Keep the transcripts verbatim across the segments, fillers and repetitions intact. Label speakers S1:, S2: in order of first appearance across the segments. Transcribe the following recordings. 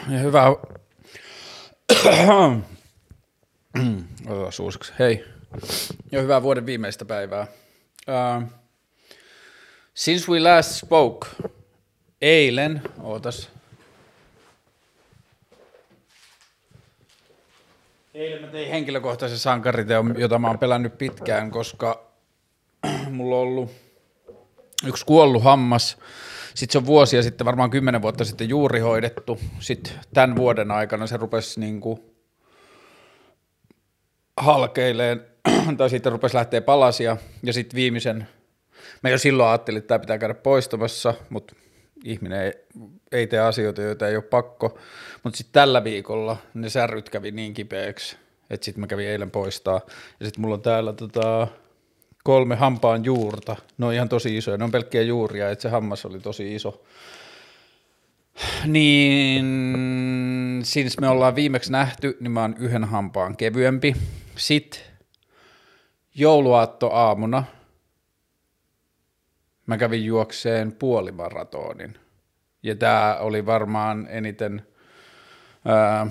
S1: Ja hyvää... Otetaan suusiksi. Hei. Ja hyvää vuoden viimeistä päivää. Uh, since we last spoke, eilen, ootas. Eilen mä tein henkilökohtaisen sankariteon, jota mä oon pelännyt pitkään, koska mulla on ollut yksi kuollut hammas. Sitten se on vuosia sitten, varmaan kymmenen vuotta sitten juuri hoidettu. Sitten tämän vuoden aikana se rupesi niinku halkeileen, tai sitten rupesi lähteä palasia. Ja sitten viimeisen, mä jo silloin ajattelin, että tämä pitää käydä poistamassa, mutta ihminen ei, ei tee asioita, joita ei ole pakko. Mutta sitten tällä viikolla ne särryt kävi niin kipeäksi, että sitten mä kävin eilen poistaa. Ja sitten mulla on täällä tota... kolme hampaan juurta, ne on ihan tosi isoja, ne on pelkkiä juuria, että se hammas oli tosi iso. Niin, since me ollaan viimeksi nähty, niin mä oon yhden hampaan kevyempi. Sitten jouluaattoaamuna mä kävin juokseen puolimaratonin. Ja tää oli varmaan eniten... Ää,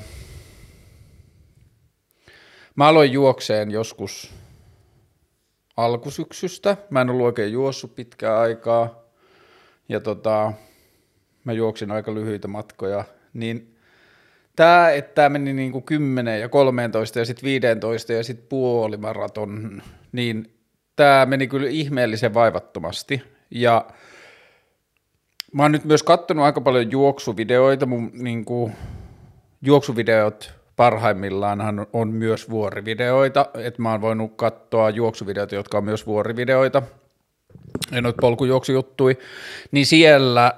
S1: mä aloin juokseen joskus... alkusyksystä. Mä en ollut oikein juossut pitkää aikaa ja tota, mä juoksin aika lyhyitä matkoja, niin tää, että tää meni niinku kymmenen ja kolmetoista ja sit viisitoista ja sit puolimaraton, niin tää meni kyllä ihmeellisen vaivattomasti ja mä oon nyt myös kattonut aika paljon juoksuvideoita, mun niinku juoksuvideot parhaimmillaanhan on myös vuorivideoita, että mä oon voinut katsoa juoksuvideoita, jotka on myös vuorivideoita, ja noita polkujuoksujuttuja, niin siellä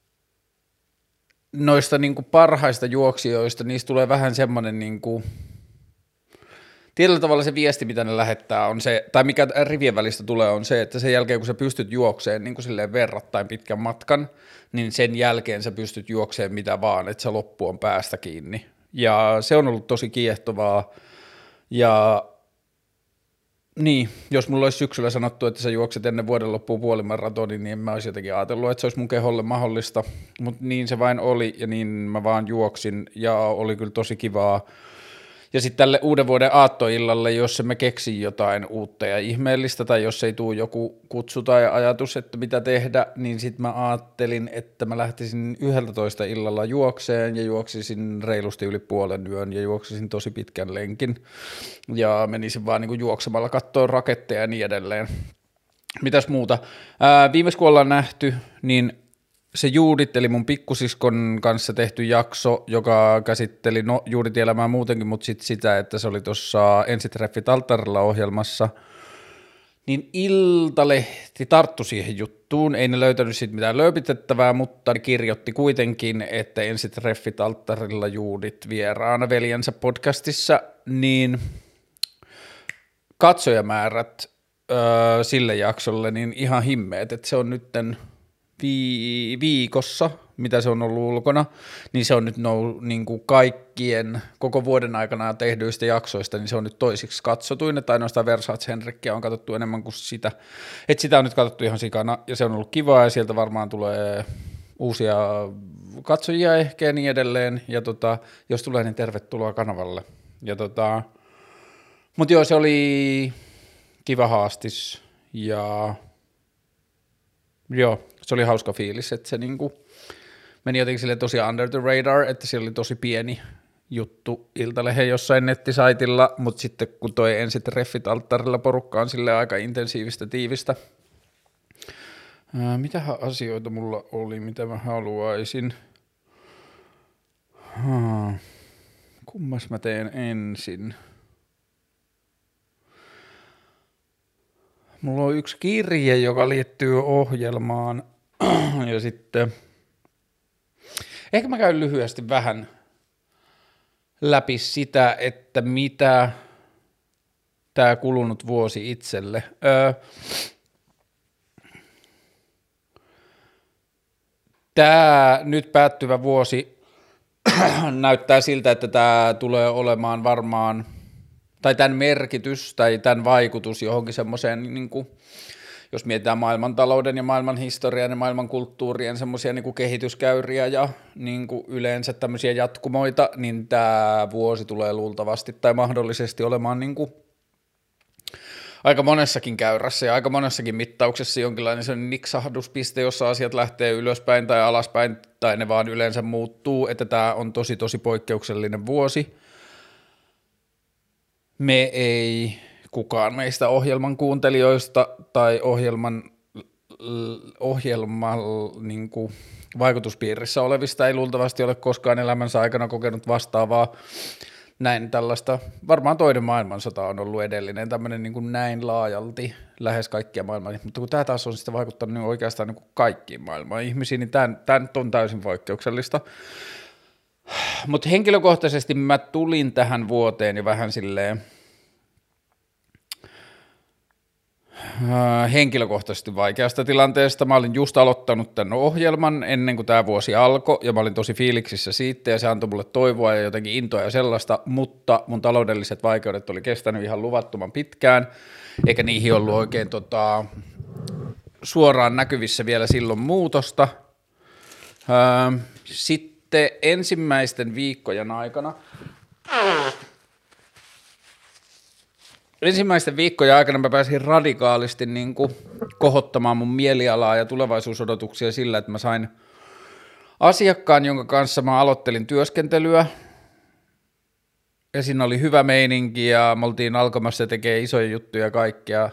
S1: noista niinku parhaista juoksijoista, niistä tulee vähän semmoinen, niinku, tietyllä tavalla se viesti, mitä ne lähettää, on se, tai mikä rivien välistä tulee, on se, että sen jälkeen, kun sä pystyt juokseen niin kuin silleen verrattain pitkän matkan, niin sen jälkeen sä pystyt juokseen mitä vaan, että se loppu on päästä kiinni. Ja se on ollut tosi kiehtovaa, ja niin, jos mulla olisi syksyllä sanottu, että sä juokset ennen vuoden loppuun puolimaratonin, niin en mä olisi jotenkin ajatellut, että se olisi mun keholle mahdollista, mutta niin se vain oli, ja niin mä vaan juoksin, ja oli kyllä tosi kivaa. Ja sitten tälle uuden vuoden aattoillalle, jos me keksin jotain uutta ja ihmeellistä, tai jos ei tule joku kutsu tai ajatus, että mitä tehdä, niin sitten mä ajattelin, että mä lähtisin yhdeltätoista illalla juokseen, ja juoksisin reilusti yli puolen yön, ja juoksisin tosi pitkän lenkin, ja menisin vaan niin kuin juoksemalla katsoa raketteja ja niin edelleen. Mitäs muuta? Ää, viimeis kun ollaan nähty, niin se Juudit, eli mun pikkusiskon kanssa tehty jakso, joka käsitteli no, Juudit-elämää muutenkin, mutta sitten sitä, että se oli tuossa Ensitreffit alttarilla ohjelmassa, niin Iltalehti tarttui siihen juttuun, ei ne löytänyt siitä mitään lööpitettävää, mutta ne kirjoitti kuitenkin, että Ensitreffit alttarilla Juudit vieraana veljensä podcastissa, niin katsojamäärät öö, sille jaksolle niin ihan himmeet, että se on nytten viikossa, mitä se on ollut ulkona, niin se on nyt nou, niin kuin kaikkien koko vuoden aikana tehdyistä jaksoista, niin se on nyt toisiksi katsotuin, että ainoastaan Versace Henrikkiä on katsottu enemmän kuin sitä, että sitä on nyt katsottu ihan sikana, ja se on ollut kivaa, ja sieltä varmaan tulee uusia katsojia ehkä ja niin edelleen, ja tota, jos tulee, niin tervetuloa kanavalle, ja tota, mutta joo, se oli kiva haastis, ja joo, se oli hauska fiilis, että se niinku meni jotenkin sille tosi under the radar, että siellä oli tosi pieni juttu Iltalehden jossain nettisaitilla, mutta sitten kun toi Ensitreffit alttarilla porukka on sille aika intensiivistä, tiivistä. Ää, mitähän asioita mulla oli, mitä mä haluaisin? Haa. Kummas mä teen ensin? Mulla on yksi kirje, joka liittyy ohjelmaan, ja sitten ehkä mä käyn lyhyesti vähän läpi sitä, että mitä tämä kulunut vuosi itselle. Öö, tämä nyt päättyvä vuosi näyttää siltä, että tämä tulee olemaan varmaan, tai tämän merkitys tai tämän vaikutus johonkin semmoiseen niin kuin jos mietitään maailmantalouden ja maailman historian ja maailman kulttuurien semmoisia niin kuin kehityskäyriä ja niin kuin yleensä tämmöisiä jatkumoita, niin tämä vuosi tulee luultavasti tai mahdollisesti olemaan niin kuin aika monessakin käyrässä ja aika monessakin mittauksessa jonkinlainen se niksahduspiste, jossa asiat lähtee ylöspäin tai alaspäin tai ne vaan yleensä muuttuu, että tämä on tosi tosi poikkeuksellinen vuosi. Me ei kukaan meistä ohjelman kuuntelijoista tai ohjelman, ohjelman niin kuin vaikutuspiirissä olevista ei luultavasti ole koskaan elämänsä aikana kokenut vastaavaa. Näin tällaista, varmaan toinen maailmansota on ollut edellinen, tämmöinen niin kuin näin laajalti lähes kaikkia maailman, mutta kun tämä taas on sitten vaikuttanut niin oikeastaan niin kuin kaikkiin maailman ihmisiin, niin tämä, tämä nyt on täysin poikkeuksellista. Mutta henkilökohtaisesti mä tulin tähän vuoteen jo vähän silleen henkilökohtaisesti vaikeasta tilanteesta. Mä olin just aloittanut tämän ohjelman ennen kuin tämä vuosi alkoi, ja mä olin tosi fiiliksissä siitä, ja se antoi mulle toivoa ja jotenkin intoa ja sellaista, mutta mun taloudelliset vaikeudet oli kestänyt ihan luvattoman pitkään, eikä niihin ollut oikein tota, suoraan näkyvissä vielä silloin muutosta. Sitten ensimmäisten viikkojen aikana Ensimmäisten viikkojen aikana mä pääsin radikaalisti niin kuin kohottamaan mun mielialaa ja tulevaisuusodotuksia sillä, että mä sain asiakkaan, jonka kanssa mä aloittelin työskentelyä. Ja siinä oli hyvä meininki ja me oltiin alkamassa tekemään isoja juttuja ja kaikkea.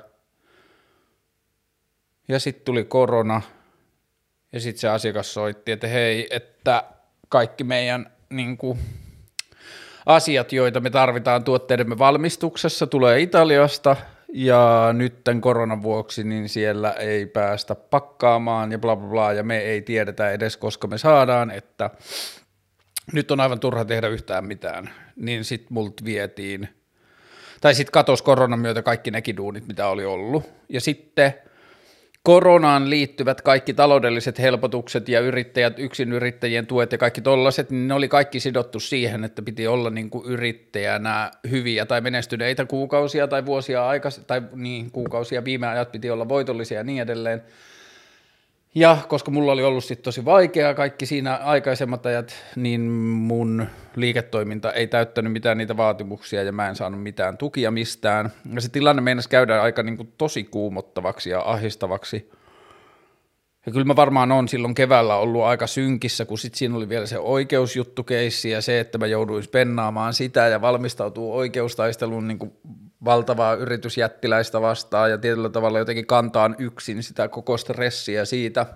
S1: Ja sitten tuli korona ja sitten se asiakas soitti, että hei, että kaikki meidän niin kuin asiat, joita me tarvitaan tuotteidemme valmistuksessa, tulee Italiasta ja nyt tämän koronan vuoksi niin siellä ei päästä pakkaamaan ja bla bla bla ja me ei tiedetä edes koska me saadaan, että nyt on aivan turha tehdä yhtään mitään, niin sit multa vietiin, tai sit katos koronan myötä kaikki nekin duunit, mitä oli ollut ja sitten koronaan liittyvät kaikki taloudelliset helpotukset ja yrittäjät, yksinyrittäjien tuet ja kaikki tollaiset, niin ne oli kaikki sidottu siihen, että piti olla niin kuin yrittäjänä hyviä tai menestyneitä kuukausia tai vuosia aikaisemmin, tai niin kuukausia viime ajat piti olla voitollisia ja niin edelleen. Ja koska mulla oli ollut sitten tosi vaikeaa kaikki siinä aikaisemmat ajat, niin mun liiketoiminta ei täyttänyt mitään niitä vaatimuksia ja mä en saanut mitään tukia mistään. Ja se tilanne meinasi käydä aika niin kuin tosi kuumottavaksi ja ahistavaksi. Ja kyllä mä varmaan on silloin keväällä ollut aika synkissä, kun sitten siinä oli vielä se oikeusjuttukeissi ja se, että mä jouduin spennaamaan sitä ja valmistautuu oikeustaisteluun niin kuin valtavaa yritysjättiläistä vastaan ja tietyllä tavalla jotenkin kantaan yksin sitä koko stressiä siitä.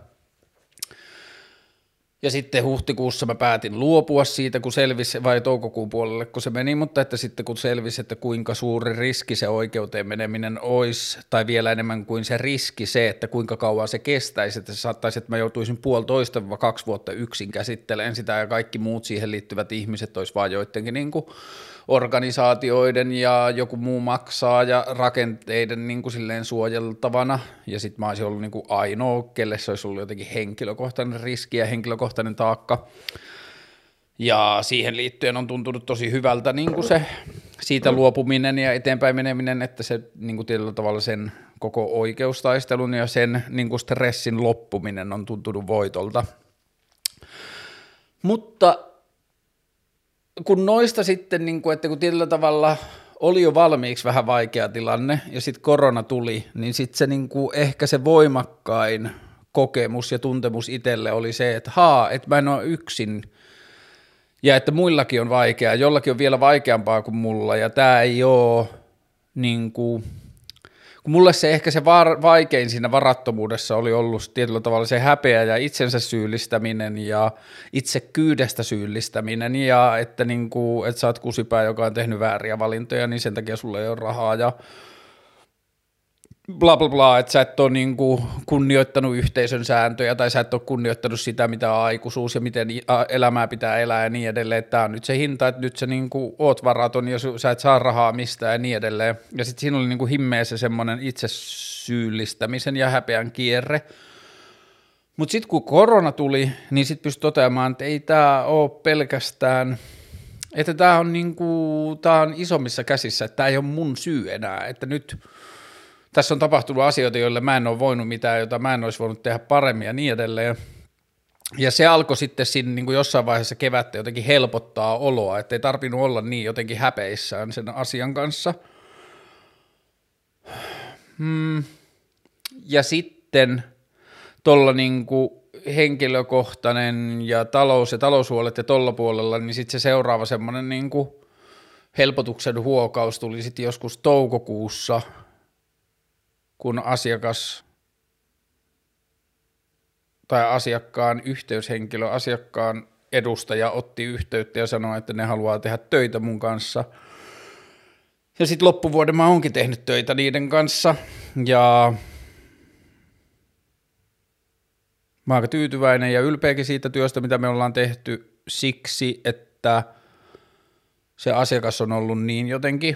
S1: Ja sitten huhtikuussa mä päätin luopua siitä, kun selvisi, vai toukokuun puolelle, kun se meni, mutta että sitten kun selvisi, että kuinka suuri riski se oikeuteen meneminen olisi, tai vielä enemmän kuin se riski se, että kuinka kauan se kestäisi, että se saattaisi, että mä joutuisin puolitoista vai kaksi vuotta yksin käsittelemään sitä ja kaikki muut siihen liittyvät ihmiset olisi vaan joidenkin niin kuin organisaatioiden ja joku muu maksaa ja rakenteiden niin kuin silleen suojeltavana ja sitten mä olisin ollut niin kuin ainoa, kelle se olisi ollut jotenkin henkilökohtainen riski ja henkilökohtainen taakka ja siihen liittyen on tuntunut tosi hyvältä niin kuin se siitä luopuminen ja eteenpäin meneminen, että se niin kuin tietyllä tavalla sen koko oikeustaistelun ja sen niin kuin stressin loppuminen on tuntunut voitolta, mutta kun noista sitten, niin kuin, että kun tietyllä tavalla oli jo valmiiksi vähän vaikea tilanne ja sitten korona tuli, niin sitten se niin kuin ehkä se voimakkain kokemus ja tuntemus itselle oli se, että haa, että mä en ole yksin ja että muillakin on vaikeaa, jollakin on vielä vaikeampaa kuin mulla ja tämä ei ole niin kuin, kun mulle se ehkä se var, vaikein siinä varattomuudessa oli ollut tietyllä tavalla se häpeä ja itsensä syyllistäminen ja itsekyydestä syyllistäminen ja että, niin kuin, että sä oot kusipää, joka on tehnyt vääriä valintoja, niin sen takia sulla ei ole rahaa ja bla bla bla, että sä et ole niin kuin kunnioittanut yhteisön sääntöjä tai sä et ole kunnioittanut sitä, mitä on aikuisuus ja miten elämää pitää elää ja niin edelleen, että tämä on nyt se hinta, että nyt sä niin kuin oot varaton ja sä et saa rahaa mistään ja niin edelleen. Ja sitten siinä oli niin kuin himmeä se semmoinen itsesyyllistämisen ja häpeän kierre. Mutta sitten kun korona tuli, niin sitten pystyi toteamaan, että ei tämä ole pelkästään, että tämä on, niin kuin, tää on isommissa käsissä, että tämä ei ole mun syy enää, että nyt tässä on tapahtunut asioita, joille mä en ole voinut mitään, jota mä en olisi voinut tehdä paremmin ja niin edelleen. Ja se alkoi sitten siinä niin kuin jossain vaiheessa kevättä jotenkin helpottaa oloa, että ei tarvinnut olla niin jotenkin häpeissään sen asian kanssa. Hmm. Ja sitten tuolla niin kuin henkilökohtainen ja talous ja taloushuolet ja tuolla puolella, niin sitten se seuraava semmoinen niin kuin helpotuksen huokaus tuli sitten joskus toukokuussa, kun asiakas tai asiakkaan yhteyshenkilö, asiakkaan edustaja otti yhteyttä ja sanoi, että ne haluaa tehdä töitä mun kanssa. Ja sitten loppuvuoden mä oonkin tehnyt töitä niiden kanssa ja mä oon aika tyytyväinen ja ylpeäkin siitä työstä, mitä me ollaan tehty siksi, että se asiakas on ollut niin jotenkin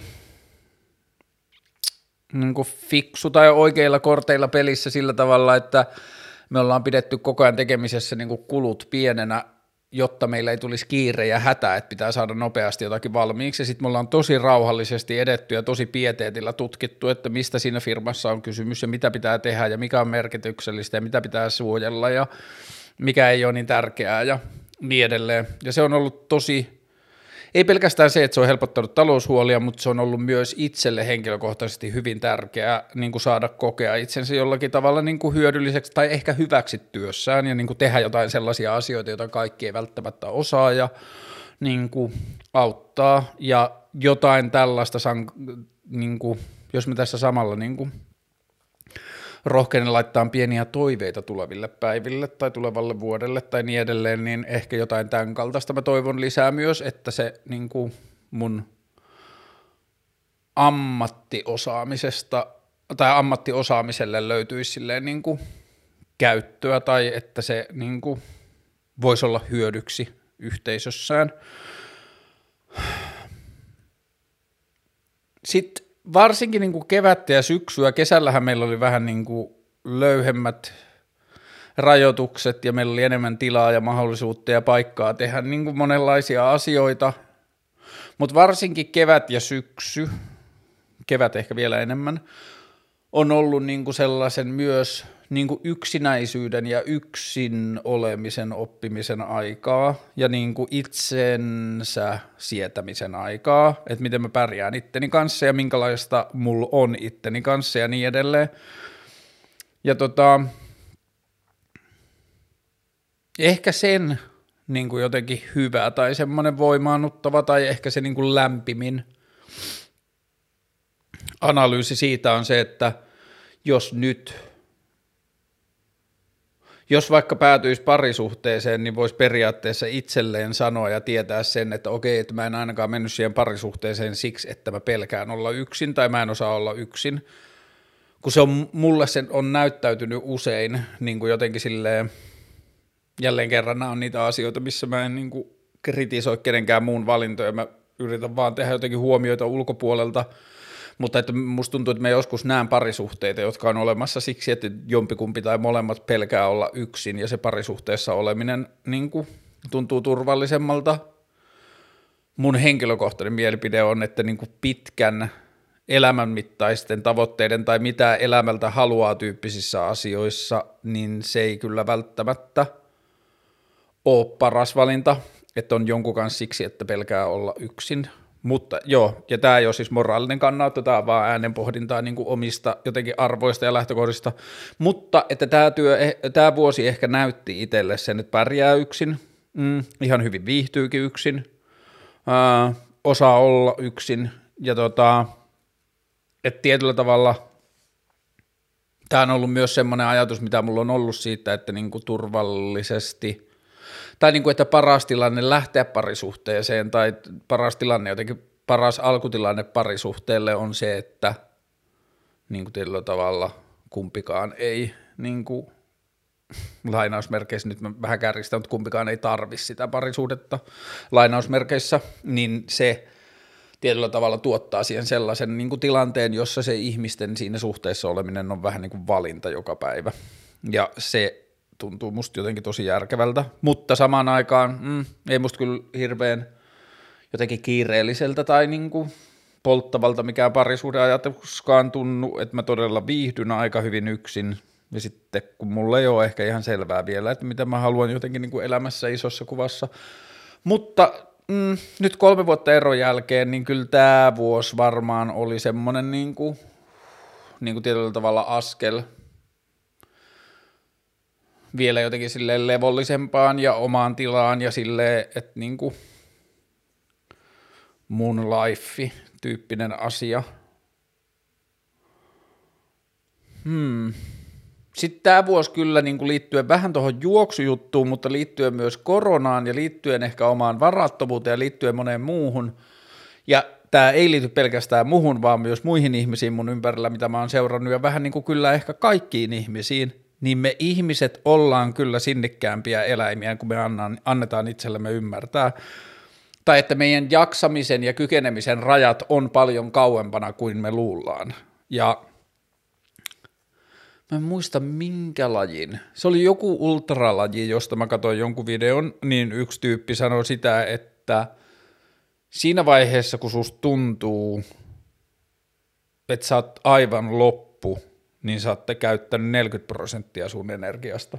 S1: niin kuin fiksu tai oikeilla korteilla pelissä sillä tavalla, että me ollaan pidetty koko ajan tekemisessä niin kuin kulut pienenä, jotta meillä ei tulisi kiire ja hätä, että pitää saada nopeasti jotakin valmiiksi. Ja sitten me ollaan tosi rauhallisesti edetty ja tosi pieteetillä tutkittu, että mistä siinä firmassa on kysymys ja mitä pitää tehdä ja mikä on merkityksellistä ja mitä pitää suojella ja mikä ei ole niin tärkeää ja niin edelleen. Ja se on ollut tosi, ei pelkästään se, että se on helpottanut taloushuolia, mutta se on ollut myös itselle henkilökohtaisesti hyvin tärkeää niin kuin saada kokea itsensä jollakin tavalla niin kuin hyödylliseksi tai ehkä hyväksi työssään ja niin kuin tehdä jotain sellaisia asioita, joita kaikki ei välttämättä osaa ja niin kuin auttaa ja jotain tällaista, niin kuin, jos me tässä samalla niin kuin rohkeinen laittaa pieniä toiveita tuleville päiville tai tulevalle vuodelle tai niin edelleen, niin ehkä jotain tämän kaltaista mä toivon lisää myös, että se niin kuin mun ammattiosaamisesta tai ammattiosaamiselle löytyisi silleen niin kuin käyttöä tai että se niin kuin voisi olla hyödyksi yhteisössään. Sitten varsinkin niin kuin kevättä ja syksyä, kesällähän meillä oli vähän niin kuin löyhemmät rajoitukset ja meillä oli enemmän tilaa ja mahdollisuutta ja paikkaa tehdä niin kuin monenlaisia asioita, mutta varsinkin kevät ja syksy, kevät ehkä vielä enemmän, on ollut niin kuin sellaisen myös niin kuin yksinäisyyden ja yksin olemisen oppimisen aikaa ja niin kuin itsensä sietämisen aikaa, että miten mä pärjään itteni kanssa ja minkälaista mulla on itteni kanssa ja niin edelleen. Ja tota, ehkä sen niin kuin jotenkin hyvä tai semmoinen voimaannuttava tai ehkä se niin kuin lämpimin analyysi siitä on se, että jos nyt Jos vaikka päätyisi parisuhteeseen, niin voisi periaatteessa itselleen sanoa ja tietää sen, että okei, että mä en ainakaan mennyt siihen parisuhteeseen siksi, että mä pelkään olla yksin tai mä en osaa olla yksin, kun se on, mulle sen on näyttäytynyt usein niin kuin jotenkin silleen, jälleen kerran nämä on niitä asioita, missä mä en niin kuin kritisoi kenenkään muun valintoja, mä yritän vaan tehdä jotenkin huomioita ulkopuolelta, mutta että musta tuntuu, että mä joskus näen parisuhteita, jotka on olemassa siksi, että jompikumpi tai molemmat pelkää olla yksin ja se parisuhteessa oleminen niin kuin, tuntuu turvallisemmalta. Mun henkilökohtainen mielipide on, että niin kuin pitkän elämänmittaisten tavoitteiden tai mitä elämältä haluaa tyyppisissä asioissa, niin se ei kyllä välttämättä ole paras valinta, että on jonkun kanssa siksi, että pelkää olla yksin. Mutta joo, ja tämä ei ole siis moraalinen kannanotto, tämä on vaan äänenpohdintaa niin kuin omista jotenkin arvoista ja lähtökohdista, mutta että tämä, työ, tämä vuosi ehkä näytti itselle sen, että pärjää yksin, mm, ihan hyvin viihtyykin yksin, ää, osaa olla yksin, ja tota, että tietyllä tavalla tämä on ollut myös semmoinen ajatus, mitä mulla on ollut siitä, että niin kuin turvallisesti tai niin kuin, että paras tilanne lähteä parisuhteeseen tai paras tilanne, jotenkin paras alkutilanne parisuhteelle on se, että niin kuin tietyllä tavalla kumpikaan ei, niin kuin, lainausmerkeissä nyt mä vähän kärjistän, mutta kumpikaan ei tarvi sitä parisuhdetta lainausmerkeissä, niin se tietyllä tavalla tuottaa siihen sellaisen niin kuin tilanteen, jossa se ihmisten siinä suhteessa oleminen on vähän niin kuin valinta joka päivä, ja se tuntuu musta jotenkin tosi järkevältä, mutta samaan aikaan mm, ei musta kyllä hirveän jotenkin kiireelliseltä tai niinku polttavalta mikään parisuhdeajatuskaan tunnu, että mä todella viihdyn aika hyvin yksin, ja sitten kun mulla ei ole ehkä ihan selvää vielä, että mitä mä haluan jotenkin niin kuin elämässä isossa kuvassa, mutta mm, nyt kolme vuotta eron jälkeen, niin kyllä tämä vuosi varmaan oli semmoinen niin kuin, niin kuin tietyllä tavalla askel vielä jotenkin silleen levollisempaan ja omaan tilaan ja silleen, että niin kuin mun life tyyppinen asia. Hmm. Sitten tämä vuosi kyllä niin kuin liittyen vähän tuohon juoksujuttuun, mutta liittyen myös koronaan ja liittyen ehkä omaan varattomuuteen ja liittyen moneen muuhun. Ja tämä ei liity pelkästään muhun, vaan myös muihin ihmisiin mun ympärillä, mitä mä oon seurannut ja vähän niin kuin kyllä ehkä kaikkiin ihmisiin. Niin me ihmiset ollaan kyllä sinnikkäämpiä eläimiä, kun me annetaan itsellemme ymmärtää. Tai että meidän jaksamisen ja kykenemisen rajat on paljon kauempana kuin me luullaan. Ja mä en muista minkä lajin. Se oli joku ultralaji, josta mä katsoin jonkun videon, niin yksi tyyppi sanoi sitä, että siinä vaiheessa, kun susta tuntuu, että sä oot aivan loppu, niin sä ootte käyttänyt neljäkymmentä prosenttia sun energiasta.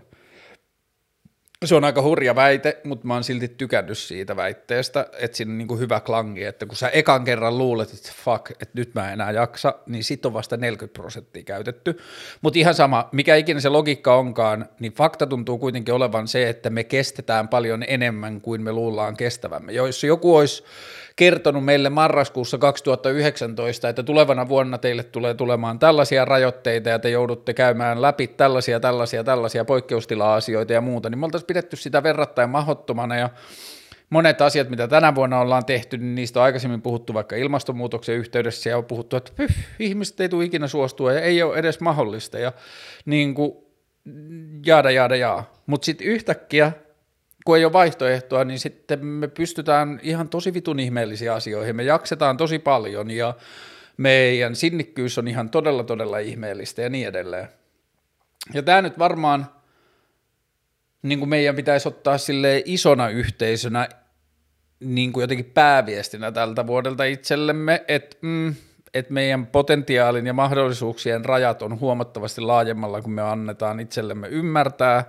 S1: Se on aika hurja väite, mutta mä oon silti tykännyt siitä väitteestä, että siinä on niin kuin hyvä klangi, että kun sä ekan kerran luulet, että fuck, että nyt mä en enää jaksa, niin sit on vasta neljäkymmentä prosenttia käytetty. Mutta ihan sama, mikä ikinä se logiikka onkaan, niin fakta tuntuu kuitenkin olevan se, että me kestetään paljon enemmän kuin me luullaan kestävämme. Jos joku olisi kertonut meille marraskuussa kaksituhattayhdeksäntoista, että tulevana vuonna teille tulee tulemaan tällaisia rajoitteita ja te joudutte käymään läpi tällaisia, tällaisia, tällaisia poikkeustila-asioita ja muuta, niin me oltaisiin pidetty sitä verrattain mahdottomana ja monet asiat, mitä tänä vuonna ollaan tehty, niin niistä on aikaisemmin puhuttu vaikka ilmastonmuutoksen yhteydessä ja on puhuttu, että pyh, ihmiset ei tule ikinä suostua ja ei ole edes mahdollista ja niin kuin jaada, jaada, jaa. Mutta sitten yhtäkkiä kun ei ole vaihtoehtoa, niin sitten me pystytään ihan tosi vitun ihmeellisiin asioihin. Me jaksetaan tosi paljon ja meidän sinnikkyys on ihan todella, todella ihmeellistä ja niin edelleen. Ja tämä nyt varmaan niin kuin meidän pitäisi ottaa silleen isona yhteisönä niin kuin jotenkin pääviestinä tältä vuodelta itsellemme, että mm, et meidän potentiaalin ja mahdollisuuksien rajat on huomattavasti laajemmalla, kun me annetaan itsellemme ymmärtää.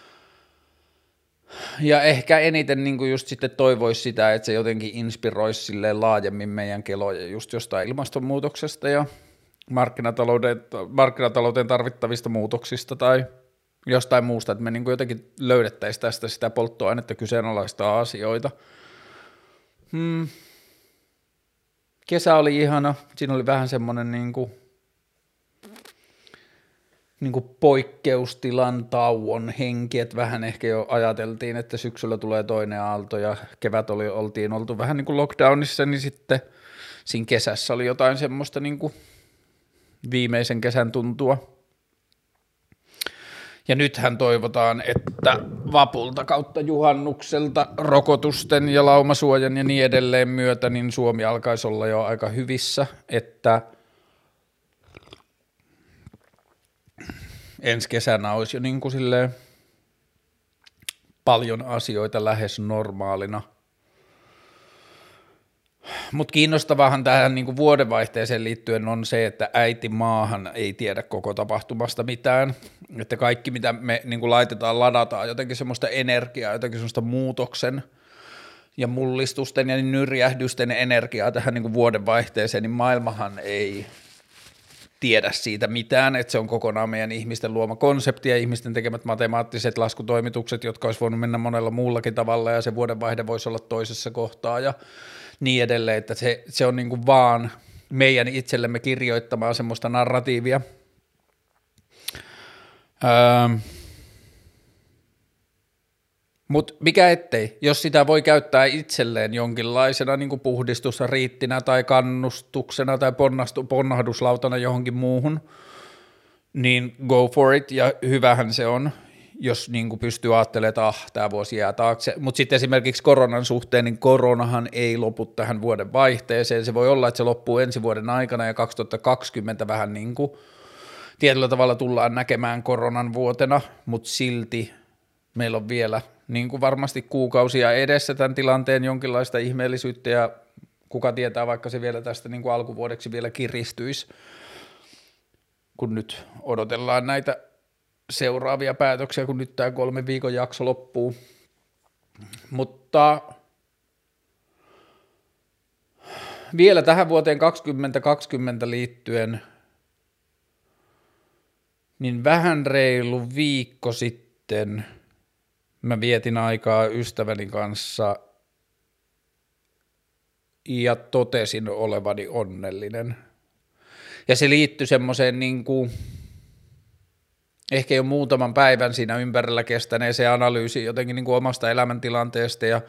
S1: Ja ehkä eniten niin kuin just sitten toivoisi sitä, että se jotenkin inspiroisi silleen laajemmin meidän keloja just jostain ilmastonmuutoksesta ja markkinatalouteen, markkinatalouteen tarvittavista muutoksista tai jostain muusta, että me niin kuin jotenkin löydettäisiin tästä sitä polttoainetta kyseenalaistaa asioita. Hmm. Kesä oli ihana, siinä oli vähän semmoinen niin kuin niin kuin poikkeustilan tauon henki, että vähän ehkä jo ajateltiin, että syksyllä tulee toinen aalto ja kevät oli, oltiin oltu vähän niin kuin lockdownissa, niin sitten siinä kesässä oli jotain semmoista niin kuin viimeisen kesän tuntua. Ja nythän toivotaan, että vapulta kautta juhannukselta rokotusten ja laumasuojan ja niin edelleen myötä, niin Suomi alkaisi olla jo aika hyvissä, että ensi kesänä olisi jo niin kuin silleen paljon asioita lähes normaalina. Mutta kiinnostavahan tähän niin kuin vuodenvaihteeseen liittyen on se, että äiti maahan ei tiedä koko tapahtumasta mitään. Että kaikki, mitä me niin kuin laitetaan, ladataan jotenkin semmoista energiaa, jotenkin semmoista muutoksen ja mullistusten ja nyrjähdysten energiaa tähän niin kuin vuodenvaihteeseen, niin maailmahan ei tiedä siitä mitään, että se on kokonaan meidän ihmisten luoma konsepti ja ihmisten tekemät matemaattiset laskutoimitukset, jotka olisi voinut mennä monella muullakin tavalla ja se vuodenvaihde voisi olla toisessa kohtaa ja niin edelleen, että se, se on niin kuin vaan meidän itsellemme kirjoittamaa semmoista narratiivia. Öö, Mutta mikä ettei, jos sitä voi käyttää itselleen jonkinlaisena niin kuin puhdistusriittinä tai kannustuksena tai ponnastu, ponnahduslautana johonkin muuhun, niin go for it ja hyvähän se on, jos niin kuin pystyy ajattelemaan, että ah, tämä vuosi jää taakse. Mutta sitten esimerkiksi koronan suhteen, niin koronahan ei lopu tähän vuoden vaihteeseen. Se voi olla, että se loppuu ensi vuoden aikana ja kaksituhattakaksikymmentä vähän niin kuin tietyllä tavalla tullaan näkemään koronan vuotena, mutta silti meillä on vielä niin kuin varmasti kuukausia edessä tämän tilanteen jonkinlaista ihmeellisyyttä ja kuka tietää, vaikka se vielä tästä niin kuin alkuvuodeksi vielä kiristyisi, kun nyt odotellaan näitä seuraavia päätöksiä, kun nyt tämä kolmen viikon jakso loppuu. Mutta vielä tähän vuoteen kaksituhattakaksikymmentä liittyen, niin vähän reilu viikko sitten mä vietin aikaa ystäväni kanssa ja totesin olevani onnellinen. Ja se liittyi semmoiseen niin kuin ehkä jo muutaman päivän siinä ympärillä kestäneeseen analyysiin jotenkin niin kuin omasta elämäntilanteesta, ja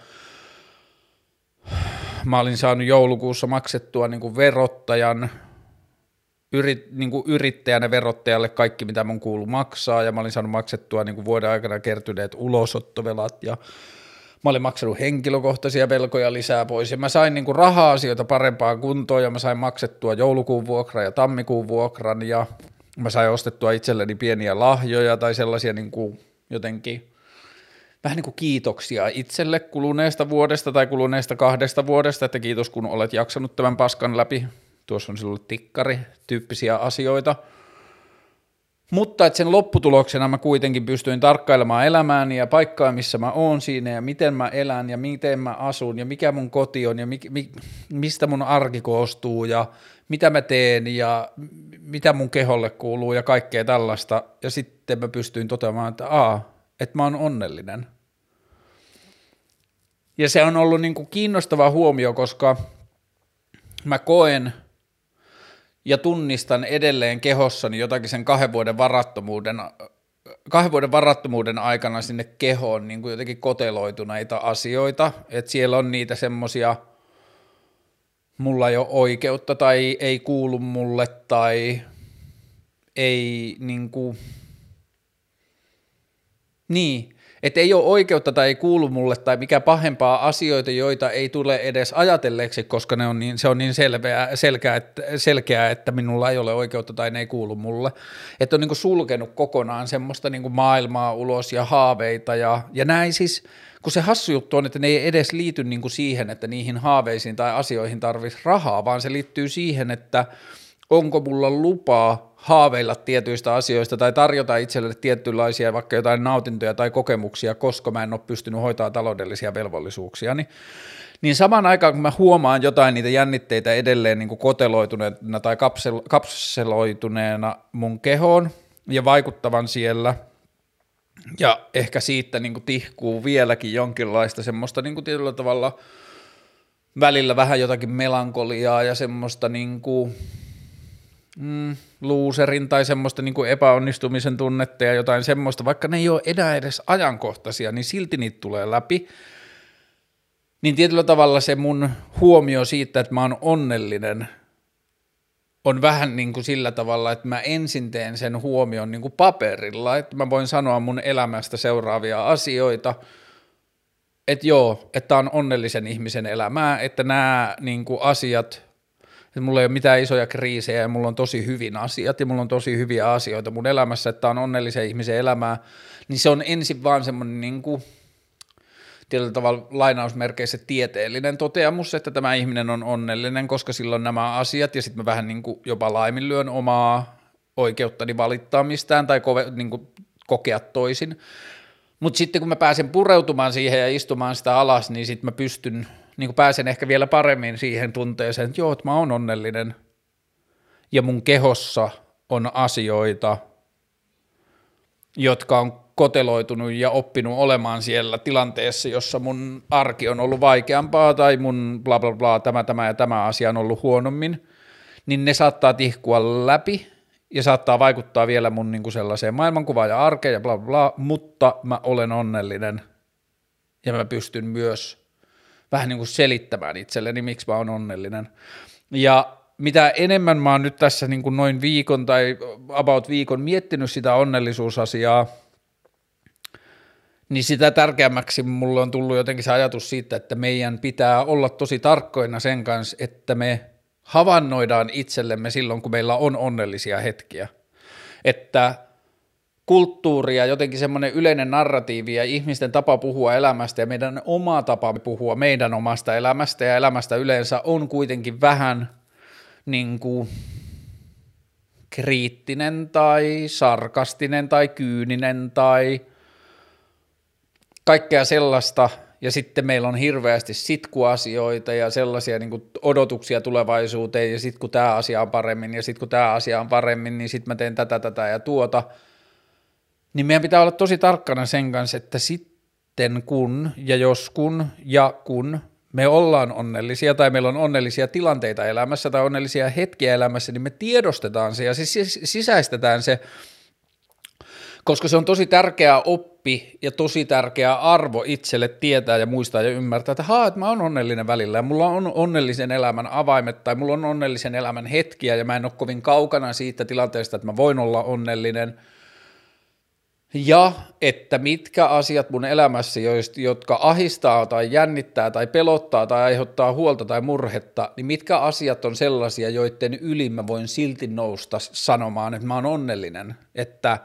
S1: mä olin saanut joulukuussa maksettua niin kuin verottajan, yrit, niin kuin yrittäjänä verottajalle kaikki, mitä mun kuuluu maksaa, ja mä olin saanut maksettua niin kuin vuoden aikana kertyneet ulosottovelat, ja mä olin maksanut henkilökohtaisia velkoja lisää pois, ja mä sain niin kuin raha-asioita parempaan kuntoon, ja mä sain maksettua joulukuun vuokran ja tammikuun vuokran, ja mä sain ostettua itselleni pieniä lahjoja tai sellaisia niin kuin jotenkin vähän niin kuin kiitoksia itselle kuluneesta vuodesta tai kuluneesta kahdesta vuodesta, että kiitos kun olet jaksanut tämän paskan läpi, tuossa on sinulle tikkari, tyyppisiä asioita. Mutta että sen lopputuloksena mä kuitenkin pystyin tarkkailemaan elämääni ja paikkaa, missä mä oon siinä ja miten mä elän ja miten mä asun ja mikä mun koti on ja mi- mi- mistä mun arki koostuu ja mitä mä teen ja mitä mun keholle kuuluu ja kaikkea tällaista. Ja sitten mä pystyin toteamaan, että aa, että mä oon onnellinen. Ja se on ollut niin kuin kiinnostava huomio, koska mä koen ja tunnistan edelleen kehossani jotakin sen kahden vuoden varattomuuden, kahden vuoden varattomuuden aikana sinne kehoon niin kuin jotenkin koteloituneita asioita, että siellä on niitä semmosia, mulla ei ole oikeutta tai ei kuulu mulle tai ei niin kuin, niin, että ei ole oikeutta tai ei kuulu mulle tai mikä pahempaa asioita, joita ei tule edes ajatelleeksi, koska ne on niin, se on niin selveä, selkeä, että, selkeää, että minulla ei ole oikeutta tai ne ei kuulu mulle. Että on niin kuin sulkenut kokonaan semmoista niin kuin maailmaa ulos ja haaveita ja, ja näin siis, kun se hassu juttu on, että ne ei edes liity niin kuin siihen, että niihin haaveisiin tai asioihin tarvitsisi rahaa, vaan se liittyy siihen, että onko mulla lupaa haaveilla tietyistä asioista tai tarjota itselleni tietynlaisia vaikka jotain nautintoja tai kokemuksia, koska mä en ole pystynyt hoitamaan taloudellisia velvollisuuksia, niin, niin samaan aikaan kun mä huomaan jotain niitä jännitteitä edelleen niin kuin koteloituneena tai kapsel, kapseloituneena mun kehoon ja vaikuttavan siellä, ja ehkä siitä niin kuin tihkuu vieläkin jonkinlaista semmoista niin kuin tietyllä tavalla välillä vähän jotakin melankoliaa ja semmoista niin kuin Mm, loserin tai semmoista niin kuin epäonnistumisen tunnetta ja jotain semmoista, vaikka ne ei ole enää edes ajankohtaisia, niin silti niitä tulee läpi, niin tietyllä tavalla se mun huomio siitä, että mä oon onnellinen, on vähän niin kuin sillä tavalla, että mä ensin teen sen huomion niin kuin paperilla, että mä voin sanoa mun elämästä seuraavia asioita, että joo, että on onnellisen ihmisen elämää, että nämä niin kuin asiat, että mulla ei ole mitään isoja kriisejä ja mulla on tosi hyvin asiat ja mulla on tosi hyviä asioita mun elämässä, että on onnellisen ihmisen elämää, niin se on ensin vaan semmoinen niin kuin tietyllä tavalla lainausmerkeissä tieteellinen toteamus, että tämä ihminen on onnellinen, koska sillä on nämä asiat ja sitten mä vähän niin kuin jopa laiminlyön omaa oikeuttani valittaa mistään tai kove, niin kuin kokea toisin, mutta sitten kun mä pääsen pureutumaan siihen ja istumaan sitä alas, niin sitten mä pystyn niin kuin pääsen ehkä vielä paremmin siihen tunteeseen, että joo, että mä oon onnellinen ja mun kehossa on asioita, jotka on koteloitunut ja oppinut olemaan siellä tilanteessa, jossa mun arki on ollut vaikeampaa tai mun bla bla bla, tämä, tämä ja tämä asia on ollut huonommin, niin ne saattaa tihkua läpi ja saattaa vaikuttaa vielä mun niin kuin sellaiseen maailmankuvaan ja arkeen ja bla bla bla, mutta mä olen onnellinen ja mä pystyn myös vähän niin kuin selittämään itselleni, miksi mä oon onnellinen. Ja mitä enemmän mä oon nyt tässä niin kuin noin viikon tai about viikon miettinyt sitä onnellisuusasiaa, niin sitä tärkeämmäksi mulle on tullut jotenkin se ajatus siitä, että meidän pitää olla tosi tarkkoina sen kanssa, että me havainnoidaan itsellemme silloin, kun meillä on onnellisia hetkiä. Että kulttuuri ja jotenkin semmoinen yleinen narratiivi ja ihmisten tapa puhua elämästä ja meidän oma tapa puhua meidän omasta elämästä ja elämästä yleensä on kuitenkin vähän niin kuin kriittinen tai sarkastinen tai kyyninen tai kaikkea sellaista, ja sitten meillä on hirveästi sitkuasioita ja sellaisia niin kuin odotuksia tulevaisuuteen, ja sitten kun tämä asia on paremmin, ja sitten kun tämä asia on paremmin, niin sitten mä teen tätä, tätä ja tuota, niin meidän pitää olla tosi tarkkana sen kanssa, että sitten kun ja jos kun ja kun me ollaan onnellisia tai meillä on onnellisia tilanteita elämässä tai onnellisia hetkiä elämässä, niin me tiedostetaan se ja siis sisäistetään se, koska se on tosi tärkeä oppi ja tosi tärkeä arvo itselle tietää ja muistaa ja ymmärtää, että haa, että mä oon onnellinen välillä ja mulla on onnellisen elämän avaimet tai mulla on onnellisen elämän hetkiä ja mä en ole kovin kaukana siitä tilanteesta, että mä voin olla onnellinen. Ja että mitkä asiat mun elämässä, jotka ahistaa tai jännittää tai pelottaa tai aiheuttaa huolta tai murhetta, niin mitkä asiat on sellaisia, joiden yli mä voin silti nousta sanomaan, että mä oon onnellinen, että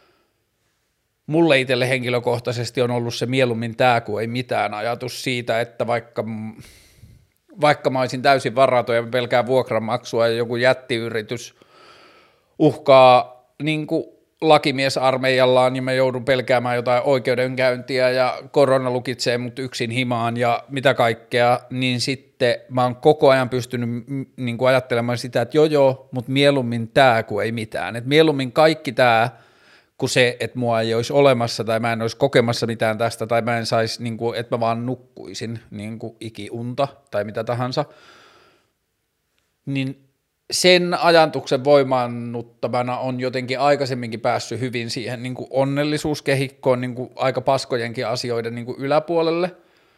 S1: mulle itselle henkilökohtaisesti on ollut se mieluummin tää kuin ei mitään ajatus siitä, että vaikka, vaikka mä olisin täysin varaton ja pelkää vuokranmaksua ja joku jättiyritys uhkaa niin kuin lakimiesarmeijallaan, niin mä joudun pelkäämään jotain oikeudenkäyntiä ja korona lukitsee mut yksin himaan ja mitä kaikkea, niin sitten mä oon koko ajan pystynyt niin kuin ajattelemaan sitä, että joo joo, mutta mieluummin tää kuin ei mitään, että mieluummin kaikki tää kuin se, että mua ei olisi olemassa tai mä en olisi kokemassa mitään tästä tai mä en saisi, niin kuin, että mä vaan nukkuisin niin kuin ikiunta tai mitä tahansa, niin sen ajatuksen voimaannuttamana on jotenkin aikaisemminkin päässyt hyvin siihen niin kuin onnellisuuskehikkoon niin kuin aika paskojenkin asioiden niin kuin yläpuolelle,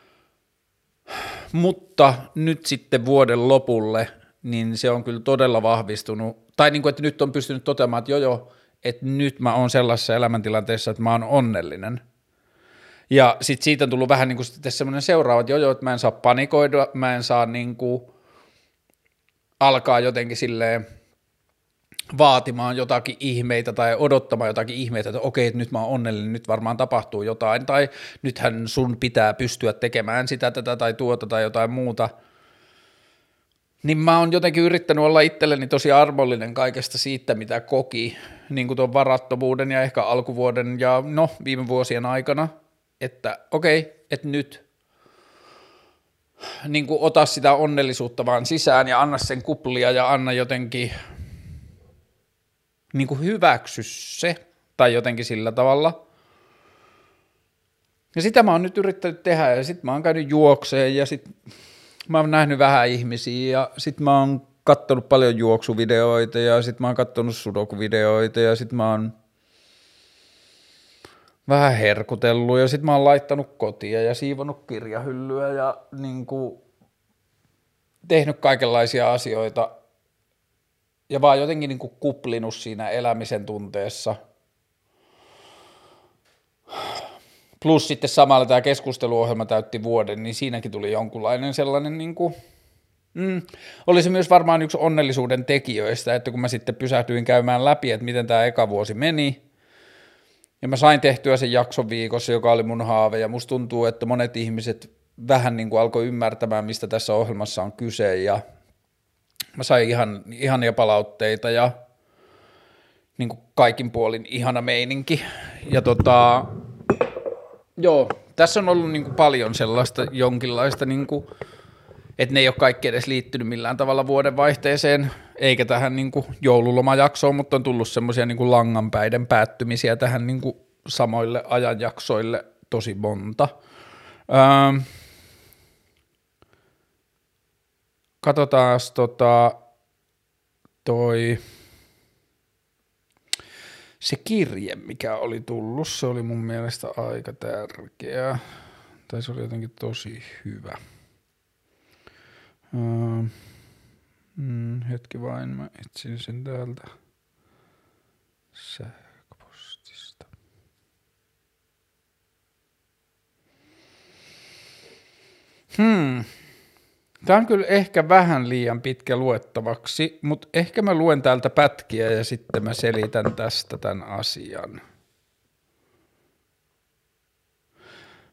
S1: mutta nyt sitten vuoden lopulle, niin se on kyllä todella vahvistunut, tai niin kuin, että nyt on pystynyt toteamaan, että joo joo, että nyt mä oon sellaisessa elämäntilanteessa, että mä oon onnellinen. Ja sitten siitä on tullut vähän niin kuin sitten semmoinen seuraava, että joo joo, että mä en saa panikoida, mä en saa niin kuin alkaa jotenkin silleen vaatimaan jotakin ihmeitä tai odottamaan jotakin ihmeitä, että okei, että nyt mä oon onnellinen, nyt varmaan tapahtuu jotain, tai nythän sun pitää pystyä tekemään sitä, tätä tai tuota tai jotain muuta. Niin mä oon jotenkin yrittänyt olla itselleni tosi armollinen kaikesta siitä, mitä koki, niin kuin tuon varattomuuden ja ehkä alkuvuoden ja no viime vuosien aikana, että okei, että nyt niin kuin ota sitä onnellisuutta vaan sisään ja anna sen kuplia ja anna jotenkin niin kuin hyväksy se tai jotenkin sillä tavalla. Ja sitä mä oon nyt yrittänyt tehdä ja sit mä oon käynyt juokseen ja sit mä oon nähnyt vähän ihmisiä ja sit mä oon kattonut paljon juoksuvideoita ja sit mä oon kattonut sudokuvideoita ja sit mä oon vähän herkutellut ja sit mä oon laittanut kotia ja siivonut kirjahyllyä ja niin kuin tehnyt kaikenlaisia asioita ja vaan jotenkin niin kuin kuplinut siinä elämisen tunteessa. Plus sitten samalla tämä keskusteluohjelma täytti vuoden, niin siinäkin tuli jonkunlainen sellainen, niin kuin, mm, oli se myös varmaan yksi onnellisuuden tekijöistä, että kun mä sitten pysähtyin käymään läpi, että miten tämä eka vuosi meni, ja mä sain tehtyä sen jakson viikossa, joka oli mun haave, ja musta tuntuu, että monet ihmiset vähän niin kuin alkoi ymmärtämään, mistä tässä ohjelmassa on kyse, ja mä sain ihan, ihania palautteita, ja niin kuin kaikin puolin ihana meininki, ja tota, joo, tässä on ollut niin kuin paljon sellaista jonkinlaista, niin kuin, että ne ei ole kaikki edes liittynyt millään tavalla vuodenvaihteeseen, eikä tähän niin kuin joululomajaksoon, mutta on tullut semmoisia niin kuin langanpäiden päättymisiä tähän niin kuin samoille ajanjaksoille tosi monta. Öö, katsotaas tota, toi, se kirje, mikä oli tullut, se oli mun mielestä aika tärkeä, tai se oli jotenkin tosi hyvä. Öö, mm, hetki vain, mä etsin sen täältä sähköpostista. Hmm. Tämä on kyllä ehkä vähän liian pitkä luettavaksi, mutta ehkä mä luen täältä pätkiä ja sitten mä selitän tästä tämän asian.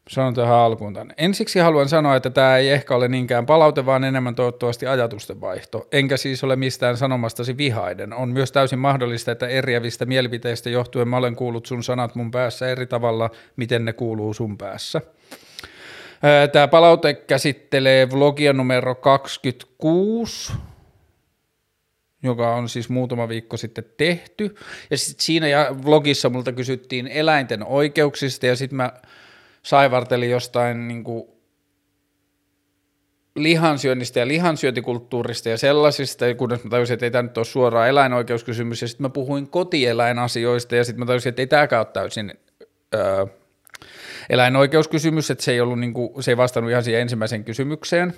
S1: Sanon tähän alkuun tämän. Ensiksi haluan sanoa, että tämä ei ehkä ole niinkään palaute, vaan enemmän toivottavasti ajatusten vaihto. Enkä siis ole mistään sanomastasi vihainen. On myös täysin mahdollista, että eriävistä mielipiteistä johtuen mä olen kuullut sun sanat mun päässä eri tavalla, miten ne kuuluu sun päässä. Tämä palaute käsittelee vlogia numero kaksikymmentäkuusi, joka on siis muutama viikko sitten tehty. Ja sitten siinä vlogissa multa kysyttiin eläinten oikeuksista ja sitten mä saivartelin jostain niin kuin lihansyönnistä ja lihansyöntikulttuurista ja sellaisista, ja kunnes mä tajusin, että ei tämä nyt ole suoraan eläinoikeuskysymys, ja sitten mä puhuin kotieläinasioista, ja sitten mä tajusin, että ei tämäkään ole täysin öö, eläinoikeuskysymys, että se ei, ollut niin kuin, se ei vastannut ihan siihen ensimmäiseen kysymykseen.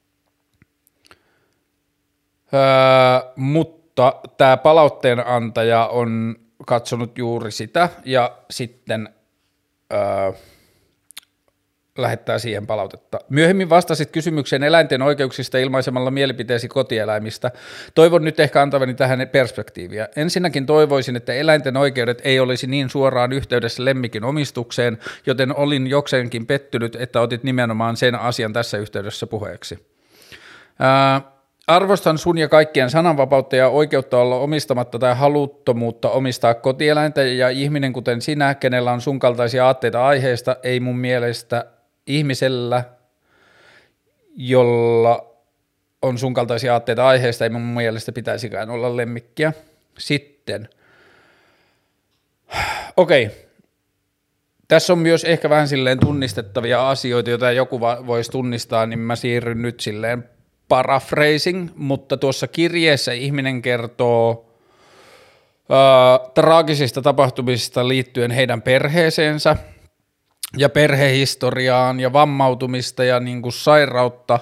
S1: Öö, mutta tämä palautteen antaja on katsonut juuri sitä, ja sitten öö, lähettää siihen palautetta. Myöhemmin vastasit kysymykseen eläinten oikeuksista ilmaisemalla mielipiteesi kotieläimistä. Toivon nyt ehkä antavani tähän perspektiiviä. Ensinnäkin toivoisin, että eläinten oikeudet ei olisi niin suoraan yhteydessä lemmikin omistukseen, joten olin jokseenkin pettynyt, että otit nimenomaan sen asian tässä yhteydessä puheeksi. Ää, arvostan sun ja kaikkien sananvapautta ja oikeutta olla omistamatta tai haluttomuutta omistaa kotieläintä, ja ihminen kuten sinä, kenellä on sun kaltaisia aatteita aiheesta, ei mun mielestä ihmisellä, jolla on sun kaltaisia aatteita aiheesta, ei mun mielestä pitäisikään olla lemmikkiä. Sitten, okei, okay. Tässä on myös ehkä vähän silleen tunnistettavia asioita, joita joku voisi tunnistaa, niin mä siirryn nyt silleen paraphrasing, mutta tuossa kirjeessä ihminen kertoo äh, traagisista tapahtumista liittyen heidän perheeseensä ja perhehistoriaan ja vammautumista ja niin kuin sairautta,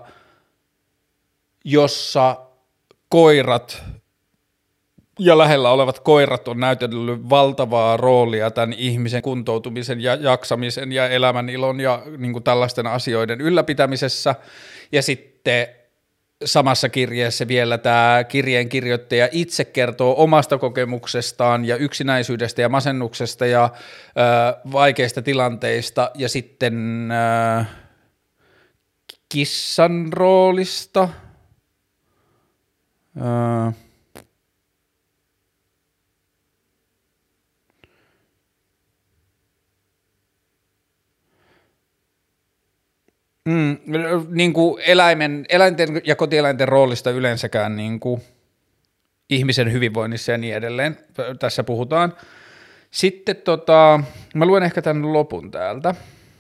S1: jossa koirat ja lähellä olevat koirat on näytellyt valtavaa roolia tämän ihmisen kuntoutumisen ja jaksamisen ja elämän ilon ja niin kuin tällaisten asioiden ylläpitämisessä. Ja sitten samassa kirjeessä vielä tämä kirjeen kirjoittaja itse kertoo omasta kokemuksestaan ja yksinäisyydestä ja masennuksesta ja ö, vaikeista tilanteista ja sitten ö, kissan roolista. Ö, Mm, niin kuin eläimen, eläinten ja kotieläinten roolista yleensäkään niin kuin ihmisen hyvinvoinnissa ja niin edelleen. Tässä puhutaan. Sitten tota, mä luen ehkä tämän lopun täältä.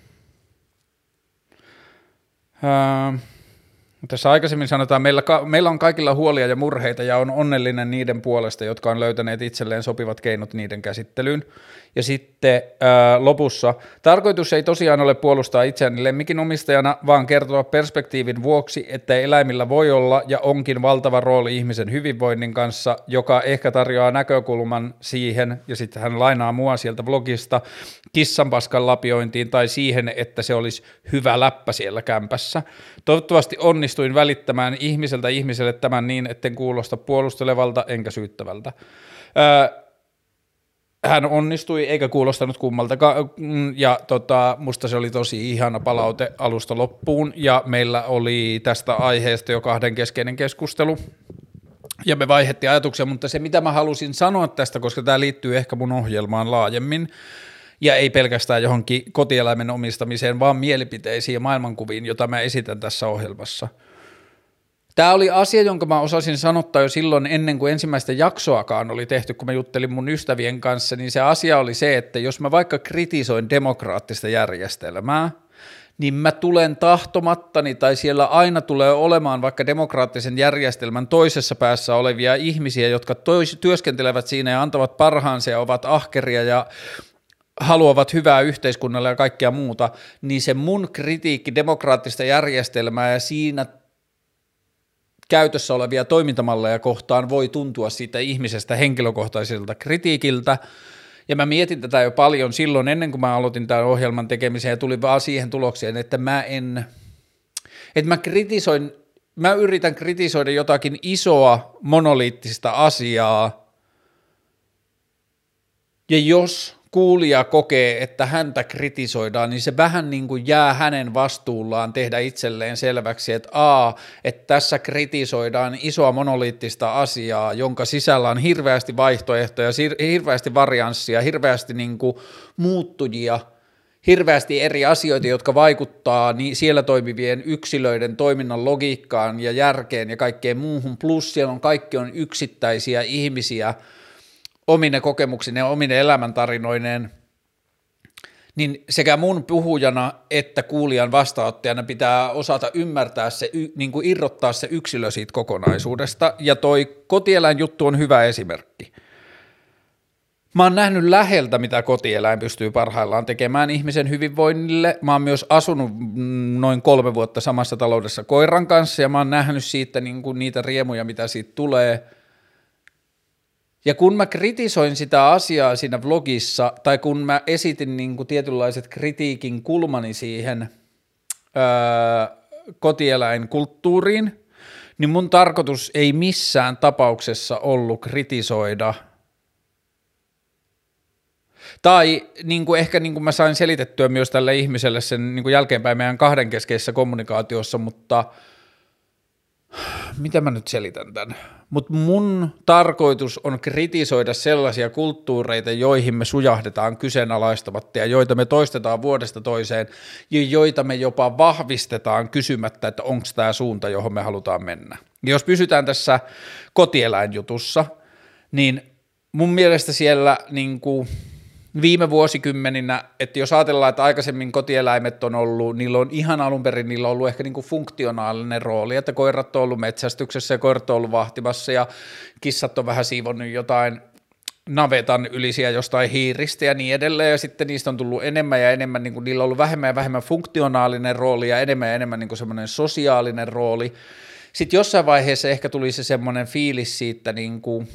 S1: Öö, tässä aikaisemmin sanotaan, meillä, meillä on kaikilla huolia ja murheita ja on onnellinen niiden puolesta, jotka on löytäneet itselleen sopivat keinot niiden käsittelyyn. Ja sitten ää, lopussa, tarkoitus ei tosiaan ole puolustaa itseäni lemmikin omistajana, vaan kertoa perspektiivin vuoksi, että eläimillä voi olla ja onkin valtava rooli ihmisen hyvinvoinnin kanssa, joka ehkä tarjoaa näkökulman siihen, ja sitten hän lainaa mua sieltä blogista, kissanpaskan lapiointiin tai siihen, että se olisi hyvä läppä siellä kämpässä. Toivottavasti onnistuin välittämään ihmiseltä ihmiselle tämän niin, etten kuulosta puolustelevalta enkä syyttävältä. Ää, Hän onnistui eikä kuulostanut kummaltakaan, ja tota, musta se oli tosi ihana palaute alusta loppuun, ja meillä oli tästä aiheesta jo kahden keskeinen keskustelu, ja me vaihdettiin ajatuksia, mutta se mitä mä halusin sanoa tästä, koska tämä liittyy ehkä mun ohjelmaan laajemmin, ja ei pelkästään johonkin kotieläimen omistamiseen, vaan mielipiteisiin ja maailmankuviin, jota mä esitän tässä ohjelmassa. Tämä oli asia, jonka mä osasin sanottaa jo silloin ennen kuin ensimmäistä jaksoakaan oli tehty, kun mä juttelin mun ystävien kanssa, niin se asia oli se, että jos mä vaikka kritisoin demokraattista järjestelmää, niin mä tulen tahtomattani tai siellä aina tulee olemaan vaikka demokraattisen järjestelmän toisessa päässä olevia ihmisiä, jotka tois, työskentelevät siinä ja antavat parhaansa ja ovat ahkeria ja haluavat hyvää yhteiskunnalle ja kaikkea muuta, niin se mun kritiikki demokraattista järjestelmää ja siinä käytössä olevia toimintamalleja kohtaan voi tuntua siitä ihmisestä henkilökohtaiselta kritiikiltä, ja mä mietin tätä jo paljon silloin ennen kuin mä aloitin tämän ohjelman tekemisen ja tulin vaan siihen tulokseen, että mä en, että mä kritisoin, mä yritän kritisoida jotakin isoa monoliittista asiaa, ja jos kuulija kokee, että häntä kritisoidaan, niin se vähän niin kuin jää hänen vastuullaan tehdä itselleen selväksi, että a, että tässä kritisoidaan isoa monoliittista asiaa, jonka sisällä on hirveästi vaihtoehtoja, hirveästi varianssia, hirveästi niin kuin muuttujia, hirveästi eri asioita, jotka vaikuttaa niin siellä toimivien yksilöiden toiminnan logiikkaan ja järkeen ja kaikkeen muuhun, plus siellä on kaikki on yksittäisiä ihmisiä, omine kokemuksineen ja omine elämäntarinoineen, niin sekä mun puhujana että kuulijan vastaanottajana pitää osata ymmärtää se, niin kuin irrottaa se yksilö siitä kokonaisuudesta, ja toi kotieläinjuttu on hyvä esimerkki. Mä oon nähnyt läheltä, mitä kotieläin pystyy parhaillaan tekemään ihmisen hyvinvoinnille. Mä oon myös asunut noin kolme vuotta samassa taloudessa koiran kanssa, ja mä oon nähnyt siitä niin kuin niitä riemuja, mitä siitä tulee. Ja kun mä kritisoin sitä asiaa siinä vlogissa, tai kun mä esitin niin kuin tietynlaiset kritiikin kulmani siihen öö, kotieläinkulttuuriin, niin mun tarkoitus ei missään tapauksessa ollut kritisoida, tai niin kuin ehkä niin kuin mä sain selitettyä myös tälle ihmiselle sen niin kuin jälkeenpäin meidän kahdenkeskeisessä kommunikaatiossa, mutta mitä mä nyt selitän tämän? Mutta mun tarkoitus on kritisoida sellaisia kulttuureita, joihin me sujahdetaan kyseenalaistamatta ja joita me toistetaan vuodesta toiseen ja joita me jopa vahvistetaan kysymättä, että onko tämä suunta, johon me halutaan mennä. Ja jos pysytään tässä kotieläinjutussa, niin mun mielestä siellä niin kuin viime vuosikymmeninä, että jos ajatellaan, että aikaisemmin kotieläimet on ollut, niillä on ihan alun perin, niillä on ollut ehkä niin kuin funktionaalinen rooli, että koirat on ollut metsästyksessä ja koirat on ollut vahtimassa ja kissat on vähän siivonnut jotain navetan ylisiä jostain hiiristä ja niin edelleen, ja sitten niistä on tullut enemmän ja enemmän, niin kuin niillä on ollut vähemmän ja vähemmän funktionaalinen rooli ja enemmän ja enemmän niin kuin semmoinen sosiaalinen rooli. Sitten jossain vaiheessa ehkä tuli se semmoinen fiilis siitä niin kuin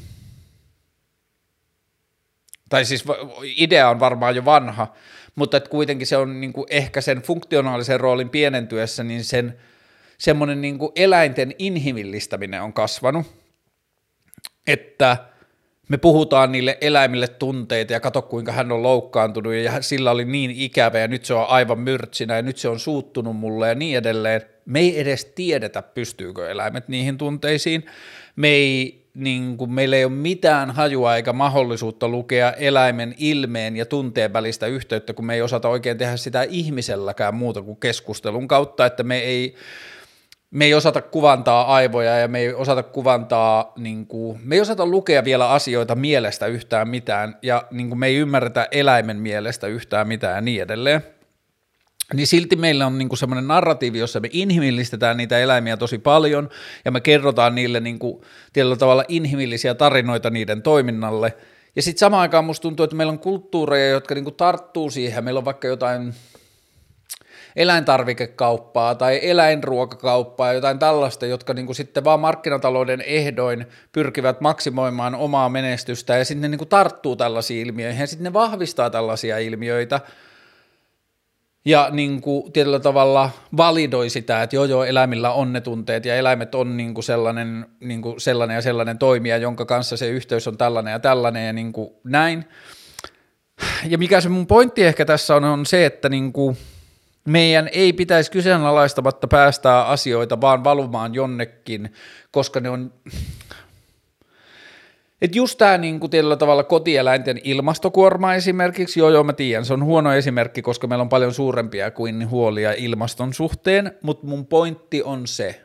S1: tai siis idea on varmaan jo vanha, mutta että kuitenkin se on niin kuin ehkä sen funktionaalisen roolin pienentyessä, niin sen semmoinen niin kuin eläinten inhimillistäminen on kasvanut, että me puhutaan niille eläimille tunteita ja kato kuinka hän on loukkaantunut ja sillä oli niin ikävä ja nyt se on aivan myrtsinä ja nyt se on suuttunut mulle ja niin edelleen. Me ei edes tiedetä, pystyykö eläimet niihin tunteisiin. Me ei, niin kuin, meillä ei ole mitään hajua eikä mahdollisuutta lukea eläimen ilmeen ja tunteen välistä yhteyttä, kun me ei osata oikein tehdä sitä ihmiselläkään muuta kuin keskustelun kautta, että me ei Me ei osata kuvantaa aivoja ja me ei osata kuvantaa, niin kuin, me ei osata lukea vielä asioita mielestä yhtään mitään ja niin kuin, me ei ymmärretä eläimen mielestä yhtään mitään ja niin edelleen. Niin silti meillä on niin kuin semmoinen narratiivi, jossa me inhimillistetään niitä eläimiä tosi paljon ja me kerrotaan niille niin kuin, tietyllä tavalla inhimillisiä tarinoita niiden toiminnalle. Ja sitten samaan aikaan musta tuntuu, että meillä on kulttuureja, jotka niin kuin tarttuu siihen. Meillä on vaikka jotain eläintarvikekauppaa tai eläinruokakauppaa, jotain tällaista, jotka niin kuin sitten vaan markkinatalouden ehdoin pyrkivät maksimoimaan omaa menestystä ja sitten ne niin kuin tarttuu tällaisiin ilmiöihin ja sitten ne vahvistaa tällaisia ilmiöitä ja niin kuin tietyllä tavalla validoi sitä, että joo joo, eläimillä on ne tunteet ja eläimet on niin kuin sellainen, niin kuin sellainen ja sellainen toimija, jonka kanssa se yhteys on tällainen ja tällainen ja niin kuin näin. Ja mikä se mun pointti ehkä tässä on, on se, että niin kuin meidän ei pitäisi kyseenalaistamatta päästää asioita vaan valumaan jonnekin, koska ne on, että just tämä niin kuin tietyllä tavalla kotieläinten ilmastokuorma esimerkiksi, joo joo mä tiedän, se on huono esimerkki, koska meillä on paljon suurempia kuin huolia ilmaston suhteen, mutta mun pointti on se,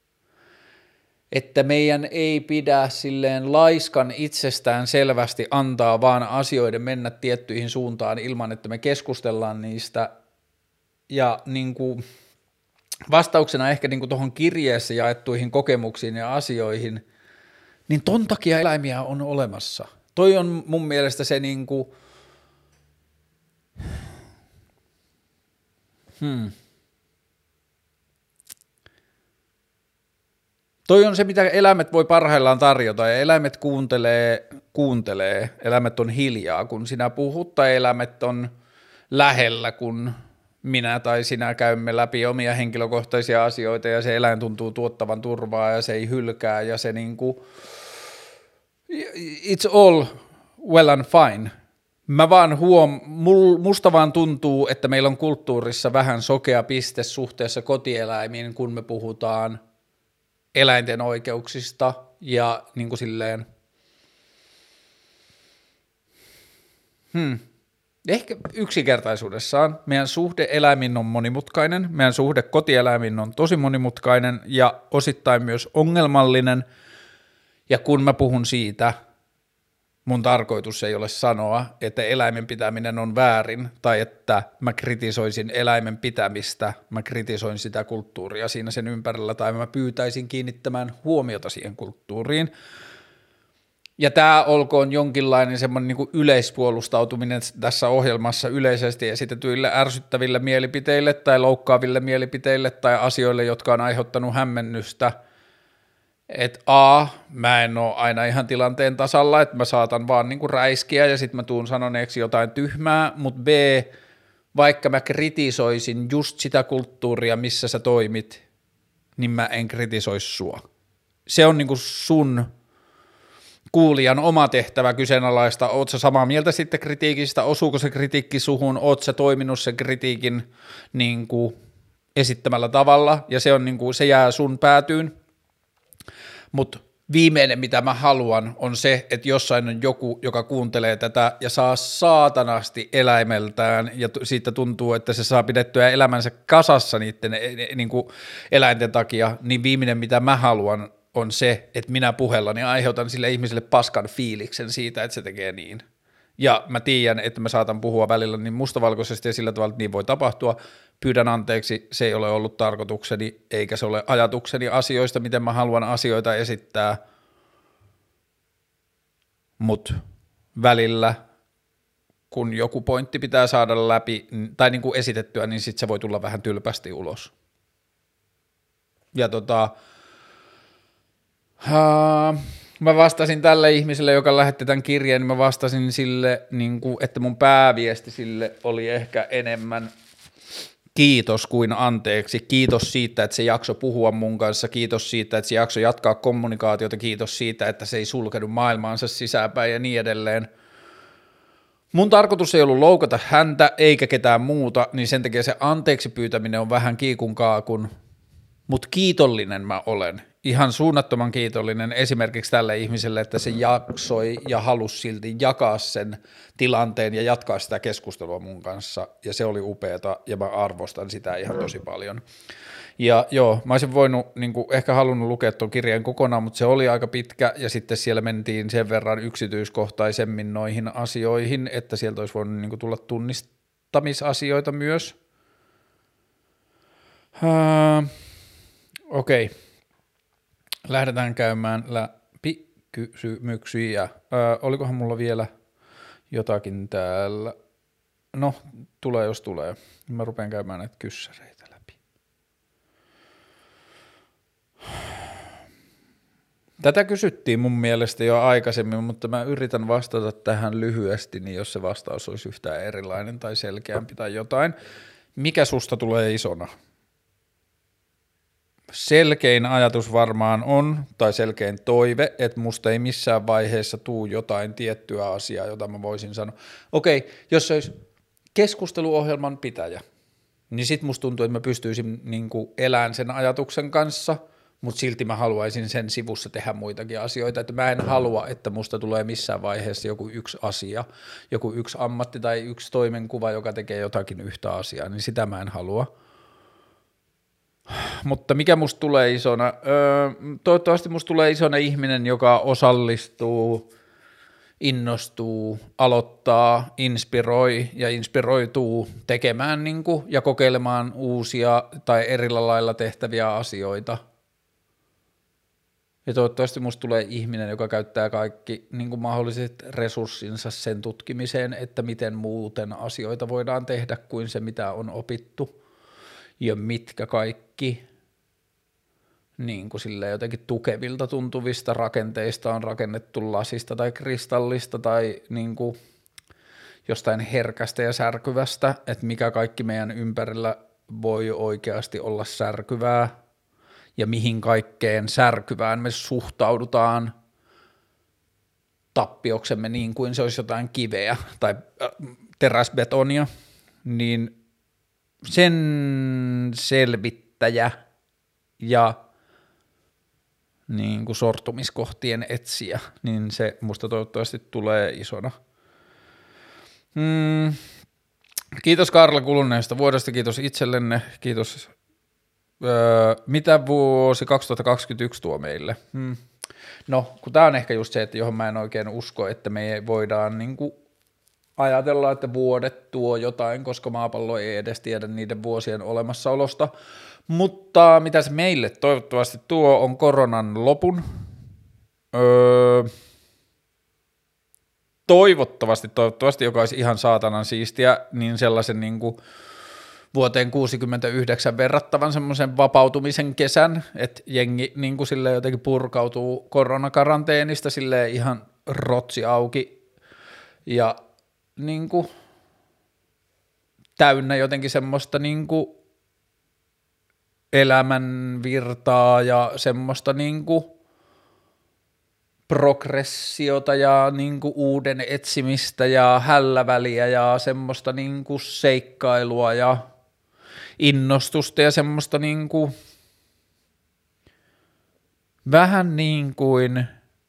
S1: että meidän ei pidä silleen laiskan itsestään selvästi antaa vaan asioiden mennä tiettyihin suuntaan ilman, että me keskustellaan niistä. Ja niin kuin vastauksena ehkä niin kuin tuohon kirjeessä jaettuihin kokemuksiin ja asioihin, niin ton takia eläimiä on olemassa. Toi on mun mielestä se niin kuin, hmm. Toi on se, mitä eläimet voi parhaillaan tarjota, ja eläimet kuuntelee, kuuntelee, eläimet on hiljaa, kun sinä puhut, tai eläimet on lähellä, kun minä tai sinä käymme läpi omia henkilökohtaisia asioita ja se eläin tuntuu tuottavan turvaa ja se ei hylkää ja se niinku, it's all well and fine, Mä vaan huom, mul, musta vaan tuntuu, että meillä on kulttuurissa vähän sokea piste suhteessa kotieläimiin, kun me puhutaan eläinten oikeuksista ja niin kuin silleen, hmm. ehkä yksinkertaisuudessaan meidän suhde eläimiin on monimutkainen, meidän suhde kotieläimiin on tosi monimutkainen ja osittain myös ongelmallinen, ja kun mä puhun siitä, mun tarkoitus ei ole sanoa, että eläimen pitäminen on väärin tai että mä kritisoisin eläimen pitämistä, mä kritisoin sitä kulttuuria siinä sen ympärillä tai mä pyytäisin kiinnittämään huomiota siihen kulttuuriin. Ja tämä olkoon jonkinlainen semmoinen niin kuin yleispuolustautuminen tässä ohjelmassa yleisesti esitetyille ärsyttäville mielipiteille tai loukkaaville mielipiteille tai asioille, jotka on aiheuttanut hämmennystä. Että A, mä en ole aina ihan tilanteen tasalla, että mä saatan vaan niinku räiskiä ja sitten mä tuun sanoneeksi jotain tyhmää, mutta B, vaikka mä kritisoisin just sitä kulttuuria, missä sä toimit, niin mä en kritisoisi sua. Se on niinku sun kuulijan oma tehtävä kyseenalaista, oot sä samaa mieltä sitten kritiikistä, osuuko se kritiikki suhun, oot sä toiminut sen kritiikin niinku esittämällä tavalla ja se, on niinku, se jää sun päätyyn. Mutta viimeinen, mitä mä haluan, on se, että jossain on joku, joka kuuntelee tätä ja saa saatanasti eläimeltään ja t- siitä tuntuu, että se saa pidettyä elämänsä kasassa niiden niin kuin eläinten takia, niin viimeinen, mitä mä haluan, on se, että minä puhellani aiheutan sille ihmiselle paskan fiiliksen siitä, että se tekee niin. Ja mä tiedän, että mä saatan puhua välillä niin mustavalkoisesti ja sillä tavalla, että niin voi tapahtua. Pyydän anteeksi, se ei ole ollut tarkoitukseni, eikä se ole ajatukseni asioista, miten mä haluan asioita esittää. Mut välillä, kun joku pointti pitää saada läpi tai niin kuin esitettyä, niin sit se voi tulla vähän tylpästi ulos. Ja tota... Uh, Mä vastasin tälle ihmiselle, joka lähetti tämän kirjeen, niin mä vastasin sille, niin kuin, että mun pääviesti sille oli ehkä enemmän kiitos kuin anteeksi. Kiitos siitä, että se jakso puhua mun kanssa, kiitos siitä, että se jakso jatkaa kommunikaatiota, kiitos siitä, että se ei sulkenut maailmaansa sisäänpäin ja niin edelleen. Mun tarkoitus ei ollut loukata häntä eikä ketään muuta, niin sen takia se anteeksi pyytäminen on vähän kiikun kaakun, mutta kiitollinen mä olen. Ihan suunnattoman kiitollinen esimerkiksi tälle ihmiselle, että se jaksoi ja halusi silti jakaa sen tilanteen ja jatkaa sitä keskustelua mun kanssa, ja se oli upeata, ja mä arvostan sitä ihan tosi paljon. Ja joo, mä olisin voinut, niin kuin, ehkä halunnut lukea tuon kirjeen kokonaan, mutta se oli aika pitkä, ja sitten siellä mentiin sen verran yksityiskohtaisemmin noihin asioihin, että sieltä olisi voinut niin kuin, tulla tunnistamisasioita myös. Uh, Okei. Okay. Lähdetään käymään läpi kysymyksiä. Öö, olikohan mulla vielä jotakin täällä? No, tulee jos tulee. Mä rupean käymään näitä kyssäreitä läpi. Tätä kysyttiin mun mielestä jo aikaisemmin, mutta mä yritän vastata tähän lyhyesti, niin jos se vastaus olisi yhtään erilainen tai selkeämpi tai jotain. Mikä susta tulee isona? Selkein ajatus varmaan on, tai selkein toive, että musta ei missään vaiheessa tuu jotain tiettyä asiaa, jota mä voisin sanoa. Okei, jos se olisi keskusteluohjelman pitäjä, niin sit musta tuntuu, että mä pystyisin niin kuin elämään sen ajatuksen kanssa, mutta silti mä haluaisin sen sivussa tehdä muitakin asioita, että mä en halua, että musta tulee missään vaiheessa joku yksi asia, joku yksi ammatti tai yksi toimenkuva, joka tekee jotakin yhtä asiaa, niin sitä mä en halua. Mutta mikä musta tulee isona? Öö, toivottavasti musta tulee isona ihminen, joka osallistuu, innostuu, aloittaa, inspiroi ja inspiroituu tekemään niin kuin, ja kokeilemaan uusia tai eri lailla tehtäviä asioita. Ja toivottavasti musta tulee ihminen, joka käyttää kaikki niin kuin mahdolliset resurssinsa sen tutkimiseen, että miten muuten asioita voidaan tehdä kuin se, mitä on opittu. Ja mitkä kaikki niin kuin silleen jotenkin tukevilta tuntuvista rakenteista on rakennettu lasista tai kristallista tai niin kuin jostain herkästä ja särkyvästä, että mikä kaikki meidän ympärillä voi oikeasti olla särkyvää ja mihin kaikkeen särkyvään me suhtaudutaan tappioksemme niin kuin se olisi jotain kiveä tai teräsbetonia, niin sen selvittäjä ja niin kuin sortumiskohtien etsiä, niin se musta toivottavasti tulee isona. Hmm. Kiitos Karla kuluneesta vuodesta, kiitos itsellenne, kiitos. Öö, mitä vuosi kaksituhattakaksikymmentäyksi tuo meille? Hmm. No, kun tämä on ehkä just se, että johon mä en oikein usko, että me voidaan niin kuin ajatella, että vuodet tuo jotain, koska maapallo ei edes tiedä niiden vuosien olemassaolosta, mutta mitä se meille toivottavasti tuo on koronan lopun. Öö, toivottavasti, toivottavasti, joka olisi ihan saatanan siistiä, niin sellaisen niin kuin vuoteen kuusikymmentäyhdeksän verrattavan semmoisen vapautumisen kesän, että jengi niin kuin silleen jotenkin purkautuu koronakaranteenista silleen ihan rotsi auki ja niin kuin täynnä jotenkin semmoista niin kuin elämän virtaa ja semmoista niin kuin progressiota ja niin kuin uuden etsimistä ja hälläväliä ja semmoista niin kuin seikkailua ja innostusta ja semmoista niin kuin vähän niin kuin,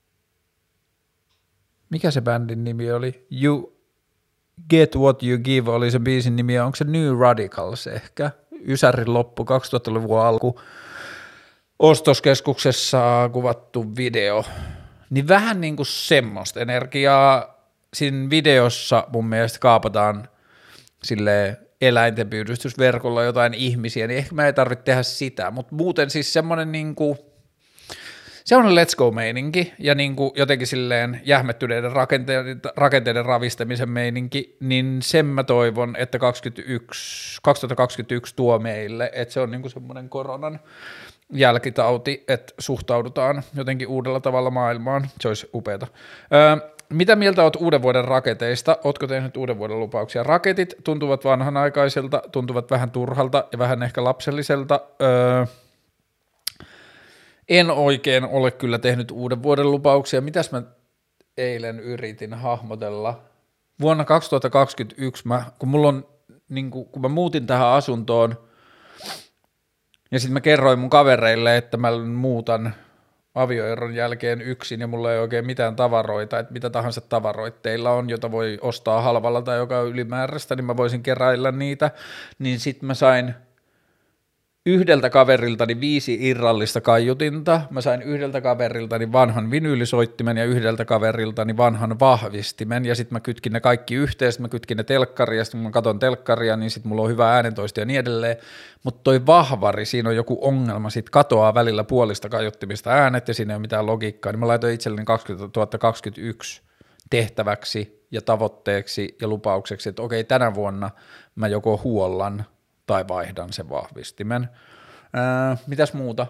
S1: mikä se bändin nimi oli? You Get What You Give oli se biisin nimi, ja onko se New Radicals ehkä? Ysärin loppu, kaksituhattaluvun alku, ostoskeskuksessa kuvattu video, niin vähän niin kuin semmoista energiaa siinä videossa mun mielestä kaapataan silleen eläinten pyydystysverkolla jotain ihmisiä, niin ehkä mä ei tarvitse tehdä sitä, mutta muuten siis semmoinen niin kuin se on let's go meininki ja niin kuin jotenkin silleen jähmettyneiden rakenteiden, rakenteiden ravistamisen meininki, niin sen mä toivon, että kaksikymmentäyksi, kaksituhattakaksikymmentäyksi tuo meille, että se on niin kuin semmoinen koronan jälkitauti, että suhtaudutaan jotenkin uudella tavalla maailmaan, se olisi upeata. Öö, mitä mieltä oot uuden vuoden raketeista? Ootko tehnyt uuden vuoden lupauksia? Raketit tuntuvat vanhanaikaisilta, tuntuvat vähän turhalta ja vähän ehkä lapselliselta. Öö, En oikein ole kyllä tehnyt uuden vuoden lupauksia. Mitäs mä eilen yritin hahmotella? Vuonna kaksituhattakaksikymmentäyksi, mä, kun, mulla on, niin kun, kun mä muutin tähän asuntoon, ja sitten mä kerroin mun kavereille, että mä muutan avioeron jälkeen yksin, ja mulla ei oikein mitään tavaroita, että mitä tahansa tavaroita teillä on, jota voi ostaa halvalla tai joka on ylimääräistä, niin mä voisin keräillä niitä, niin sitten mä sain yhdeltä kaveriltani viisi irrallista kaiutinta, mä sain yhdeltä kaveriltani vanhan vinyylisoittimen ja yhdeltä kaveriltani vanhan vahvistimen, ja sitten mä kytkin ne kaikki yhteen, sit mä kytkin ne telkkaria, ja sitten kun mä katon telkkaria, niin sitten mulla on hyvä äänentoisto ja niin edelleen, mutta toi vahvari, siinä on joku ongelma, sit katoaa välillä puolista kaiuttimista äänet, ja siinä ei ole mitään logiikkaa, niin mä laitoin itselleni kaksituhattakaksikymmentäyksi tehtäväksi ja tavoitteeksi ja lupaukseksi, että okei, tänä vuonna mä joko huollan tai vaihdan sen vahvistimen. Ää, mitäs muuta?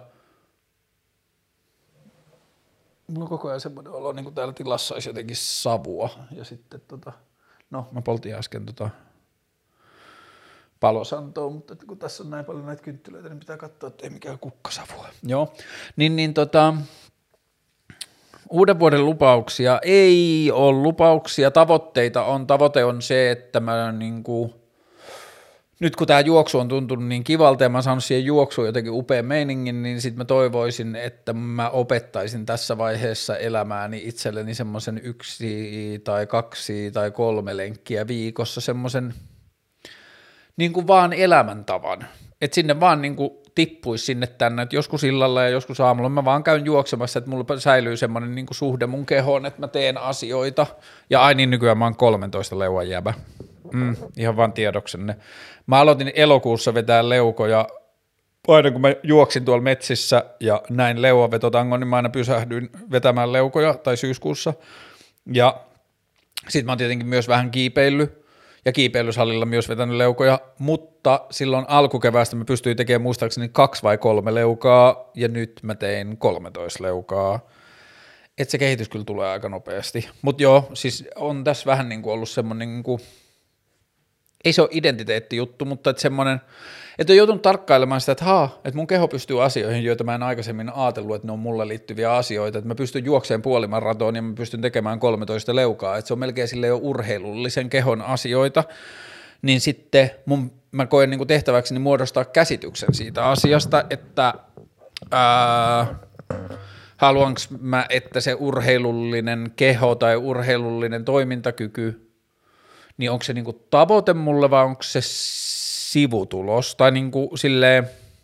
S1: Mulla on koko ajan semmoinen olo, niin kuin täällä tilassa olisi jotenkin savua. Ja sitten tota, no mä poltin äsken tota palosantoa, mutta kun tässä on näin paljon näitä kynttilöitä, niin pitää katsoa, että ei mikään kukkasavua. Joo, niin, niin tota, uuden vuoden lupauksia ei ole lupauksia, tavoitteita on. Tavoite on se, että mä niinku nyt kun tämä juoksu on tuntunut niin kivalta ja mä oon saanut siihen juoksuun jotenkin upean meiningin, niin sitten mä toivoisin, että mä opettaisin tässä vaiheessa elämääni itselleni semmoisen yksi tai kaksi tai kolme lenkkiä viikossa, semmoisen niin kuin vaan elämäntavan, että sinne vaan niin kuin tippuisi sinne tänne, että joskus illalla ja joskus aamulla mä vaan käyn juoksemassa, että mulla säilyy semmoinen niin kuin suhde mun kehoon, että mä teen asioita, ja ai niin, nykyään mä oon kolmentoista leuan jäbä. Mm, ihan vaan tiedoksenne. Mä aloitin elokuussa vetää leukoja, aina kun mä juoksin tuolla metsissä ja näin leuavetotangon, niin mä aina pysähdyin vetämään leukoja, tai syyskuussa, ja sit mä oon tietenkin myös vähän kiipeillyt, ja kiipeilysalilla myös vetänyt leukoja, mutta silloin alkukeväästä mä pystyin tekemään muistaakseni kaksi vai kolme leukaa, ja nyt mä tein kolmetoista leukaa, että se kehitys kyllä tulee aika nopeasti, mutta joo, siis on tässä vähän niin kuin ollut semmoinen niin kuin ei se ole identiteettijuttu, mutta että semmoinen, että on joutunut tarkkailemaan sitä, että haa, että mun keho pystyy asioihin, joita mä en aikaisemmin ajatellut, että ne on mulle liittyviä asioita, että mä pystyn juokseen puolimaratoon ja mä pystyn tekemään kolmetoista leukaa, että se on melkein sille jo urheilullisen kehon asioita, niin sitten mun, mä koen niin kuin tehtäväkseni muodostaa käsityksen siitä asiasta, että ää, haluanko mä, että se urheilullinen keho tai urheilullinen toimintakyky, niin onko se niinku tavoite mulle vai onko se sivutulos tai niinku silleen,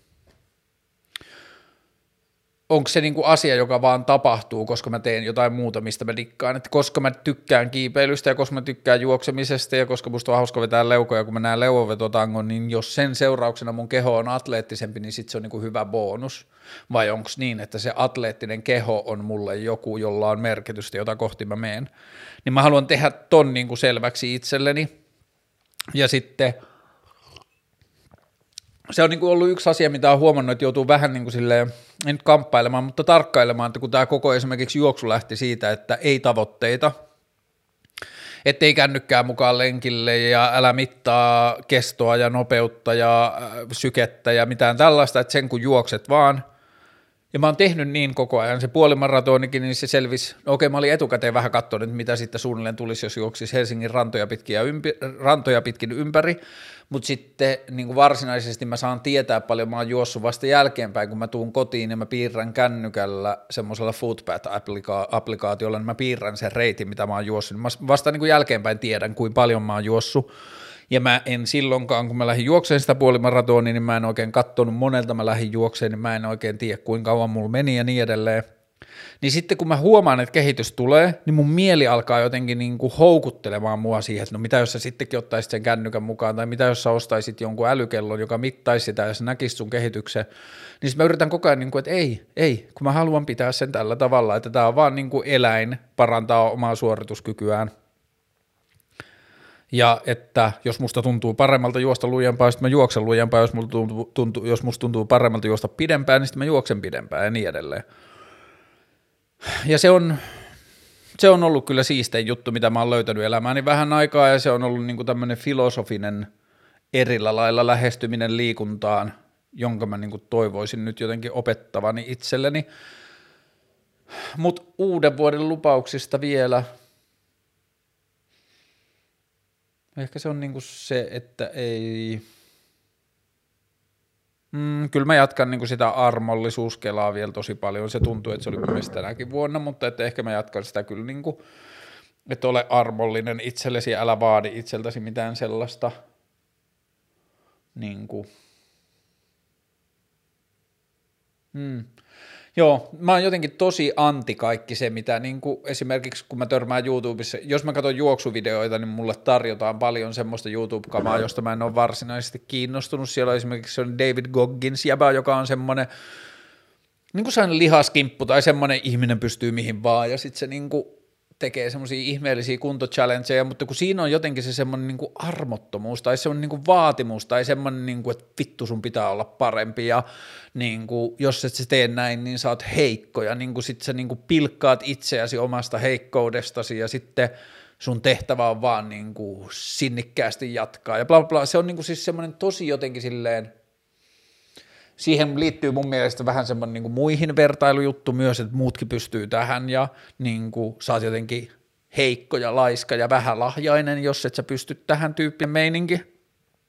S1: onko se niinku asia, joka vaan tapahtuu, koska mä teen jotain muuta, mistä mä dikkaan, että koska mä tykkään kiipeilystä ja koska mä tykkään juoksemisesta ja koska musta on hauska vetää leukoja, kun mä näen leuvovetotangon, niin jos sen seurauksena mun keho on atleettisempi, niin sit se on niinku hyvä bonus, vai onko niin, että se atleettinen keho on mulle joku, jolla on merkitystä, jota kohti mä meen, niin mä haluan tehdä ton niinku selväksi itselleni, ja sitten se on niinku ollut yksi asia, mitä on huomannut, että joutuu vähän niin kuin silleen, ei nyt kamppailemaan, mutta tarkkailemaan, että kun tämä koko esimerkiksi juoksu lähti siitä, että ei tavoitteita, ettei kännykkää mukaan lenkille ja älä mittaa kestoa ja nopeutta ja sykettä ja mitään tällaista, että sen kun juokset vaan. Ja mä oon tehnyt niin koko ajan, se puolimaratonikin, niin se selvisi, no okei mä olin etukäteen vähän katsonut, mitä sitten suunnilleen tulisi, jos juoksisi Helsingin rantoja pitkin, ja ympi, rantoja pitkin ympäri, mutta sitten niin kuin varsinaisesti mä saan tietää paljon, mä oon juossut vasta jälkeenpäin, kun mä tuun kotiin ja mä piirrän kännykällä semmoisella Footpath-applikaatiolla, niin mä piirrän sen reitin, mitä mä oon juossut, mä vasta niin kuin jälkeenpäin tiedän, kuinka paljon mä oon juossut, ja mä en silloinkaan, kun mä lähdin juokseen sitä puolimaratonia, niin mä en oikein katsonut monelta mä lähdin juokseen, niin mä en oikein tiedä, kuinka kauan mulla meni ja niin edelleen. Niin sitten kun mä huomaan, että kehitys tulee, niin mun mieli alkaa jotenkin niin kuin houkuttelemaan mua siihen, että no mitä jos sä sittenkin ottaisit sen kännykän mukaan, tai mitä jos sä ostaisit jonkun älykellon, joka mittaisi sitä ja se näkisi sun kehityksen, niin sitten mä yritän koko ajan, niin kuin, että ei, ei, kun mä haluan pitää sen tällä tavalla, että tää on vaan niin kuin eläin parantaa omaa suorituskykyään. Ja että jos musta tuntuu paremmalta juosta lujempaa, sitten mä juoksen lujempaa, jos, tuntuu, tuntuu, jos musta tuntuu paremmalta juosta pidempään, niin sitten mä juoksen pidempään ja niin edelleen. Ja se on, se on ollut kyllä siistein juttu, mitä mä oon löytänyt elämääni vähän aikaa, ja se on ollut niinku tämmöinen filosofinen erillä lailla lähestyminen liikuntaan, jonka mä niinku toivoisin nyt jotenkin opettavani itselleni. Mutta uuden vuoden lupauksista vielä. Ehkä se on niinku se, että ei... Mm, kyllä mä jatkan niinku sitä armollisuuskelaa vielä tosi paljon. Se tuntuu, että se oli myös tänäkin vuonna, mutta että ehkä mä jatkan sitä kyllä, niinku, että ole armollinen itsellesi, älä vaadi itseltäsi mitään sellaista. Niinku. Mm. Joo, mä oon jotenkin tosi anti kaikki se, mitä niin kuin esimerkiksi kun mä törmään YouTubessa, jos mä katson juoksuvideoita, niin mulle tarjotaan paljon semmoista YouTube-kamaa, josta mä en ole varsinaisesti kiinnostunut. Siellä on esimerkiksi se on David Goggins jäbä, joka on semmoinen niin kuin sellainen lihaskimppu tai semmoinen ihminen pystyy mihin vaan, ja sitten se niin kuin tekee semmoisia ihmeellisiä kuntochallengeja, mutta kun siinä on jotenkin se semmoinen niin kuin armottomuus tai semmoinen niin kuin vaatimus tai semmoinen, niin kuin, että vittu sun pitää olla parempi ja niin kuin, jos et sä tee näin, niin sä oot heikko ja niin kuin sit sä niin kuin pilkkaat itseäsi omasta heikkoudestasi ja sitten sun tehtävä on vaan niin kuin sinnikkäästi jatkaa ja bla bla bla. Se on niin kuin siis semmoinen tosi jotenkin silleen, siihen liittyy mun mielestä vähän semmoinen niin kuin muihin vertailujuttu myös, että muutkin pystyy tähän ja niin kuin, sä oot jotenkin heikko ja laiska ja vähälahjainen, jos et sä pysty tähän tyyppien meininki.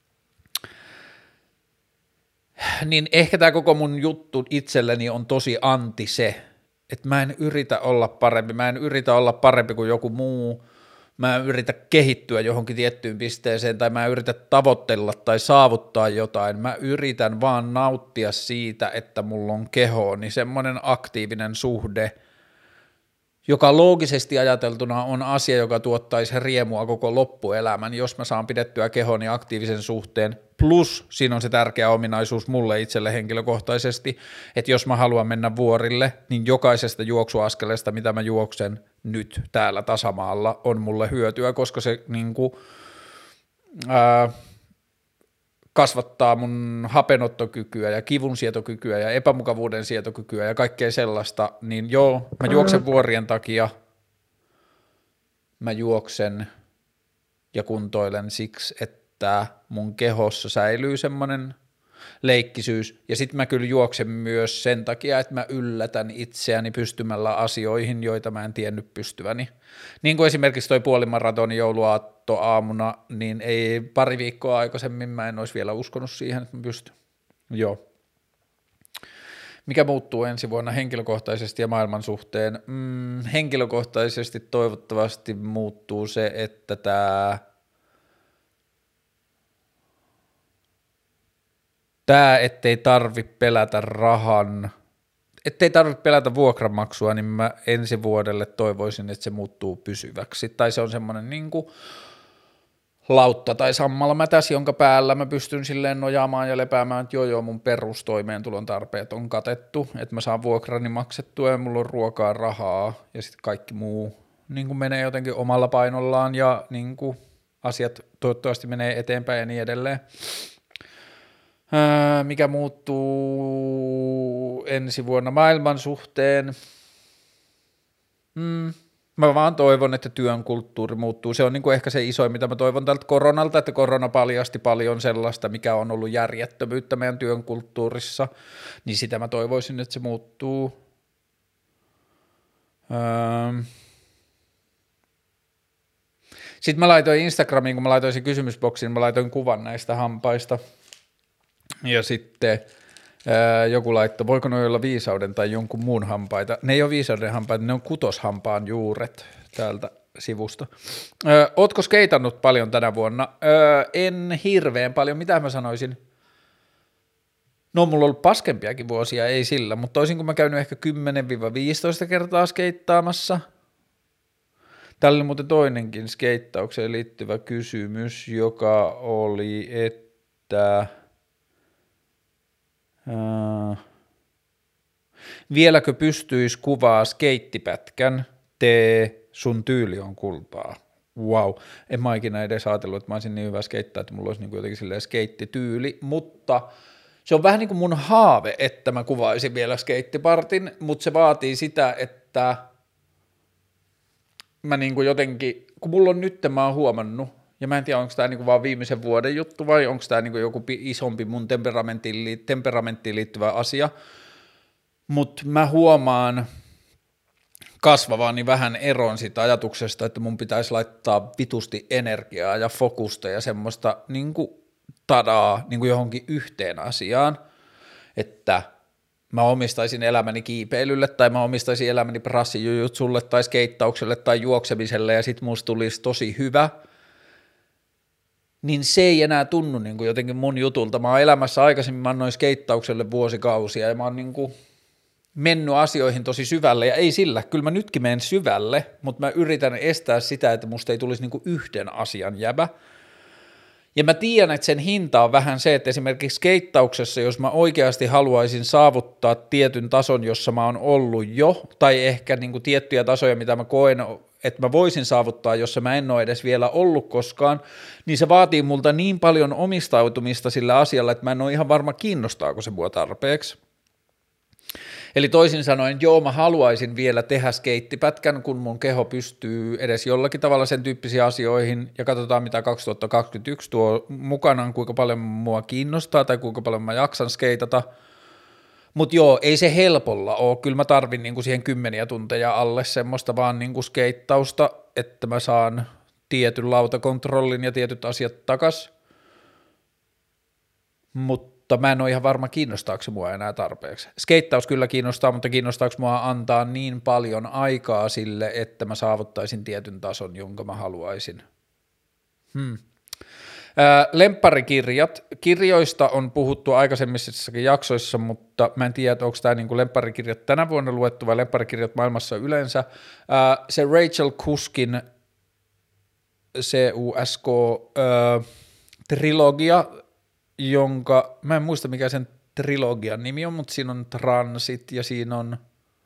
S1: Niin ehkä tämä koko mun juttu itselleni on tosi anti se, että mä en yritä olla parempi, mä en yritä olla parempi kuin joku muu, mä en yritä kehittyä johonkin tiettyyn pisteeseen tai mä en yritä tavoitella tai saavuttaa jotain, mä yritän vaan nauttia siitä, että mulla on keho, niin semmoinen aktiivinen suhde, joka loogisesti ajateltuna on asia, joka tuottaisi riemua koko loppuelämän, jos mä saan pidettyä kehoni aktiivisen suhteen, plus siinä on se tärkeä ominaisuus mulle itselle henkilökohtaisesti, että jos mä haluan mennä vuorille, niin jokaisesta juoksuaskeleesta, mitä mä juoksen nyt täällä tasamaalla, on mulle hyötyä, koska se niin kuin, ää, kasvattaa mun hapenottokykyä ja kivunsietokykyä ja epämukavuuden sietokykyä ja kaikkea sellaista, niin joo, mä juoksen vuorien takia, mä juoksen ja kuntoilen siksi, että että mun kehossa säilyy semmoinen leikkisyys, ja sitten mä kyllä juoksen myös sen takia, että mä yllätän itseäni pystymällä asioihin, joita mä en tiennyt pystyväni. Niin kuin esimerkiksi toi puolimaratoni jouluaatto aamuna, niin ei pari viikkoa aikaisemmin mä en olisi vielä uskonut siihen, että mä pystyn. Joo. Mikä muuttuu ensi vuonna henkilökohtaisesti ja maailman suhteen? Mm, henkilökohtaisesti toivottavasti muuttuu se, että tämä Tämä, ettei tarvi pelätä rahan, ettei tarvitse pelätä vuokramaksua, niin mä ensi vuodelle toivoisin, että se muuttuu pysyväksi. Tai se on semmoinen niin kuin lautta tai sammalmätäs, jonka päällä mä pystyn silleen nojaamaan ja lepäämään, että joo joo, mun perustoimeentulon tarpeet on katettu, että mä saan vuokrani maksettua ja mulla on ruokaa, rahaa ja sitten kaikki muu niin kuin menee jotenkin omalla painollaan ja niin kuin asiat toivottavasti menee eteenpäin ja niin edelleen. Öö, mikä muuttuu ensi vuonna maailman suhteen? Mm, mä vaan toivon, että työn kulttuuri muuttuu. Se on niin kuin ehkä se isoin, mitä mä toivon tältä koronalta, että korona paljasti paljon sellaista, mikä on ollut järjettömyyttä meidän työn kulttuurissa, niin sitä mä toivoisin, että se muuttuu. Öö. Sitten mä laitoin Instagramiin, kun mä laitoin sen kysymysboksiin, mä laitoin kuvan näistä hampaista. Ja sitten ää, joku laittoi, voiko ne olla viisauden tai jonkun muun hampaita. Ne ei ole viisauden hampaita, ne on kutoshampaan juuret täältä sivusta. Ö, ootko skeitannut paljon tänä vuonna? Ö, en hirveän paljon, mitä mä sanoisin? No, mulla on ollut paskempiakin vuosia, ei sillä, mutta olisinko mä käynyt ehkä kymmenen viisitoista kertaa skeittaamassa. Täällä oli muuten toinenkin skeittaukseen liittyvä kysymys, joka oli, että Uh, vieläkö pystyisi kuvaa skeittipätkän, tee sun tyyli on kultaa. Wow, en mä ikinä edes ajatellut, että mä olisin niin hyvä skeittaa, että mulla olisi niin kuin jotenkin silleen skeittityyli, mutta se on vähän niin kuin mun haave, että mä kuvaisin vielä skeittipartin, mutta se vaatii sitä, että mä niin kuin jotenkin, kun mulla on nyt, mä oon huomannut, ja mä en tiedä, onko tämä niinku vaan viimeisen vuoden juttu vai onko tämä niinku joku isompi mun temperamenttiin, temperamenttiin liittyvä asia, mutta mä huomaan kasvavani vähän eron siitä ajatuksesta, että mun pitäisi laittaa vitusti energiaa ja fokusta ja semmoista niinku tadaa niinku johonkin yhteen asiaan, että mä omistaisin elämäni kiipeilylle tai mä omistaisin elämäni brassijujutsulle tai skeittaukselle tai juoksemiselle ja sit musta tulisi tosi hyvä, niin se ei enää tunnu niin kuin jotenkin mun jutulta. Mä oon elämässä aikaisemmin, mä annoin skeittaukselle vuosikausia ja mä oon niin kuin mennyt asioihin tosi syvälle ja ei sillä, kyllä mä nytkin menen syvälle, mutta mä yritän estää sitä, että musta ei tulisi niin kuin yhden asian jäbä. Ja mä tiedän, että sen hinta on vähän se, että esimerkiksi skeittauksessa, jos mä oikeasti haluaisin saavuttaa tietyn tason, jossa mä oon ollut jo, tai ehkä niin kuin tiettyjä tasoja, mitä mä koen, että mä voisin saavuttaa, jossa mä en ole edes vielä ollut koskaan, niin se vaatii multa niin paljon omistautumista sillä asialla, että mä en ole ihan varma, kiinnostaako se mua tarpeeksi. Eli toisin sanoen, joo, mä haluaisin vielä tehdä skeittipätkän, kun mun keho pystyy edes jollakin tavalla sen tyyppisiin asioihin, ja katsotaan, mitä kaksituhattakaksikymmentäyksi tuo mukanaan, kuinka paljon mua kiinnostaa tai kuinka paljon mä jaksan skeitata. Mutta joo, ei se helpolla ole. Kyllä mä tarvin niinku siihen kymmeniä tunteja alle semmoista vaan niinku skeittausta, että mä saan tietyn lautakontrollin ja tietyt asiat takas. Mutta mä en ole ihan varma, kiinnostaako se mua enää tarpeeksi. Skeittaus kyllä kiinnostaa, mutta kiinnostaako mua antaa niin paljon aikaa sille, että mä saavuttaisin tietyn tason, jonka mä haluaisin. Hmm. Lempparikirjat. Kirjoista on puhuttu aikaisemmissakin jaksoissa, mutta mä en tiedä, onko tämä niinku lempparikirjat tänä vuonna luettu vai lempparikirjat maailmassa yleensä. Se Rachel Cuskin C U S K trilogia, jonka, mä en muista mikä sen trilogian nimi on, mutta siinä on Transit ja siinä on,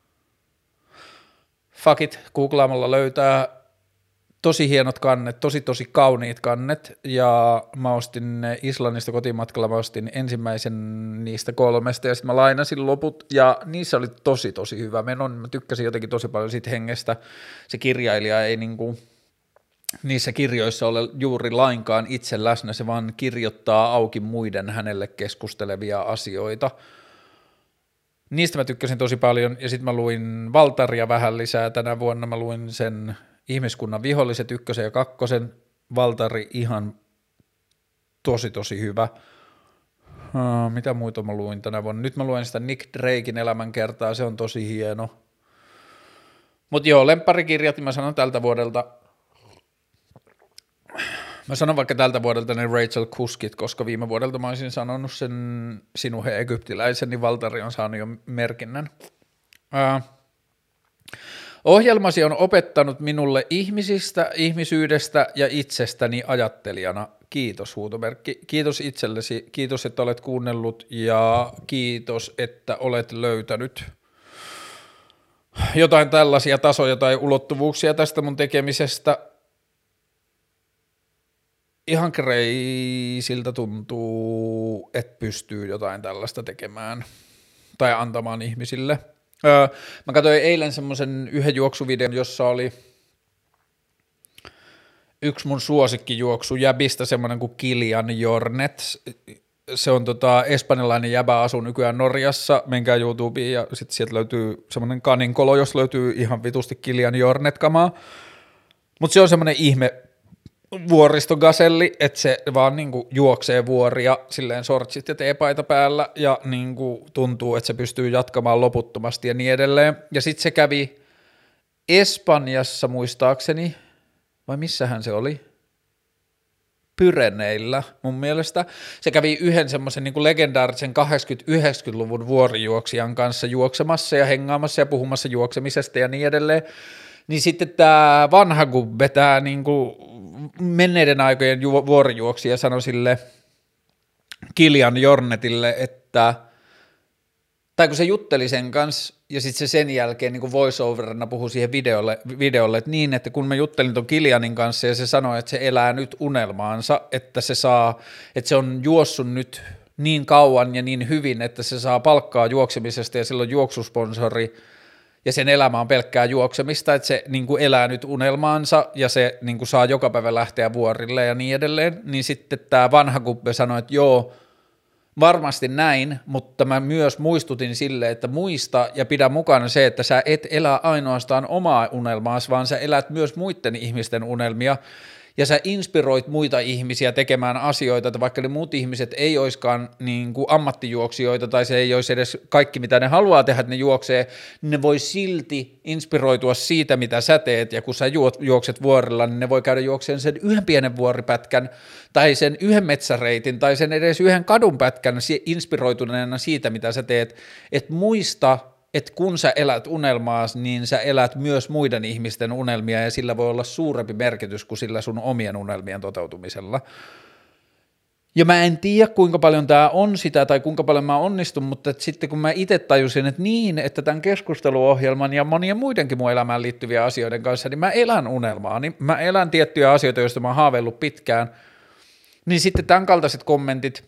S1: fuck it, googlaamalla löytää. Tosi hienot kannet, tosi tosi kauniit kannet, ja mä ostin ne Islannista kotimatkalla, mä ostin ensimmäisen niistä kolmesta, ja sitten mä lainasin loput, ja niissä oli tosi tosi hyvä meno, mä tykkäsin jotenkin tosi paljon siitä hengestä, se kirjailija ei niinku, niissä kirjoissa ole juuri lainkaan itse läsnä, se vaan kirjoittaa auki muiden hänelle keskustelevia asioita. Niistä mä tykkäsin tosi paljon, ja sitten mä luin Valtaria vähän lisää tänä vuonna, mä luin sen Ihmiskunnan viholliset ykkösen ja kakkosen, Valtari ihan tosi tosi hyvä. Uh, mitä muita mä luin tänä vuonna? Nyt mä luen sitä Nick Drakein elämänkertaa, se on tosi hieno. Mutta joo, lempparikirjat, niin mä sanon tältä vuodelta, mä sanon vaikka tältä vuodelta ne Rachel Kuskit, koska viime vuodelta mä olisin sanonut sen Sinuhe egyptiläisen, niin Valtari on saanut jo merkinnän. Uh, ohjelmasi on opettanut minulle ihmisistä, ihmisyydestä ja itsestäni ajattelijana. Kiitos, huutomerkki. Kiitos itsellesi, kiitos, että olet kuunnellut ja kiitos, että olet löytänyt jotain tällaisia tasoja tai ulottuvuuksia tästä mun tekemisestä. Ihan kreisiltä tuntuu, että pystyy jotain tällaista tekemään tai antamaan ihmisille. Öö, mä katsoin eilen semmoisen yhden juoksuvideon, jossa oli yksi mun suosikkijuoksu jäbistä, semmoinen kuin Kilian Jornet. Se on tota, espanjalainen jäbä, asuu nykyään Norjassa, menkää YouTubeen ja sitten sieltä löytyy semmoinen kaninkolo, jos löytyy ihan vitusti Kilian Jornet-kamaa. Mutta se on semmoinen ihme vuoristogaselli, että se vaan niinku juoksee vuoria silleen sortsit ja teepaita päällä ja niinku tuntuu, että se pystyy jatkamaan loputtomasti ja niin edelleen. Ja sitten se kävi Espanjassa muistaakseni, vai missähän se oli? Pyreneillä mun mielestä. Se kävi yhden semmoisen niin kuin legendaarisen kahdeksankymmentä-yhdeksänkymmentäluvun vuorijuoksijan kanssa juoksemassa ja hengaamassa ja puhumassa juoksemisesta ja niin edelleen. Niin sitten tämä vanha gubbe, tämä niin kuin menneiden aikojen ju- vuorijuoksija sanoi sille Kilian Jornetille, että tai kun se jutteli sen kanssa, ja sitten se sen jälkeen niin voiceoverina puhui siihen videolle, videolle, että niin, että kun mä juttelin ton Kilianin kanssa, ja se sanoi, että se elää nyt unelmaansa, että se saa, että se on juossut nyt niin kauan ja niin hyvin, että se saa palkkaa juoksemisesta, ja sillä on juoksusponsori, ja sen elämä on pelkkää juoksemista, että se niin kuin elää nyt unelmaansa, ja se niin kuin saa joka päivä lähteä vuorille ja niin edelleen, niin sitten tämä vanha kubbe sanoi, että joo, varmasti näin, mutta mä myös muistutin sille, että muista ja pidä mukana se, että sä et elä ainoastaan omaa unelmaasi, vaan sä elät myös muiden ihmisten unelmia, ja sä inspiroit muita ihmisiä tekemään asioita, että vaikka ne muut ihmiset ei oiskaan niin kuin ammattijuoksijoita, tai se ei olisi edes kaikki, mitä ne haluaa tehdä, että ne juoksee, niin ne voi silti inspiroitua siitä, mitä sä teet, ja kun sä juokset vuorilla, niin ne voi käydä juokseen sen yhden pienen vuoripätkän, tai sen yhden metsäreitin, tai sen edes yhden kadunpätkän inspiroituneena siitä, mitä sä teet, että muista, että kun sä elät unelmaas, niin sä elät myös muiden ihmisten unelmia, ja sillä voi olla suurempi merkitys kuin sillä sun omien unelmien toteutumisella. Ja mä en tiedä, kuinka paljon tää on sitä, tai kuinka paljon mä onnistun, mutta että sitten kun mä itse tajusin, että niin, että tämän keskusteluohjelman ja monien muidenkin mun elämään liittyviä asioiden kanssa, niin mä elän unelmaa, niin mä elän tiettyjä asioita, joista mä oon haaveillut pitkään, niin sitten tämän kaltaiset kommentit,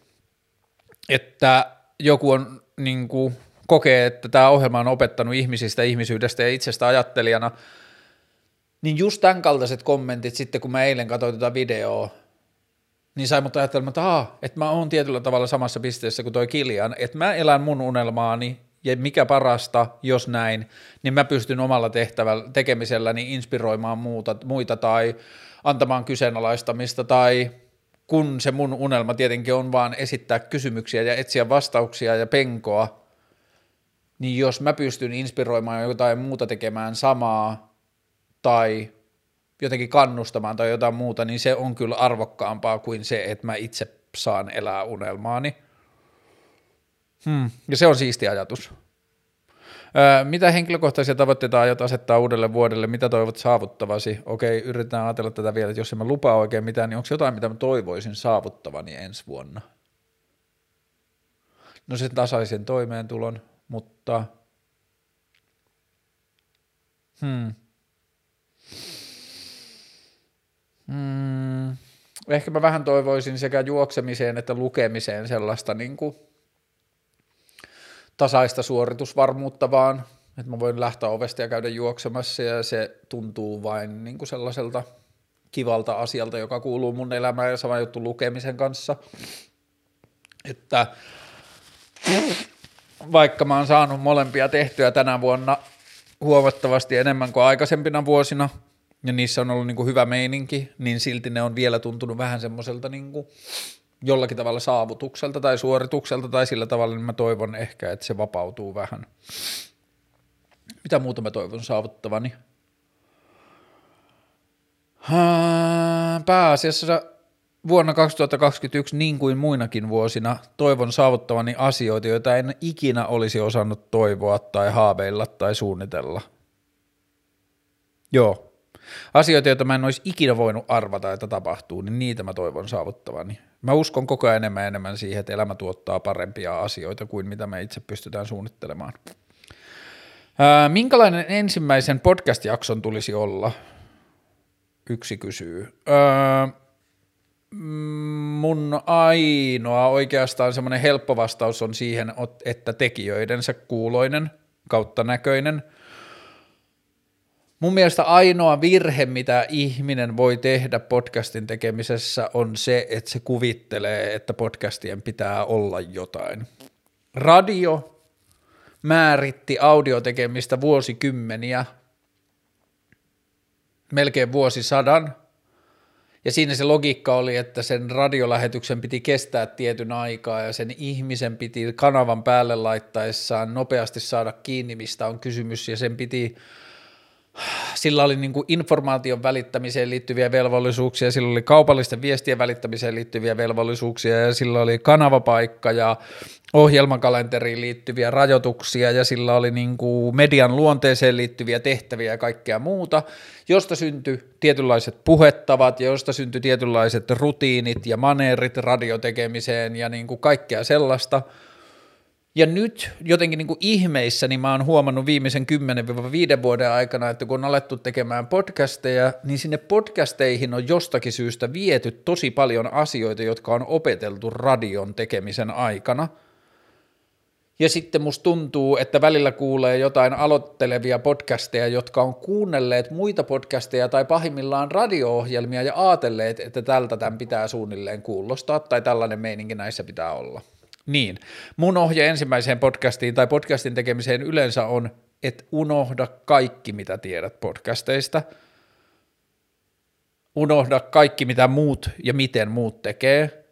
S1: että joku on niin kuin kokee, että tämä ohjelma on opettanut ihmisistä, ihmisyydestä ja itsestä ajattelijana, niin just tämän kaltaiset kommentit sitten, kun mä eilen katsoin tätä videoa, niin sai mut ajattelemaan, että, Aa, että mä oon tietyllä tavalla samassa pisteessä kuin toi Kilian, että mä elän mun unelmaani, ja mikä parasta, jos näin, niin mä pystyn omalla tehtävällä tekemiselläni inspiroimaan muuta, muita tai antamaan kyseenalaistamista, tai kun se mun unelma tietenkin on vaan esittää kysymyksiä ja etsiä vastauksia ja penkoa, niin jos mä pystyn inspiroimaan jotain muuta tekemään samaa tai jotenkin kannustamaan tai jotain muuta, niin se on kyllä arvokkaampaa kuin se, että mä itse saan elää unelmaani. Hmm. Ja se on siisti ajatus. Öö, mitä henkilökohtaisia tavoitteita aiot asettaa uudelle vuodelle? Mitä toivot saavuttavasi? Okei, yritetään ajatella tätä vielä, että jos en mä lupaa oikein mitään, niin onko jotain, mitä mä toivoisin saavuttavani ensi vuonna? No sen tasaisen toimeentulon, mutta hmm. Hmm. Ehkä mä vähän toivoisin sekä juoksemiseen että lukemiseen sellaista niin kuin tasaista suoritusvarmuutta vaan, että mä voin lähteä ovesta ja käydä juoksemassa ja se tuntuu vain niin kuin sellaiselta kivalta asialta, joka kuuluu mun elämään ja sama juttu lukemisen kanssa, että vaikka mä oon saanut molempia tehtyä tänä vuonna huomattavasti enemmän kuin aikaisempina vuosina, ja niissä on ollut niin kuin hyvä meininki, niin silti ne on vielä tuntunut vähän semmoiselta niin kuin jollakin tavalla saavutukselta tai suoritukselta tai sillä tavalla, niin mä toivon ehkä, että se vapautuu vähän. Mitä muuta mä toivon saavuttavani? Pääasiassa vuonna kaksituhattakaksikymmentäyksi niin kuin muinakin vuosina toivon saavuttavani asioita, joita en ikinä olisi osannut toivoa tai haaveilla tai suunnitella. Joo. Asioita, joita mä en olisi ikinä voinut arvata, että tapahtuu, niin niitä mä toivon saavuttavani. Mä uskon koko ajan enemmän enemmän siihen, että elämä tuottaa parempia asioita kuin mitä me itse pystytään suunnittelemaan. Ää, minkälainen ensimmäisen podcast-jakson tulisi olla? Yksi kysyy. Ää, mun ainoa oikeastaan semmoinen helppo vastaus on siihen, että tekijöidensä kuuloinen kautta näköinen. Mun mielestä ainoa virhe, mitä ihminen voi tehdä podcastin tekemisessä, on se, että se kuvittelee, että podcastien pitää olla jotain. Radio määritti audiotekemistä vuosikymmeniä, melkein vuosisadan, ja siinä se logiikka oli, että sen radiolähetyksen piti kestää tietyn aikaa, ja sen ihmisen piti kanavan päälle laittaessaan nopeasti saada kiinni, mistä on kysymys, ja sen piti... Sillä oli niin kuin informaation välittämiseen liittyviä velvollisuuksia, sillä oli kaupallisten viestien välittämiseen liittyviä velvollisuuksia ja sillä oli kanavapaikka ja ohjelmakalenteriin liittyviä rajoituksia ja sillä oli niin kuin median luonteeseen liittyviä tehtäviä ja kaikkea muuta, josta syntyi tietynlaiset puhettavat ja josta syntyi tietynlaiset rutiinit ja maneerit radiotekemiseen ja niin kuin kaikkea sellaista. Ja nyt jotenkin niin kuin ihmeissä niin mä oon huomannut viimeisen kymmenen viiden vuoden aikana, että kun on alettu tekemään podcasteja, niin sinne podcasteihin on jostakin syystä viety tosi paljon asioita, jotka on opeteltu radion tekemisen aikana. Ja sitten musta tuntuu, että välillä kuulee jotain aloittelevia podcasteja, jotka on kuunnelleet muita podcasteja tai pahimmillaan radio-ohjelmia ja aatelleet, että tältä tämän pitää suunnilleen kuulostaa tai tällainen meininki näissä pitää olla. Niin, mun ohje ensimmäiseen podcastiin tai podcastin tekemiseen yleensä on, että unohda kaikki, mitä tiedät podcasteista. Unohda kaikki, mitä muut ja miten muut tekee.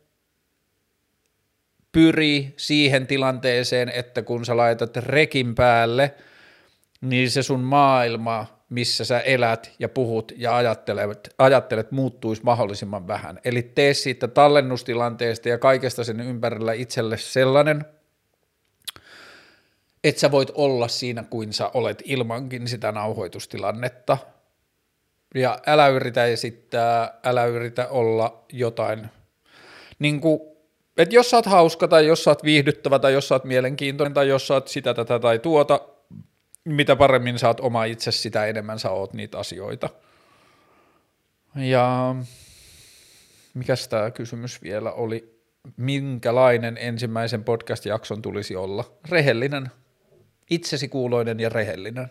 S1: Pyri siihen tilanteeseen, että kun sä laitat rekin päälle, niin se sun maailma, missä sä elät ja puhut ja ajattelet, ajattelet muuttuisi mahdollisimman vähän. Eli tee siitä tallennustilanteesta ja kaikesta sen ympärillä itselle sellainen, että sä voit olla siinä kuin sä olet ilmankin sitä nauhoitustilannetta. Ja älä yritä esittää, älä yritä olla jotain, niin kuin, että jos sä oot hauska tai jos sä oot viihdyttävä tai jos sä oot mielenkiintoinen tai jos sä oot sitä, tätä tai tuota, mitä paremmin sä oot oma itse, sitä enemmän sä oot niitä asioita. Ja mikäs tää kysymys vielä oli? Minkälainen ensimmäisen podcast-jakson tulisi olla? Rehellinen, itsesi kuuloinen ja rehellinen.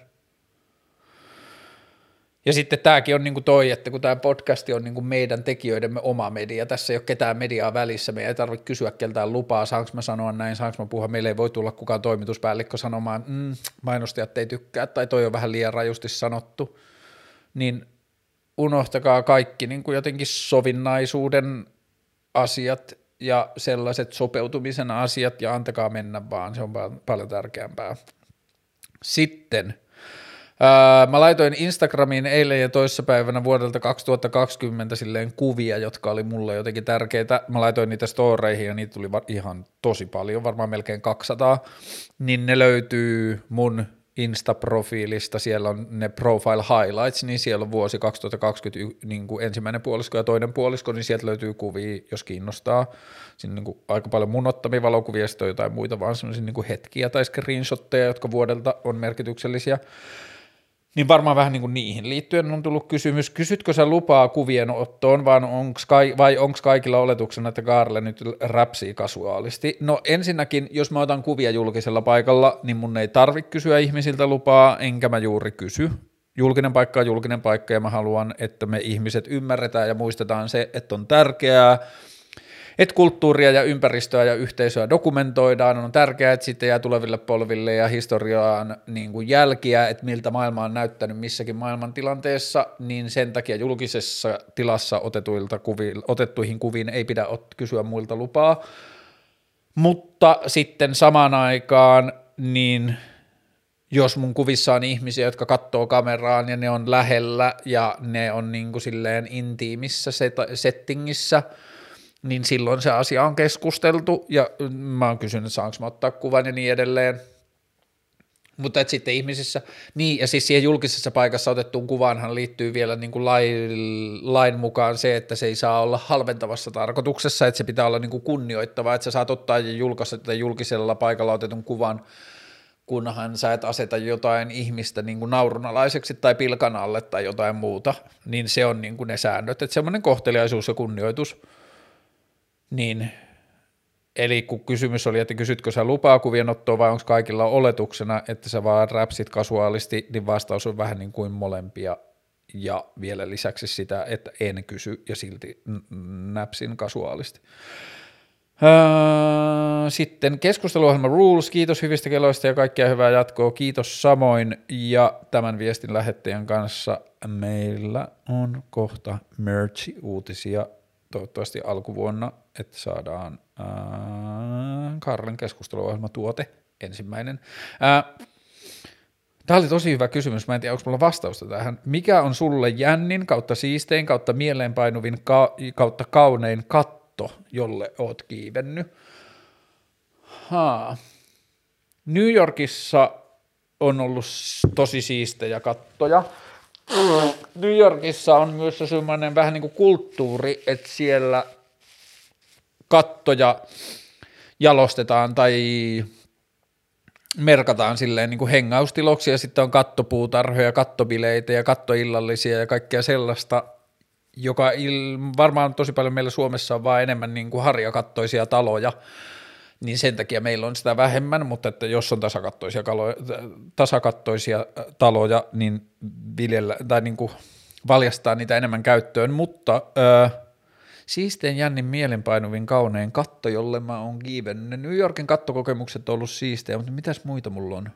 S1: Ja sitten tämäkin on niinku toi, että kun tämä podcasti on niinku meidän tekijöidemme oma media, tässä ei ole ketään mediaa välissä, me ei tarvitse kysyä keltään lupaa, saanko mä sanoa näin, saanko mä puhua, meille ei voi tulla kukaan toimituspäällikkö sanomaan, mm, mainostajat ei tykkää, tai toi on vähän liian rajusti sanottu, niin unohtakaa kaikki niin kuin jotenkin sovinnaisuuden asiat ja sellaiset sopeutumisen asiat ja antakaa mennä vaan, se on paljon tärkeämpää. Sitten Mä laitoin Instagramiin eilen ja toissapäivänä vuodelta kaksituhattakaksikymmentä silleen kuvia, jotka oli mulle jotenkin tärkeitä. Mä laitoin niitä storeihin ja niitä tuli ihan tosi paljon, varmaan melkein kaksisataa. Niin ne löytyy mun Insta-profiilista, siellä on ne profile highlights, niin siellä on vuosi kaksituhattakaksikymmentä niin kuin ensimmäinen puolisko ja toinen puolisko, niin sieltä löytyy kuvia, jos kiinnostaa. Siinä niin kuin aika paljon mun ottamia valokuvia, sitten on jotain muita, vaan sellaisia niin kuin hetkiä tai screenshotteja, jotka vuodelta on merkityksellisiä. Niin varmaan vähän niin kuin niihin liittyen on tullut kysymys, kysytkö sä lupaa kuvien ottoon vaan onks kai, vai onko kaikilla oletuksena, että Kaarle nyt räpsii kasuaalisti? No ensinnäkin, jos mä otan kuvia julkisella paikalla, niin mun ei tarvitse kysyä ihmisiltä lupaa, enkä mä juuri kysy. julkinen paikka on julkinen paikka ja mä haluan, että me ihmiset ymmärretään ja muistetaan se, että on tärkeää, että kulttuuria ja ympäristöä ja yhteisöä dokumentoidaan, on tärkeää, että sitten jää tuleville polville ja historiaan niin kuin jälkiä, että miltä maailma on näyttänyt missäkin maailmantilanteessa, niin sen takia julkisessa tilassa otetuilta kuvi, otettuihin kuviin ei pidä ot, kysyä muilta lupaa, mutta sitten samaan aikaan, niin jos mun kuvissa on ihmisiä, jotka katsoo kameraan ja ne on lähellä ja ne on niin kuin silleen intiimissä settingissä, niin silloin se asia on keskusteltu ja mä oon kysynyt, että saanko mä ottaa kuvan ja niin edelleen. Mutta että sitten ihmisissä, niin ja siis siihen julkisessa paikassa otettuun kuvaanhan liittyy vielä niin kuin lain, lain mukaan se, että se ei saa olla halventavassa tarkoituksessa, että se pitää olla niin kuin kunnioittavaa, että sä saat ottaa ja julkaista julkisella paikalla otetun kuvan, kunhan sä et aseta jotain ihmistä niin kuin naurunalaiseksi tai pilkan alle tai jotain muuta, niin se on niin kuin ne säännöt, että semmoinen kohteliaisuus ja kunnioitus. Niin, eli kun kysymys oli, että kysytkö sä lupaa kuvienottoa vai onko kaikilla oletuksena, että sä vaan räpsit kasuaalisti, niin vastaus on vähän niin kuin molempia ja vielä lisäksi sitä, että en kysy ja silti näpsin kasuaalisti. Sitten keskusteluohjelma Rules, kiitos hyvistä keloista ja kaikkea hyvää jatkoa, kiitos samoin ja tämän viestin lähettäjän kanssa meillä on kohta merch-uutisia toivottavasti alkuvuonna, että saadaan ää, Karlen keskusteluohjelmatuote ensimmäinen. Ää, Tämä oli tosi hyvä kysymys, mä en tiedä, onko mulla vastausta tähän. Mikä on sulle jännin kautta siistein kautta mieleenpainuvin ka- kautta kaunein katto, jolle oot kiivennyt? Haa. New Yorkissa on ollut tosi siistejä kattoja. New Yorkissa on myös semmoinen vähän niin kuin kulttuuri, että siellä kattoja jalostetaan tai merkataan silleen niin kuin hengaustiloksi ja sitten on kattopuutarhoja, kattobileitä ja kattoillallisia ja kaikkea sellaista, joka il, varmaan tosi paljon meillä Suomessa on vaan enemmän niin kuin harjakattoisia taloja, niin sen takia meillä on sitä vähemmän, mutta että jos on tasakattoisia, kaloja, tasakattoisia taloja, niin viljellä, tai niin kuin valjastaa niitä enemmän käyttöön, mutta öö, siisteen jännin mielenpainuvin kaunein katto, jolle mä oon kiivennyt. New Yorkin kattokokemukset on ollut siistejä, mutta mitäs muita mulla on?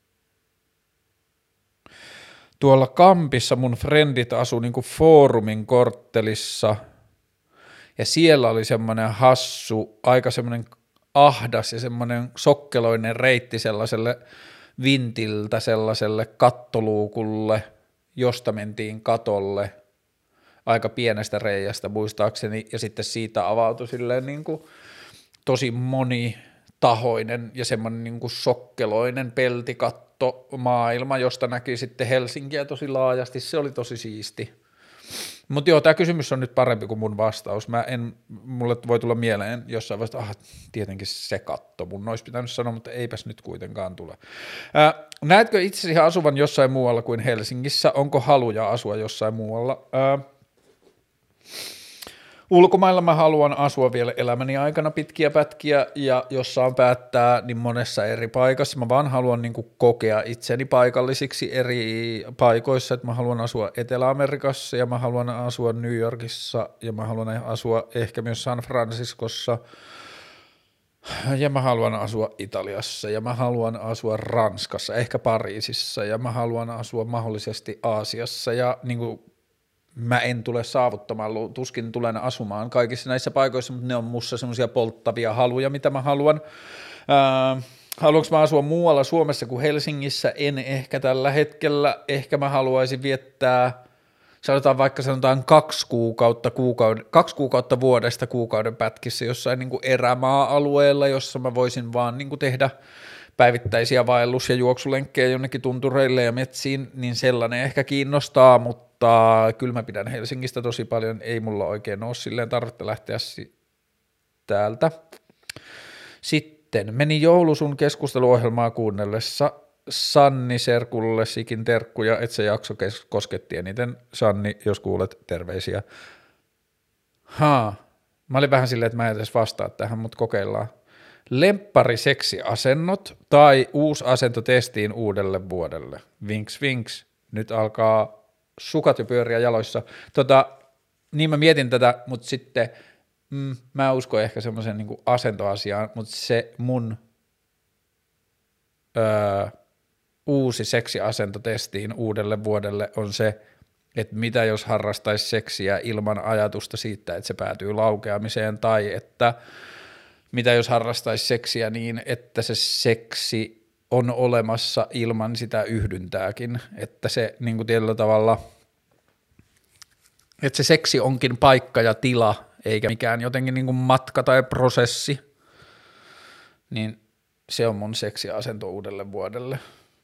S1: Tuolla Kampissa mun frendit asu niin kuin Foorumin korttelissa, ja siellä oli semmoinen hassu, aika semmoinen ahdas ja semmoinen sokkeloinen reitti sellaiselle vintiltä sellaiselle kattoluukulle, josta mentiin katolle aika pienestä reiästä muistaakseni, ja sitten siitä avautui silleen niin kuin tosi monitahoinen ja semmoinen niin kuin sokkeloinen peltikatto maailma, josta näki sitten Helsinkiä tosi laajasti, se oli tosi siisti. Mutta joo, tämä kysymys on nyt parempi kuin mun vastaus. Mä en, mulle voi tulla mieleen jossain vaiheessa, ah, tietenkin se katto, mun olisi pitänyt sanoa, mutta eipäs nyt kuitenkaan tule. Ää, näetkö itsesi asuvan jossain muualla kuin Helsingissä? Onko haluja asua jossain muualla? Ää, ulkomailla mä haluan asua vielä elämäni aikana pitkiä pätkiä, ja jos saan päättää, niin monessa eri paikassa. Mä vaan haluan niin kuin kokea itseni paikallisiksi eri paikoissa, että mä haluan asua Etelä-Amerikassa, ja mä haluan asua New Yorkissa, ja mä haluan asua ehkä myös San Franciscossa, ja mä haluan asua Italiassa, ja mä haluan asua Ranskassa, ehkä Pariisissa, ja mä haluan asua mahdollisesti Aasiassa, ja niin kuin mä en tule saavuttamaan, tuskin tulen asumaan kaikissa näissä paikoissa, mutta ne on musta semmoisia polttavia haluja, mitä mä haluan. Äh, haluanko mä asua muualla Suomessa kuin Helsingissä? En ehkä tällä hetkellä. Ehkä mä haluaisin viettää, sanotaan vaikka sanotaan kaksi kuukautta, kuukauden, kaksi kuukautta vuodesta kuukauden pätkissä jossain niin kuin erämaa-alueella, jossa mä voisin vaan niin kuin tehdä päivittäisiä vaellus- ja juoksulenkkejä jonnekin tuntureille ja metsiin, niin sellainen ehkä kiinnostaa, mutta kyllä mä pidän Helsingistä tosi paljon, ei mulla oikein ole silleen tarvetta lähteä si- täältä. Sitten meni joulu sun keskusteluohjelmaa kuunnellessa, Sanni Serkulle sikin terkkuja, että se jakso kes- kosketti eniten. Sanni, jos kuulet, terveisiä. Haa, mä olin vähän silleen, että mä en edes vastaa tähän, mutta kokeillaan. Lemppari seksiasennot tai uusi asento testiin uudelle vuodelle. Vinks, vinks. nyt alkaa sukat jo pyöriä jaloissa. Tota, niin mä mietin tätä, mutta sitten mm, mä uskon ehkä semmoisen niin kuin asentoasiaan, mutta se mun öö, uusi seksiasento testiin uudelle vuodelle on se, että mitä jos harrastaisi seksiä ilman ajatusta siitä, että se päätyy laukeamiseen, tai että mitä jos harrastaisi seksiä niin, että se seksi on olemassa ilman sitä yhdyntääkin, että se niin kuin tietyllä tavalla, että se seksi onkin paikka ja tila, eikä mikään jotenkin niin kuin matka tai prosessi, niin se on mun seksiasento uudelle vuodelle.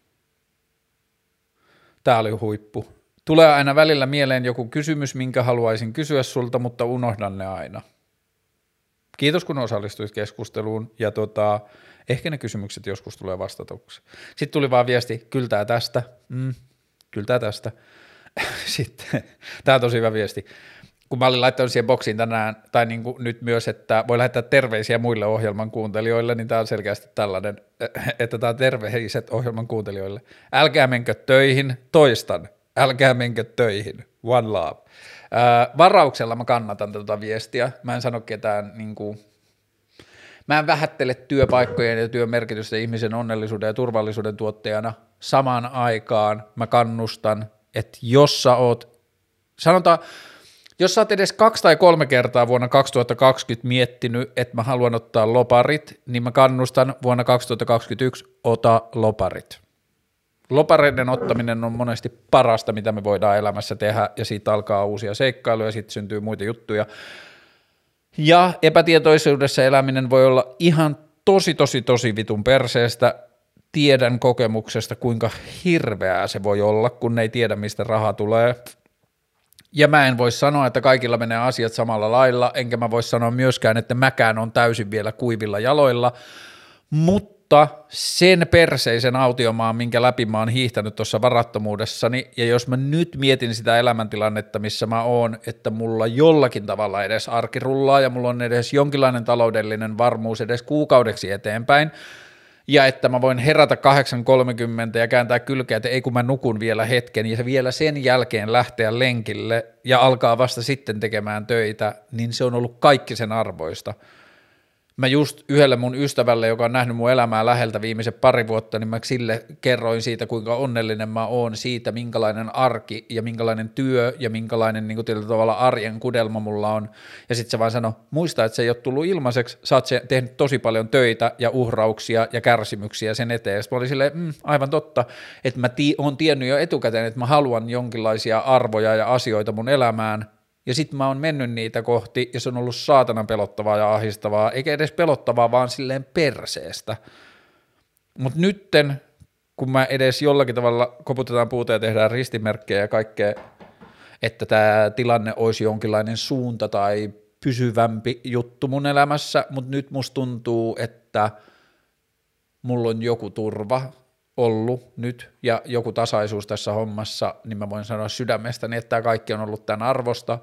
S1: Tää oli huippu. Tulee aina välillä mieleen joku kysymys, minkä haluaisin kysyä sulta, mutta unohdan ne aina. Kiitos, kun osallistuit keskusteluun, ja tota, ehkä ne kysymykset joskus tulee vastatuksi. Sitten tuli vaan viesti, kyllä tää tästä, mm, kyllä tää tästä. Sitten, tää on tosi hyvä viesti. Kun mä olin laittanut siihen boksiin tänään, tai niin kuin nyt myös, että voi lähettää terveisiä muille ohjelman kuuntelijoille, niin tää on selkeästi tällainen, että tää on terveiset ohjelman kuuntelijoille. Älkää menkö töihin, toistan, älkää menkö töihin, one love. Ää, varauksella mä kannatan tätä viestiä, mä en sano ketään, niin kuin, mä en vähättele työpaikkojen ja työn merkitystä ihmisen onnellisuuden ja turvallisuuden tuottajana, samaan aikaan mä kannustan, että jos sä oot, sanotaan, jos sä oot edes kaksi tai kolme kertaa vuonna kaksituhattakaksikymmentä miettinyt, että mä haluan ottaa loparit, niin mä kannustan vuonna kaksituhattakaksikymmentäyksi ota loparit. Lopareiden ottaminen on monesti parasta, mitä me voidaan elämässä tehdä, ja siitä alkaa uusia seikkailuja, sitten syntyy muita juttuja. Ja epätietoisuudessa eläminen voi olla ihan tosi, tosi, tosi vitun perseestä. Tiedän kokemuksesta, kuinka hirveää se voi olla, kun ei tiedä, mistä raha tulee. Ja mä en voi sanoa, että kaikilla menee asiat samalla lailla, enkä mä voi sanoa myöskään, että mäkään on täysin vielä kuivilla jaloilla, mutta sen perseisen autiomaan, minkä läpi mä oon hiihtänyt tuossa varattomuudessani, ja jos mä nyt mietin sitä elämäntilannetta, missä mä oon, että mulla jollakin tavalla edes arki rullaa, ja mulla on edes jonkinlainen taloudellinen varmuus edes kuukaudeksi eteenpäin, ja että mä voin herätä kahdeksan kolmekymmentä ja kääntää kylkeä, että ei kun mä nukun vielä hetken, ja vielä sen jälkeen lähteä lenkille, ja alkaa vasta sitten tekemään töitä, niin se on ollut kaikki sen arvoista. Mä just yhdelle mun ystävälle, joka on nähnyt mun elämää läheltä viimeiset pari vuotta, niin mä sille kerroin siitä, kuinka onnellinen mä oon siitä, minkälainen arki ja minkälainen työ ja minkälainen niin kuin tietyllä tavalla arjen kudelma mulla on. Ja sit se vaan sanoi, muista, että se ei ole tullut ilmaiseksi, sä oot tehnyt tosi paljon töitä ja uhrauksia ja kärsimyksiä sen eteen. Sitten mä olin silleen, mm, aivan totta, että mä tii- oon tiennyt jo etukäteen, että mä haluan jonkinlaisia arvoja ja asioita mun elämään, ja sitten mä oon mennyt niitä kohti, ja se on ollut saatanan pelottavaa ja ahistavaa, eikä edes pelottavaa, vaan silleen perseestä. Mutta nytten, kun mä edes jollakin tavalla koputetaan puuta ja tehdään ristimerkkejä ja kaikkea, että tämä tilanne olisi jonkinlainen suunta tai pysyvämpi juttu mun elämässä, mutta nyt musta tuntuu, että mulla on joku turva ollut nyt ja joku tasaisuus tässä hommassa, niin mä voin sanoa sydämestäni, että tämä kaikki on ollut tämän arvosta,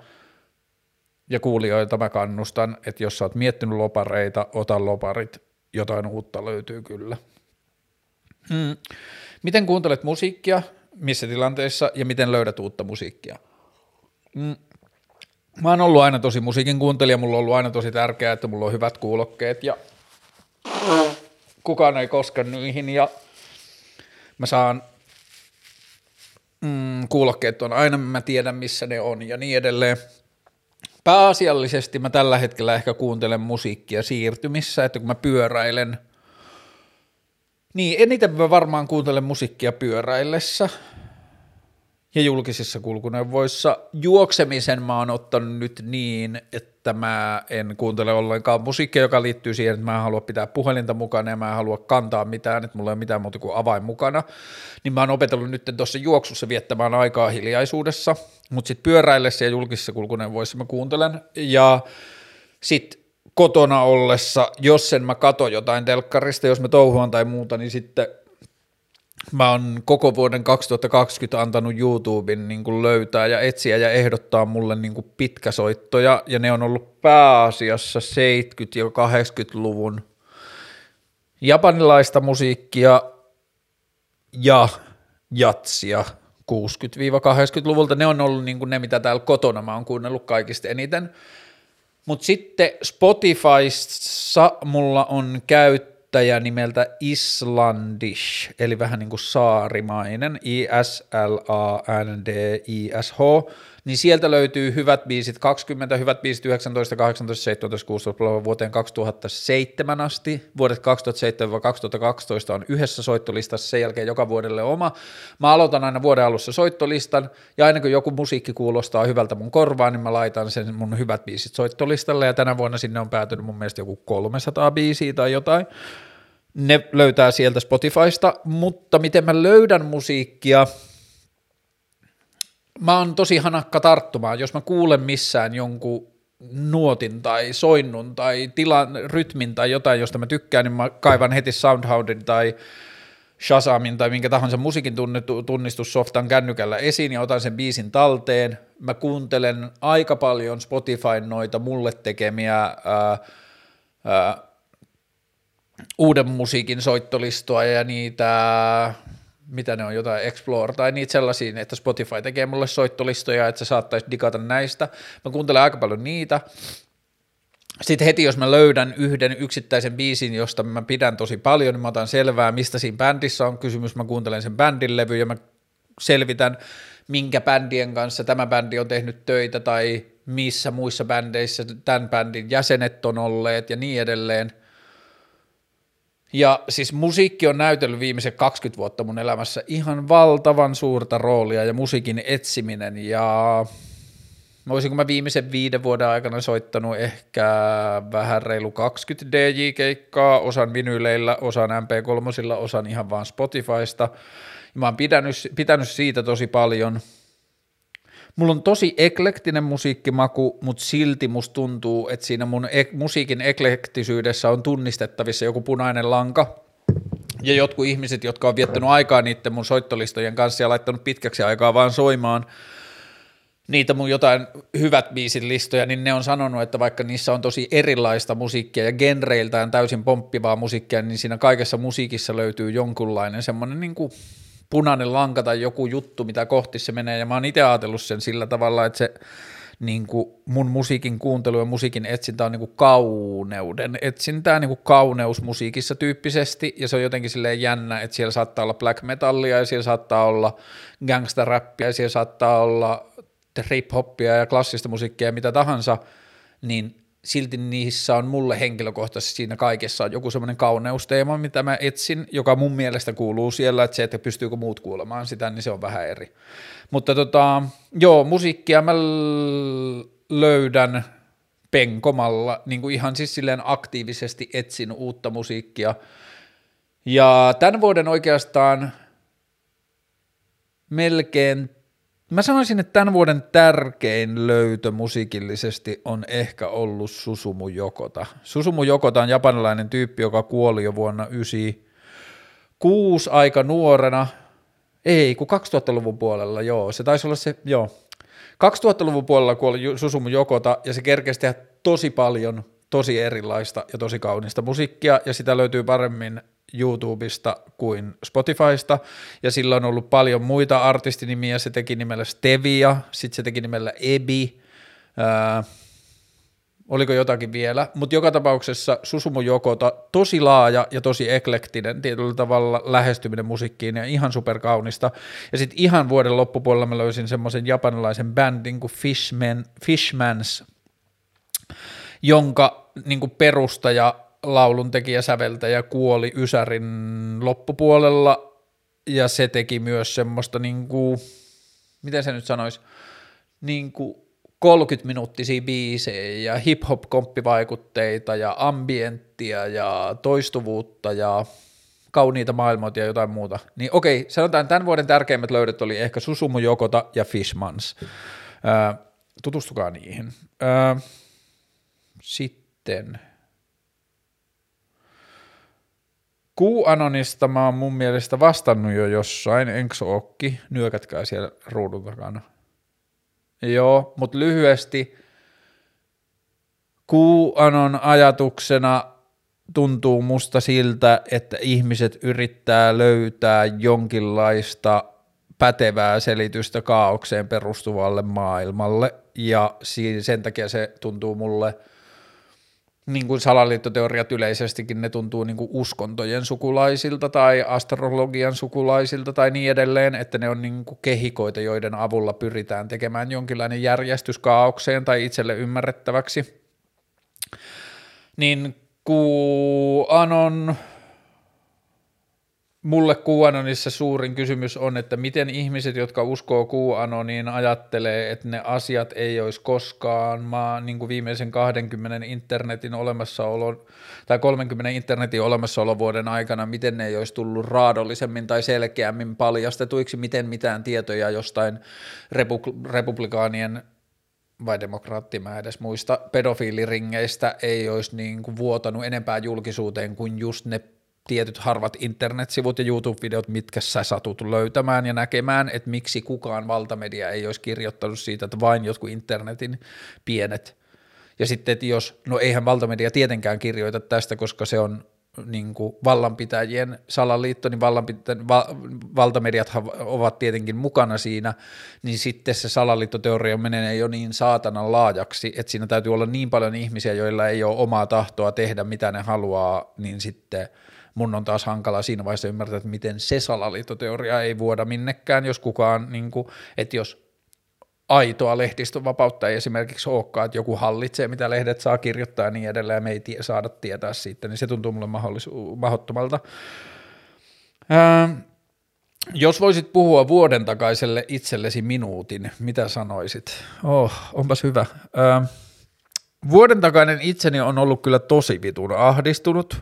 S1: ja kuulijoita mä kannustan, että jos sä oot miettinyt lopareita, ota loparit, jotain uutta löytyy kyllä. Hmm. Miten kuuntelet musiikkia, missä tilanteissa, ja miten löydät uutta musiikkia? Hmm. Mä oon ollut aina tosi musiikin kuuntelija, mulla on ollut aina tosi tärkeää, että mulla on hyvät kuulokkeet, ja kukaan ei koske niihin, ja mä saan mm, kuulokkeet on aina, mä tiedän missä ne on ja niin edelleen. Pääasiallisesti mä tällä hetkellä ehkä kuuntelen musiikkia siirtymissä, että kun mä pyöräilen, niin eniten mä varmaan kuuntelen musiikkia pyöräillessä ja julkisissa kulkuneuvoissa. Juoksemisen mä oon ottanut nyt niin, että mä en kuuntele ollenkaan musiikkia, joka liittyy siihen, että mä en halua pitää puhelinta mukana ja mä en halua kantaa mitään, että mulla ei ole mitään muuta kuin avain mukana. Niin mä oon opetellut nyt tuossa juoksussa viettämään aikaa hiljaisuudessa, mutta sitten pyöräillessä ja julkisissa kulkuneuvoissa mä kuuntelen. Ja sitten kotona ollessa, jos en mä kato jotain telkkarista, jos mä touhuan tai muuta, niin sitten mä oon koko vuoden kaksituhattakaksikymmentä antanut YouTuben niin kuin löytää ja etsiä ja ehdottaa mulle niin kuin pitkäsoittoja, ja ne on ollut pääasiassa seitsemänkymmentä- ja kahdeksankymmentäluvun japanilaista musiikkia ja jatsia, kuusikymmentä-kahdeksankymmentäluvulta, ne on ollut niin kuin ne, mitä täällä kotona mä oon kuunnellut kaikista eniten. Mutta sitten Spotifyssa mulla on käyttäjä nimeltä Islandish, eli vähän niin kuin saarimainen, I S L A N D I S H, niin sieltä löytyy hyvät biisit kaksikymmentä, hyvät biisit yhdeksäntoista, kahdeksantoista, seitsemäntoista, kuusitoista vuoteen kaksituhattaseitsemän asti. Vuodet kaksituhattaseitsemän kaksituhattakaksitoista on yhdessä soittolistassa, sen jälkeen joka vuodelle oma. Mä aloitan aina vuoden alussa soittolistan, ja aina kun joku musiikki kuulostaa hyvältä mun korvaan, niin mä laitan sen mun hyvät biisit soittolistalle, ja tänä vuonna sinne on päätynyt mun mielestä joku kolmesataa biisiä tai jotain. Ne löytää sieltä Spotifysta, mutta miten mä löydän musiikkia? Mä oon tosi hanakka tarttumaan, jos mä kuulen missään jonkun nuotin tai soinnun tai tilan, rytmin tai jotain, josta mä tykkään, niin mä kaivan heti SoundHoundin tai Shazamin tai minkä tahansa musiikin tunnistussoftan kännykällä esiin ja otan sen biisin talteen. Mä kuuntelen aika paljon Spotifyn noita mulle tekemiä ää, ää, uuden musiikin soittolistoa ja niitä, mitä ne on, jotain Explore tai niitä sellaisia, että Spotify tekee mulle soittolistoja, että sä saattaisi digata näistä. Mä kuuntelen aika paljon niitä. Sitten heti, jos mä löydän yhden yksittäisen biisin, josta mä pidän tosi paljon, niin mä otan selvää, mistä siinä bändissä on kysymys. Mä kuuntelen sen bändin levy ja mä selvitän, minkä bändien kanssa tämä bändi on tehnyt töitä tai missä muissa bändeissä tämän bändin jäsenet on olleet ja niin edelleen. Ja siis musiikki on näytellyt viimeiset kaksikymmentä vuotta mun elämässä ihan valtavan suurta roolia ja musiikin etsiminen ja olisinko mä viimeisen viiden vuoden aikana soittanut ehkä vähän reilu kaksikymmentä D J-keikkaa, osan vinyleillä, osan M P kolme, osan ihan vaan Spotifysta. Ja mä oon pitänyt, pitänyt siitä tosi paljon. Mulla on tosi eklektinen musiikkimaku, mutta silti musta tuntuu, että siinä mun ek- musiikin eklektisyydessä on tunnistettavissa joku punainen lanka. Ja jotkut ihmiset, jotka on viettänyt aikaa niiden mun soittolistojen kanssa ja laittanut pitkäksi aikaa vaan soimaan niitä mun jotain hyvät biisin listoja, niin ne on sanonut, että vaikka niissä on tosi erilaista musiikkia ja genreiltään täysin pomppivaa musiikkia, niin siinä kaikessa musiikissa löytyy jonkunlainen semmoinen niin kuin punainen lanka tai joku juttu, mitä kohti se menee, ja mä oon itse ajatellut sen sillä tavalla, että se niin kuin mun musiikin kuuntelu ja musiikin etsintä on niin kuin kauneuden etsintää, niin kuin kauneus musiikissa tyyppisesti, ja se on jotenkin silleen jännä, että siellä saattaa olla black metallia, ja siellä saattaa olla gangsta-räppiä, ja siellä saattaa olla trip-hoppia ja klassista musiikkia ja mitä tahansa, niin silti niissä on mulle henkilökohtaisesti siinä kaikessa joku semmoinen kauneusteema, mitä mä etsin, joka mun mielestä kuuluu siellä, että se, että pystyykö muut kuulemaan sitä, niin se on vähän eri. Mutta tota, joo, musiikkia mä löydän penkomalla, niin kuin ihan siis silleen aktiivisesti etsin uutta musiikkia. Ja tämän vuoden oikeastaan melkein Mä sanoisin, että tämän vuoden tärkein löytö musiikillisesti on ehkä ollut Susumu Yokota. Susumu Yokota on japanilainen tyyppi, joka kuoli jo vuonna yhdeksänkymmentäkuusi aika nuorena. Ei, kun kaksituhattaluvun puolella, joo. Se taisi olla se, joo. kaksituhattaluvun puolella kuoli Susumu Yokota ja se kerkesi tehdä tosi paljon, tosi erilaista ja tosi kaunista musiikkia ja sitä löytyy paremmin YouTubesta kuin Spotifysta, ja sillä on ollut paljon muita artistinimiä, se teki nimellä Stevia, sitten se teki nimellä Ebi, ää, oliko jotakin vielä, mutta joka tapauksessa Susumu Yokota, tosi laaja ja tosi eklektinen tietyllä tavalla lähestyminen musiikkiin ja ihan superkaunista, ja sitten ihan vuoden loppupuolella mä löysin semmoisen japanilaisen bändin kuin Fishman, Fishmans, jonka niin kuin perustaja laulun tekijä, säveltäjä kuoli Ysärin loppupuolella, ja se teki myös semmoista, niin kuin, miten se nyt sanoisi, niin kuin kolmekymmentä-minuuttisia biisejä ja hip-hop-komppivaikutteita ja ambienttia ja toistuvuutta ja kauniita maailmoita ja jotain muuta. Niin okei, sanotaan, tämän vuoden tärkeimmät löydöt oli ehkä Susumu Yokota ja Fishmans. Ää, tutustukaa niihin. Ää, sitten QAnonista mä oon mun mielestä vastannut jo jossain, enkö okki, nyökätkää siellä ruudun takana. Joo, mutta lyhyesti QAnon ajatuksena tuntuu musta siltä, että ihmiset yrittää löytää jonkinlaista pätevää selitystä kaaukseen perustuvalle maailmalle, ja sen takia se tuntuu mulle, niin kuin salaliittoteoriat yleisestikin, ne tuntuu niin kuin uskontojen sukulaisilta tai astrologian sukulaisilta tai niin edelleen, että ne on niin kuin kehikoita, joiden avulla pyritään tekemään jonkinlainen järjestys kaaukseen tai itselle ymmärrettäväksi. Niin QAnon, mulle QAnonissa suurin kysymys on, että miten ihmiset, jotka uskoo QAnoniin, ajattelee, että ne asiat ei olisi koskaan maa, niin kuin viimeisen kaksikymmentä internetin olemassaolo tai kolmekymmentä internetin olemassaolovuoden aikana, miten ne ei olisi tullut raadollisemmin tai selkeämmin paljastetuiksi, miten mitään tietoja jostain repu- republikaanien vai demokraatti, mä edes muista, pedofiiliringeistä ei olisi niin kuin vuotanut enempää julkisuuteen kuin just ne tietyt harvat internetsivut ja YouTube-videot, mitkä sä satut löytämään ja näkemään, että miksi kukaan valtamedia ei olisi kirjoittanut siitä, että vain jotkut internetin pienet. Ja sitten, että jos, no eihän valtamedia tietenkään kirjoita tästä, koska se on niin kuin vallanpitäjien salaliitto, niin vallanpitä- va- valtamediat ovat tietenkin mukana siinä, niin sitten se salaliittoteoria menee jo niin saatanan laajaksi, että siinä täytyy olla niin paljon ihmisiä, joilla ei ole omaa tahtoa tehdä, mitä ne haluaa, niin sitten mun on taas hankala siinä vaiheessa ymmärtää, että miten se salaliittoteoria ei vuoda minnekään, jos kukaan, niin kuin, että jos aitoa lehdistön vapautta ei esimerkiksi olekaan, että joku hallitsee, mitä lehdet saa kirjoittaa ja niin edelleen, ja me ei tie, saada tietää siitä, niin se tuntuu mulle mahdollis- mahdottomalta. Ää, jos voisit puhua vuoden takaiselle itsellesi minuutin, mitä sanoisit? Oh, onpas hyvä. Ää, vuoden takainen itseni on ollut kyllä tosi vitun ahdistunut,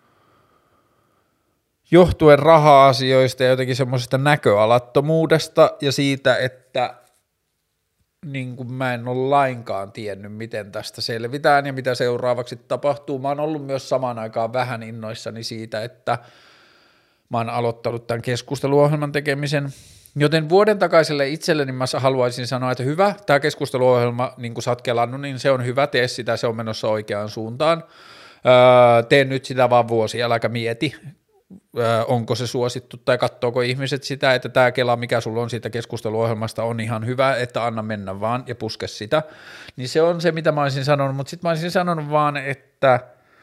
S1: johtuen raha-asioista ja jotenkin semmoisesta näköalattomuudesta ja siitä, että niin kuin mä en ole lainkaan tiennyt, miten tästä selvitään ja mitä seuraavaksi tapahtuu. Mä oon ollut myös samaan aikaan vähän innoissani siitä, että mä oon aloittanut tämän keskusteluohjelman tekemisen, joten vuoden takaiselle itselleni mä haluaisin sanoa, että hyvä, tämä keskusteluohjelma, niin kuin sä oot kelannut, niin se on hyvä, tee sitä, se on menossa oikeaan suuntaan. Öö, tee nyt sitä vaan vuosi, äläkä mieti, öö, onko se suosittu tai katsoako ihmiset sitä, että tämä kela, mikä sulla on siitä keskusteluohjelmasta, on ihan hyvä, että anna mennä vaan ja puske sitä. Niin se on se, mitä mä olisin sanonut, mutta sitten mä olisin sanonut vaan, että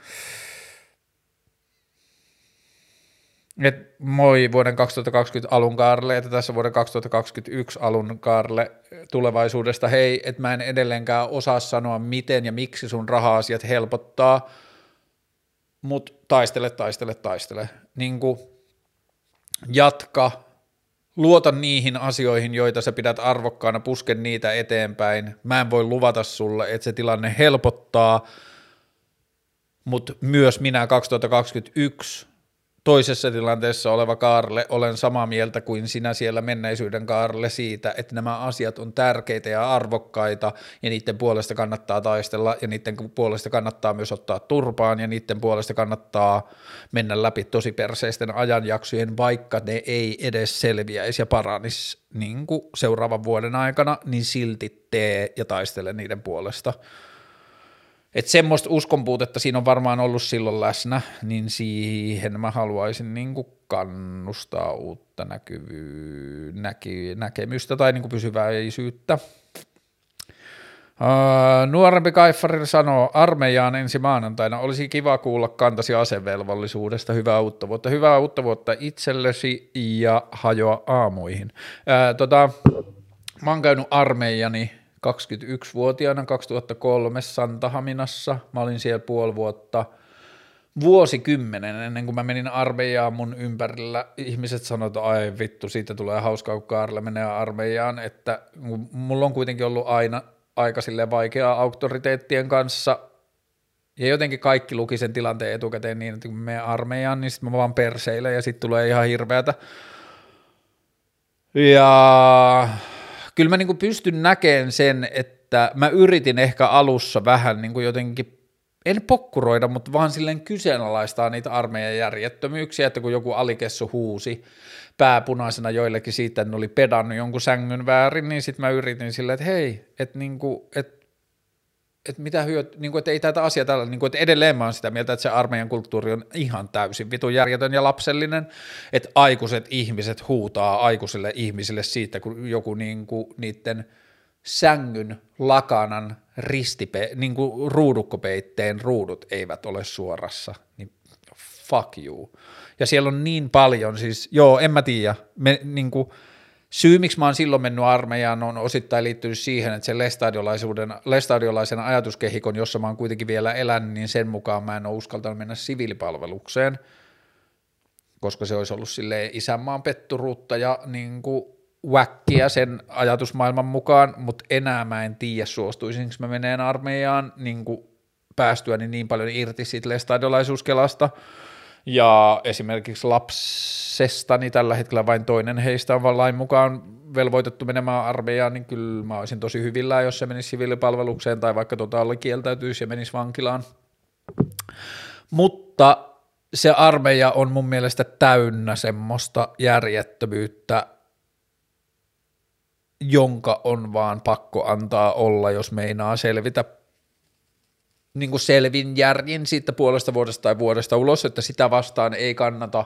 S1: et moi vuoden kaksituhattakaksikymmentä alun Kaarle, että tässä vuoden kaksituhattakaksikymmentäyksi alun Kaarle tulevaisuudesta, hei, että mä en edelleenkään osaa sanoa miten ja miksi sun raha-asiat helpottaa, mutta taistele, taistele, taistele, niin kuin jatka, luota niihin asioihin, joita sä pidät arvokkaana, puske niitä eteenpäin, mä en voi luvata sulle, että se tilanne helpottaa, mutta myös minä kaksituhattakaksikymmentäyksi toisessa tilanteessa oleva Kaarle, olen samaa mieltä kuin sinä siellä menneisyyden Kaarle siitä, että nämä asiat on tärkeitä ja arvokkaita ja niiden puolesta kannattaa taistella ja niiden puolesta kannattaa myös ottaa turpaan ja niiden puolesta kannattaa mennä läpi tosi perseisten ajanjaksojen, vaikka ne ei edes selviäisi ja paranisi niin kuin seuraavan vuoden aikana, niin silti tee ja taistele niiden puolesta. Että semmoista uskonpuutetta siinä on varmaan ollut silloin läsnä, niin siihen mä haluaisin niinku kannustaa uutta näkyvy- näky- näkemystä tai niinku pysyväisyyttä. Uh, nuorempi Kaiffari sanoo, armeijaan ensi maanantaina, olisi kiva kuulla kantasi asevelvollisuudesta, hyvää uutta vuotta, hyvää uutta vuotta itsellesi ja hajoa aamuihin. Uh, tota, mä oon käynyt armeijani kaksikymmentäyksivuotiaana kaksituhattakolme Santahaminassa, mä olin siellä puoli vuotta, vuosikymmenen ennen kuin mä menin armeijaan mun ympärillä, ihmiset sanoivat, että ai vittu, siitä tulee hauskaa, kun Kaarle menee armeijaan, että mulla on kuitenkin ollut aina aika silleen vaikeaa auktoriteettien kanssa, ja jotenkin kaikki luki sen tilanteen etukäteen niin, että kun mä menen armeijaan, niin sitten mä vaan perseilen, ja sitten tulee ihan hirveätä. Ja kyllä mä niin kuin pystyn näkemään sen, että mä yritin ehkä alussa vähän niin kuin jotenkin, en pokkuroida, mutta vaan silleen kyseenalaistaa niitä armeijan järjettömyyksiä, että kun joku alikessu huusi pääpunaisena joillekin siitä, että ne oli pedannut jonkun sängyn väärin, niin sitten mä yritin silleen, että hei, että, niin kuin, että, että mitä hyöt, niin kuin, että ei tätä asiaa tällä, niin kuin, että edelleen mä oon sitä mieltä, että se armeijan kulttuuri on ihan täysin vitun järjetön ja lapsellinen, että aikuiset ihmiset huutaa aikuisille ihmisille siitä, kun joku niin kuin, niiden sängyn lakanan ristipe, niin kuin ruudukkopeitteen ruudut eivät ole suorassa, niin fuck you. Ja siellä on niin paljon, siis joo, en mä tiedä, me, niin kuin, syy, miksi mä oon silloin mennyt armeijaan, on osittain liittynyt siihen, että sen lestadiolaisuuden, lestadiolaisen ajatuskehikon, jossa mä oon kuitenkin vielä elänyt, niin sen mukaan mä en ole uskaltanut mennä siviilipalvelukseen, koska se olisi ollut silleen isänmaan petturuutta ja niin kuin wäkkiä sen ajatusmaailman mukaan, mutta enää mä en tiedä, suostuisinko mä meneen armeijaan niin kuin päästyäni niin paljon irti siitä lestadiolaisuuskelasta. Ja esimerkiksi lapsestani tällä hetkellä vain toinen heistä on lain mukaan velvoitettu menemään armeijaan, niin kyllä mä olisin tosi hyvillään, jos se menisi siviilipalvelukseen tai vaikka totaali kieltäytyisi ja menisi vankilaan. Mutta se armeija on mun mielestä täynnä semmoista järjettömyyttä, jonka on vaan pakko antaa olla, jos meinaa selvitä niin kuin selvin järjin siitä puolesta vuodesta tai vuodesta ulos, että sitä vastaan ei kannata.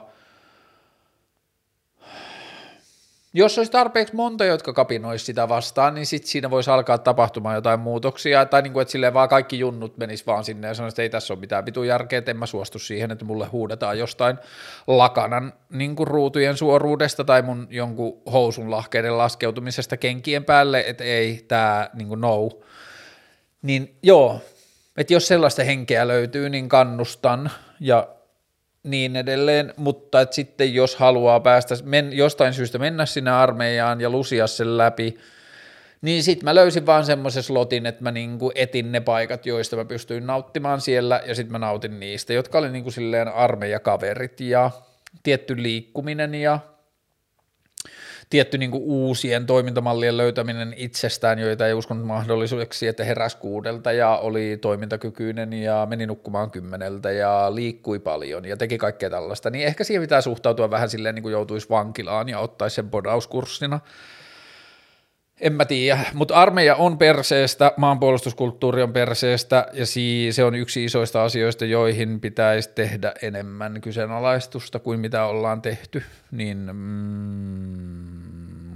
S1: Jos olisi tarpeeksi monta, jotka kapinoisi sitä vastaan, niin sitten siinä voisi alkaa tapahtumaan jotain muutoksia, tai niin kuin, että silleen vaan kaikki junnut menis vaan sinne ja sanoisi, että ei tässä ole mitään vitun järkeä, että en mä suostu siihen, että mulle huudetaan jostain lakanan niin kuin ruutujen suoruudesta tai mun jonkun housun lahkeiden laskeutumisesta kenkien päälle, että ei, tää niin kuin no. Niin joo, että jos sellaista henkeä löytyy, niin kannustan ja niin edelleen, mutta että sitten jos haluaa päästä men, jostain syystä mennä sinne armeijaan ja lusia sen läpi, niin sitten mä löysin vaan semmoisen slotin, että mä niinku etin ne paikat, joista mä pystyin nauttimaan siellä ja sitten mä nautin niistä, jotka oli niinku silleen armeijakaverit ja tietty liikkuminen ja tietty niin kuin uusien toimintamallien löytäminen itsestään, joita ei uskonut mahdollisuudeksi, että heräsi kuudelta ja oli toimintakykyinen ja meni nukkumaan kymmeneltä ja liikkui paljon ja teki kaikkea tällaista, niin ehkä siihen pitää suhtautua vähän silleen niin kuin joutuisi vankilaan ja ottaisi sen bodauskurssina. En mä tiedä, mutta armeija on perseestä, maanpuolustuskulttuuri on perseestä ja se on yksi isoista asioista, joihin pitäisi tehdä enemmän kyseenalaistusta kuin mitä ollaan tehty, niin mm,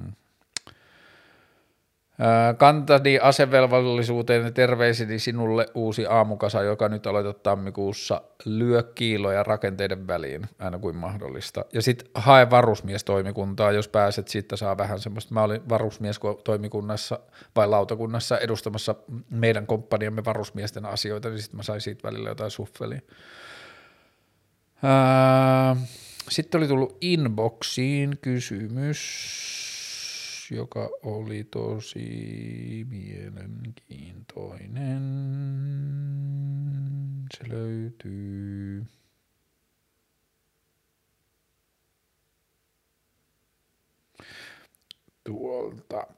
S1: kantani asevelvollisuuteen ja terveisini sinulle uusi aamukasa, joka nyt aloitat tammikuussa, lyö kiiloja rakenteiden väliin aina kuin mahdollista. Ja sitten hae varusmiestoimikuntaa, jos pääset, siitä saa vähän semmoista. Mä olin varusmiestoimikunnassa vai lautakunnassa edustamassa meidän komppaniamme varusmiesten asioita, niin sitten mä sain siitä välillä jotain suffelia. Sitten oli tullut inboxiin kysymys, joka oli tosi mielenkiintoinen. Se löytyy tuolta.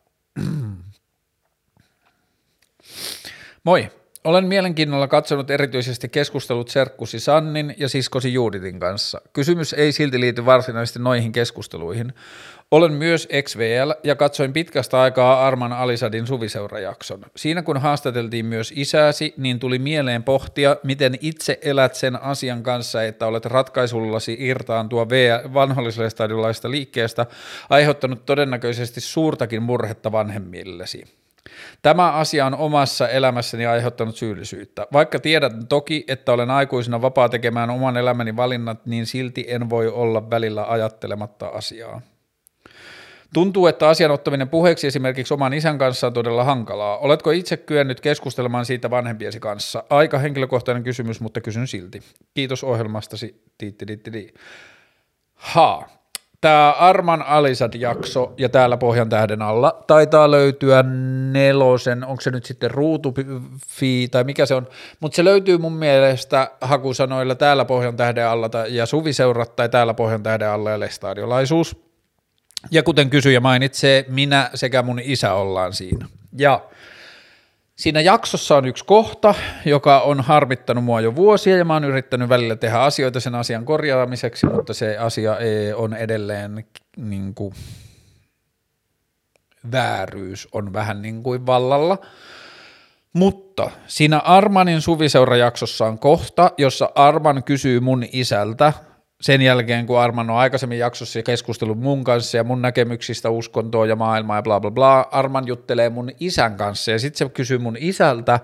S1: Moi! Olen mielenkiinnolla katsonut erityisesti keskustelut serkkusi Sannin ja siskosi Juuditin kanssa. Kysymys ei silti liity varsinaisesti noihin keskusteluihin. Olen myös ex V L ja katsoin pitkästä aikaa Arman Alisadin suviseurajakson. Siinä kun haastateltiin myös isääsi, niin tuli mieleen pohtia, miten itse elät sen asian kanssa, että olet ratkaisullasi irtaantua vanhollisestadiolaisesta liikkeestä aiheuttanut todennäköisesti suurtakin murhetta vanhemmillesi. Tämä asia on omassa elämässäni aiheuttanut syyllisyyttä. Vaikka tiedän toki, että olen aikuisena vapaa tekemään oman elämäni valinnat, niin silti en voi olla välillä ajattelematta asiaa. Tuntuu, että asian ottaminen puheeksi esimerkiksi oman isän kanssa on todella hankalaa. Oletko itse kyennyt keskustelemaan siitä vanhempiesi kanssa? Aika henkilökohtainen kysymys, mutta kysyn silti. Kiitos ohjelmastasi. Tiittitiittiti. Haa. Tämä Arman Alisad-jakso ja täällä Pohjan tähden alla taitaa löytyä nelosen, onko se nyt sitten ruutufi tai mikä se on, mutta se löytyy mun mielestä hakusanoilla täällä Pohjan tähden alla ja suviseurat tai täällä Pohjan tähden alla ja lestadiolaisuus. Ja kuten kysyjä mainitsee, minä sekä mun isä ollaan siinä. Ja siinä jaksossa on yksi kohta, joka on harmittanut mua jo vuosia ja mä oon yrittänyt välillä tehdä asioita sen asian korjaamiseksi, mutta se asia on edelleen niin kuin vääryys on vähän niin kuin vallalla. Mutta siinä Armanin Suviseura-jaksossa on kohta, jossa Arman kysyy mun isältä, sen jälkeen kun Arman on aikaisemmin jaksossa keskustellut mun kanssa ja mun näkemyksistä uskontoa ja maailmaa ja bla bla bla, Arman juttelee mun isän kanssa ja sitten se kysyy mun isältä,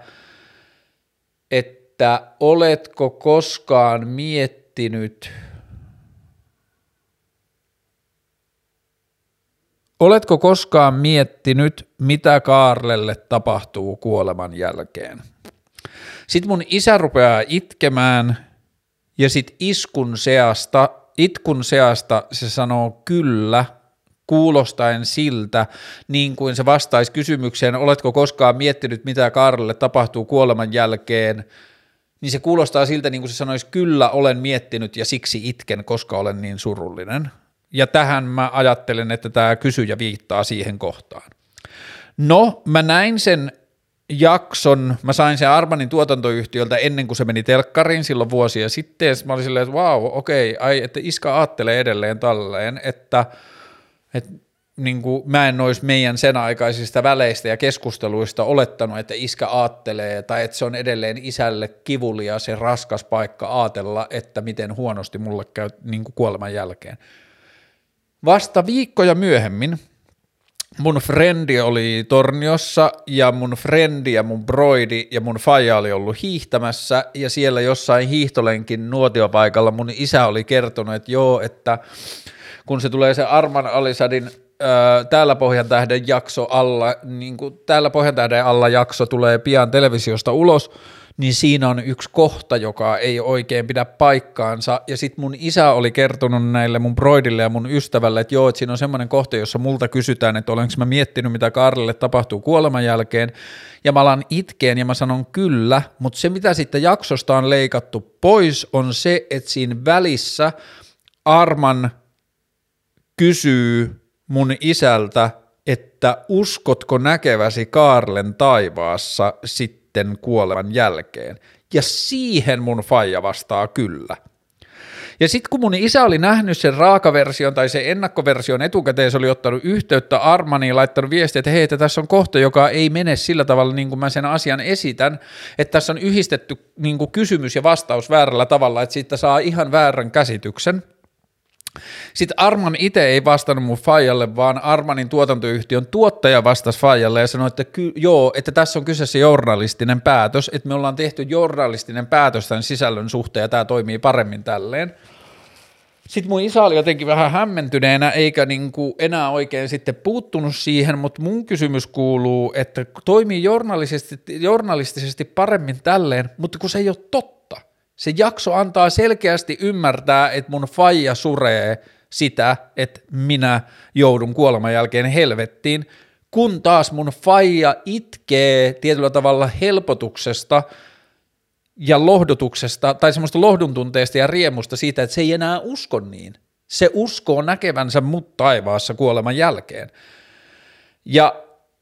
S1: että oletko koskaan miettinyt, oletko koskaan miettinyt, mitä Kaarlelle tapahtuu kuoleman jälkeen? Sitten mun isä rupeaa itkemään ja sitten iskun seasta, itkun seasta se sanoo kyllä, kuulostaen siltä, niin kuin se vastaisi kysymykseen, oletko koskaan miettinyt, mitä Kaarlelle tapahtuu kuoleman jälkeen, niin se kuulostaa siltä, niin kuin se sanoisi, kyllä olen miettinyt ja siksi itken, koska olen niin surullinen. Ja tähän mä ajattelen, että tämä kysyjä viittaa siihen kohtaan. No, mä näin sen jakson, mä sain sen Armanin tuotantoyhtiöltä ennen kuin se meni telkkariin silloin vuosia sitten, ja mä olin silleen, että vau, okei, ai, että iskä aattelee edelleen tälleen, että, että niin kuin mä en olisi meidän sen aikaisista väleistä ja keskusteluista olettanut, että iskä aattelee, tai että se on edelleen isälle kivulia se raskas paikka aatella, että miten huonosti mulle käy niin kuin kuoleman jälkeen. Vasta viikkoja myöhemmin mun frendi oli Torniossa ja mun frendi ja mun broidi ja mun faija oli ollut hiihtämässä ja siellä jossain hiihtolenkin nuotiopaikalla mun isä oli kertonut, että joo, että kun se tulee se Arman Alisadin ää, Täällä Pohjantähden jakso alla, niin kuin Täällä Pohjantähden alla jakso tulee pian televisiosta ulos, niin siinä on yksi kohta, joka ei oikein pidä paikkaansa, ja sitten mun isä oli kertonut näille mun broidille ja mun ystävälle, että joo, että siinä on semmoinen kohta, jossa multa kysytään, että olenko mä miettinyt, mitä Kaarlelle tapahtuu kuoleman jälkeen, ja mä alan itkeen, ja mä sanon kyllä, mutta se, mitä sitten jaksosta on leikattu pois, on se, että siinä välissä Arman kysyy mun isältä, että uskotko näkeväsi Kaarlen taivaassa sitten kuoleman jälkeen, ja siihen mun faija vastaa kyllä. Ja sitten kun mun isä oli nähnyt sen raakaversion tai sen ennakkoversion etukäteen, se oli ottanut yhteyttä Armaniin ja laittanut viestiä, että hei, että tässä on kohta, joka ei mene sillä tavalla niin kuin mä sen asian esitän, että tässä on yhdistetty niin kuin kysymys ja vastaus väärällä tavalla, että siitä saa ihan väärän käsityksen. Sitten Arman itse ei vastannut mun faijalle, vaan Armanin tuotantoyhtiön tuottaja vastasi faijalle ja sanoi, että ky- joo, että tässä on kyseessä journalistinen päätös, että me ollaan tehty journalistinen päätös tämän sisällön suhteen ja tämä toimii paremmin tälleen. Sitten mun isä oli jotenkin vähän hämmentyneenä eikä niinku enää oikein sitten puuttunut siihen, mutta mun kysymys kuuluu, että toimii journalistisesti, journalistisesti paremmin tälleen, mutta kun se ei ole totta. Se jakso antaa selkeästi ymmärtää, että mun faija suree sitä, että minä joudun kuoleman jälkeen helvettiin, kun taas mun faija itkee tietyllä tavalla helpotuksesta ja lohdutuksesta, tai semmoista lohduntunteesta ja riemusta siitä, että se ei enää usko niin. Se uskoo näkevänsä mut taivaassa kuoleman jälkeen. Ja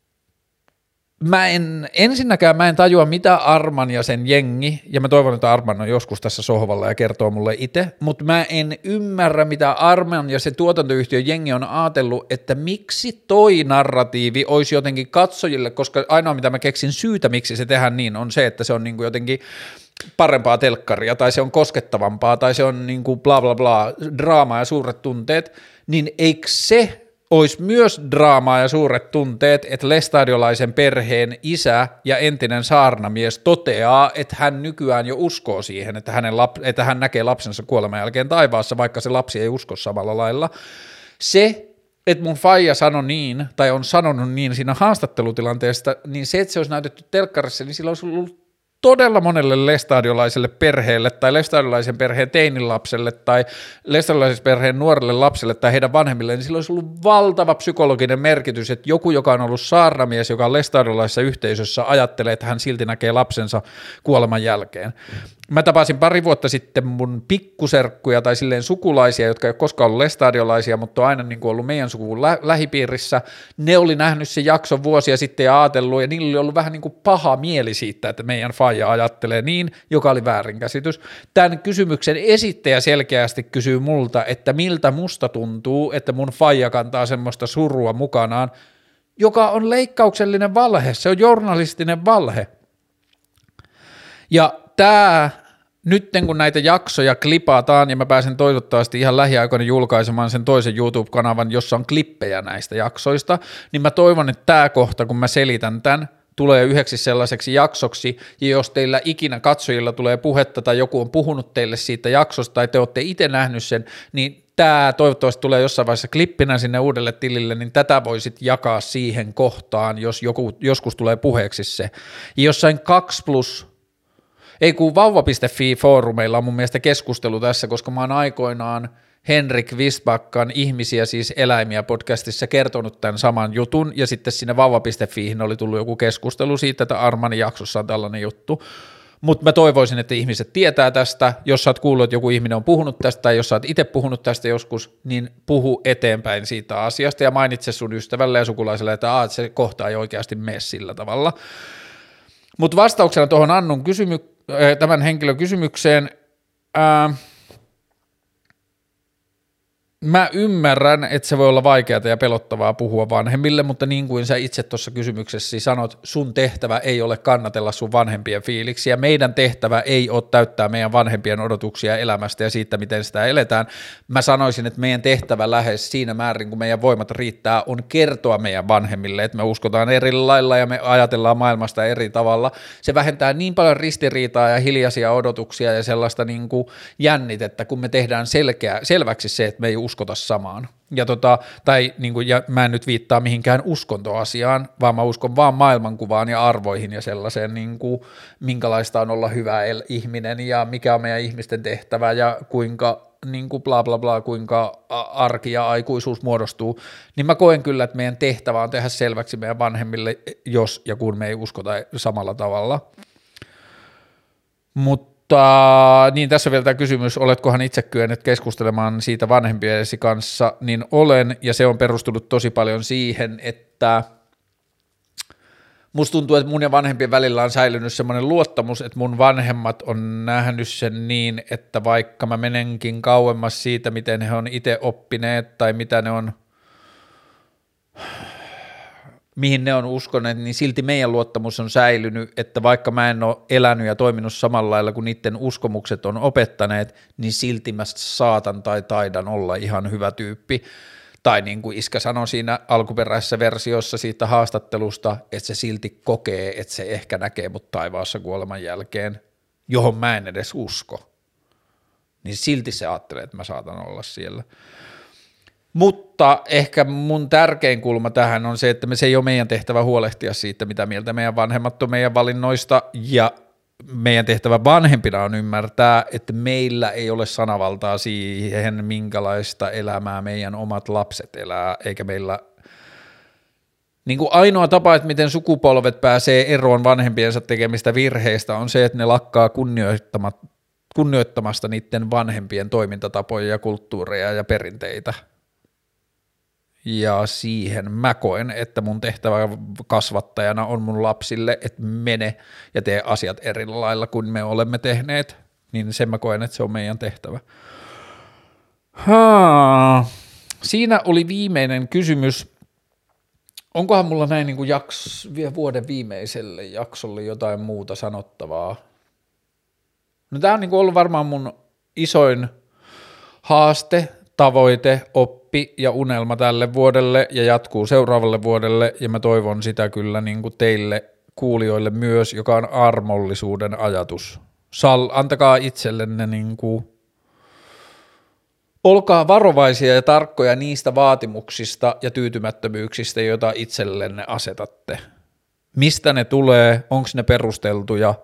S1: mä en, ensinnäkään mä en tajua, mitä Arman ja sen jengi, ja mä toivon, että Arman on joskus tässä sohvalla ja kertoo mulle itse, mutta mä en ymmärrä, mitä Arman ja se tuotantoyhtiön jengi on ajatellut, että miksi toi narratiivi olisi jotenkin katsojille, koska ainoa mitä mä keksin syytä, miksi se tehdään niin, on se, että se on niin kuin jotenkin parempaa telkkaria, tai se on koskettavampaa, tai se on niin kuin bla bla bla, draamaa ja suuret tunteet, niin eikö se olisi myös draamaa ja suuret tunteet, että lestadiolaisen perheen isä ja entinen saarnamies toteaa, että hän nykyään jo uskoo siihen, että, hänen lap- että hän näkee lapsensa kuoleman jälkeen taivaassa, vaikka se lapsi ei usko samalla lailla. Se, että mun faija sanoi niin, tai on sanonut niin siinä haastattelutilanteesta, niin se, että se olisi näytetty telkkarissa, niin sillä olisi ollut todella monelle lestadiolaiselle perheelle tai lestadiolaisen perheen teinilapselle tai lestadiolaisen perheen nuorelle lapselle tai heidän vanhemmille, niin sillä olisi ollut valtava psykologinen merkitys, että joku, joka on ollut saarnamies, joka on lestadiolaisessa yhteisössä, ajattelee, että hän silti näkee lapsensa kuoleman jälkeen. Mä tapasin pari vuotta sitten mun pikkuserkkuja tai silleen sukulaisia, jotka ei ole koskaan ollut lestadiolaisia, mutta on aina niin kuin ollut meidän sukuvun lä- lähipiirissä. Ne oli nähnyt sen jakson vuosia sitten ja ajatellut, ja niillä oli ollut vähän niin kuin paha mieli siitä, että meidän faija ajattelee niin, joka oli väärinkäsitys. Tämän kysymyksen esittäjä selkeästi kysyy multa, että miltä musta tuntuu, että mun faija kantaa semmoista surua mukanaan, joka on leikkauksellinen valhe, se on journalistinen valhe. Ja tämä, nyt kun näitä jaksoja klipataan, ja mä pääsen toivottavasti ihan lähiaikoina julkaisemaan sen toisen YouTube-kanavan, jossa on klippejä näistä jaksoista, niin mä toivon, että tämä kohta, kun mä selitän tämän, tulee yhdeksi sellaiseksi jaksoksi, ja jos teillä ikinä katsojilla tulee puhetta tai joku on puhunut teille siitä jaksosta tai te olette itse nähnyt sen, niin tämä toivottavasti tulee jossain vaiheessa klippinä sinne uudelle tilille, niin tätä voisit jakaa siihen kohtaan, jos joku, joskus tulee puheeksi se. Ja jossain kaksi plus, ei kun vauva piste fi-foorumeilla on mun mielestä keskustelu tässä, koska mä oon aikoinaan Henrik Wisbackan Ihmisiä siis eläimiä podcastissa kertonut tämän saman jutun, ja sitten sinne vauva piste fiihin oli tullut joku keskustelu siitä, että Armanin jaksossa on tällainen juttu. Mutta mä toivoisin, että ihmiset tietää tästä, jos sä oot kuullut, että joku ihminen on puhunut tästä, tai jos sä oot itse puhunut tästä joskus, niin puhu eteenpäin siitä asiasta, ja mainitse sun ystävälle ja sukulaiselle, että, Aa, että se kohta ei oikeasti mene sillä tavalla. Mutta vastauksena tuohon Annun kysymy- tämän henkilön kysymykseen, ää, mä ymmärrän, että se voi olla vaikeaa ja pelottavaa puhua vanhemmille, mutta niin kuin sä itse tuossa kysymyksessäsi sanot, sun tehtävä ei ole kannatella sun vanhempien fiiliksiä. Meidän tehtävä ei ole täyttää meidän vanhempien odotuksia elämästä ja siitä, miten sitä eletään. Mä sanoisin, että meidän tehtävä lähes siinä määrin, kun meidän voimat riittää, on kertoa meidän vanhemmille, että me uskotaan eri lailla ja me ajatellaan maailmasta eri tavalla. Se vähentää niin paljon ristiriitaa ja hiljaisia odotuksia ja sellaista niin kuin jännitettä, kun me tehdään selkeä, selväksi se, että me ei uskota samaan. Ja tota, tai niin kuin, ja mä en nyt viittaa mihinkään uskontoasiaan, vaan mä uskon vaan maailmankuvaan ja arvoihin ja sellaiseen, niin kuin, minkälaista on olla hyvä el- ihminen ja mikä on meidän ihmisten tehtävä ja kuinka niin kuin bla bla bla, kuinka arki ja aikuisuus muodostuu, niin mä koen kyllä, että meidän tehtävä on tehdä selväksi meidän vanhemmille, jos ja kun me ei uskota samalla tavalla. Mutta Mutta niin tässä on vielä tämä kysymys, oletkohan itse kyennyt keskustelemaan siitä vanhempiesi kanssa, niin olen, ja se on perustunut tosi paljon siihen, että musta tuntuu, että mun ja vanhempien välillä on säilynyt semmoinen luottamus, että mun vanhemmat on nähnyt sen niin, että vaikka mä menenkin kauemmas siitä, miten he on itse oppineet tai mitä ne on, mihin ne on uskoneet, niin silti meidän luottamus on säilynyt, että vaikka mä en ole elänyt ja toiminut samalla lailla kuin niiden uskomukset on opettaneet, niin silti mä saatan tai taidan olla ihan hyvä tyyppi. Tai niin kuin iskä sanoi siinä alkuperäisessä versiossa siitä haastattelusta, että se silti kokee, että se ehkä näkee mut taivaassa kuoleman jälkeen, johon mä en edes usko. Niin silti se ajattelee, että mä saatan olla siellä. Mutta ehkä mun tärkein kulma tähän on se, että me se ei ole meidän tehtävä huolehtia siitä, mitä mieltä meidän vanhemmat on meidän valinnoista, ja meidän tehtävä vanhempina on ymmärtää, että meillä ei ole sanavaltaa siihen, minkälaista elämää meidän omat lapset elää, eikä meillä niin kuin ainoa tapa, että miten sukupolvet pääsee eroon vanhempiensa tekemistä virheistä, on se, että ne lakkaa kunnioittamasta niiden vanhempien toimintatapoja ja kulttuureja ja perinteitä. Ja siihen mä koen, että mun tehtävä kasvattajana on mun lapsille, että mene ja tee asiat eri lailla kuin me olemme tehneet, niin sen mä koen, että se on meidän tehtävä. Haa. Siinä oli viimeinen kysymys. Onkohan mulla näin niin kuin jaks, vuoden viimeiselle jaksolle jotain muuta sanottavaa? No tää on niin kuin ollut varmaan mun isoin haaste, tavoite, oppi ja unelma tälle vuodelle ja jatkuu seuraavalle vuodelle, ja mä toivon sitä kyllä niin kuin teille kuulijoille myös, joka on armollisuuden ajatus. Sal, antakaa itsellenne niin kuin, olkaa varovaisia ja tarkkoja niistä vaatimuksista ja tyytymättömyyksistä, joita itsellenne asetatte. Mistä ne tulee, onko ne perusteltuja,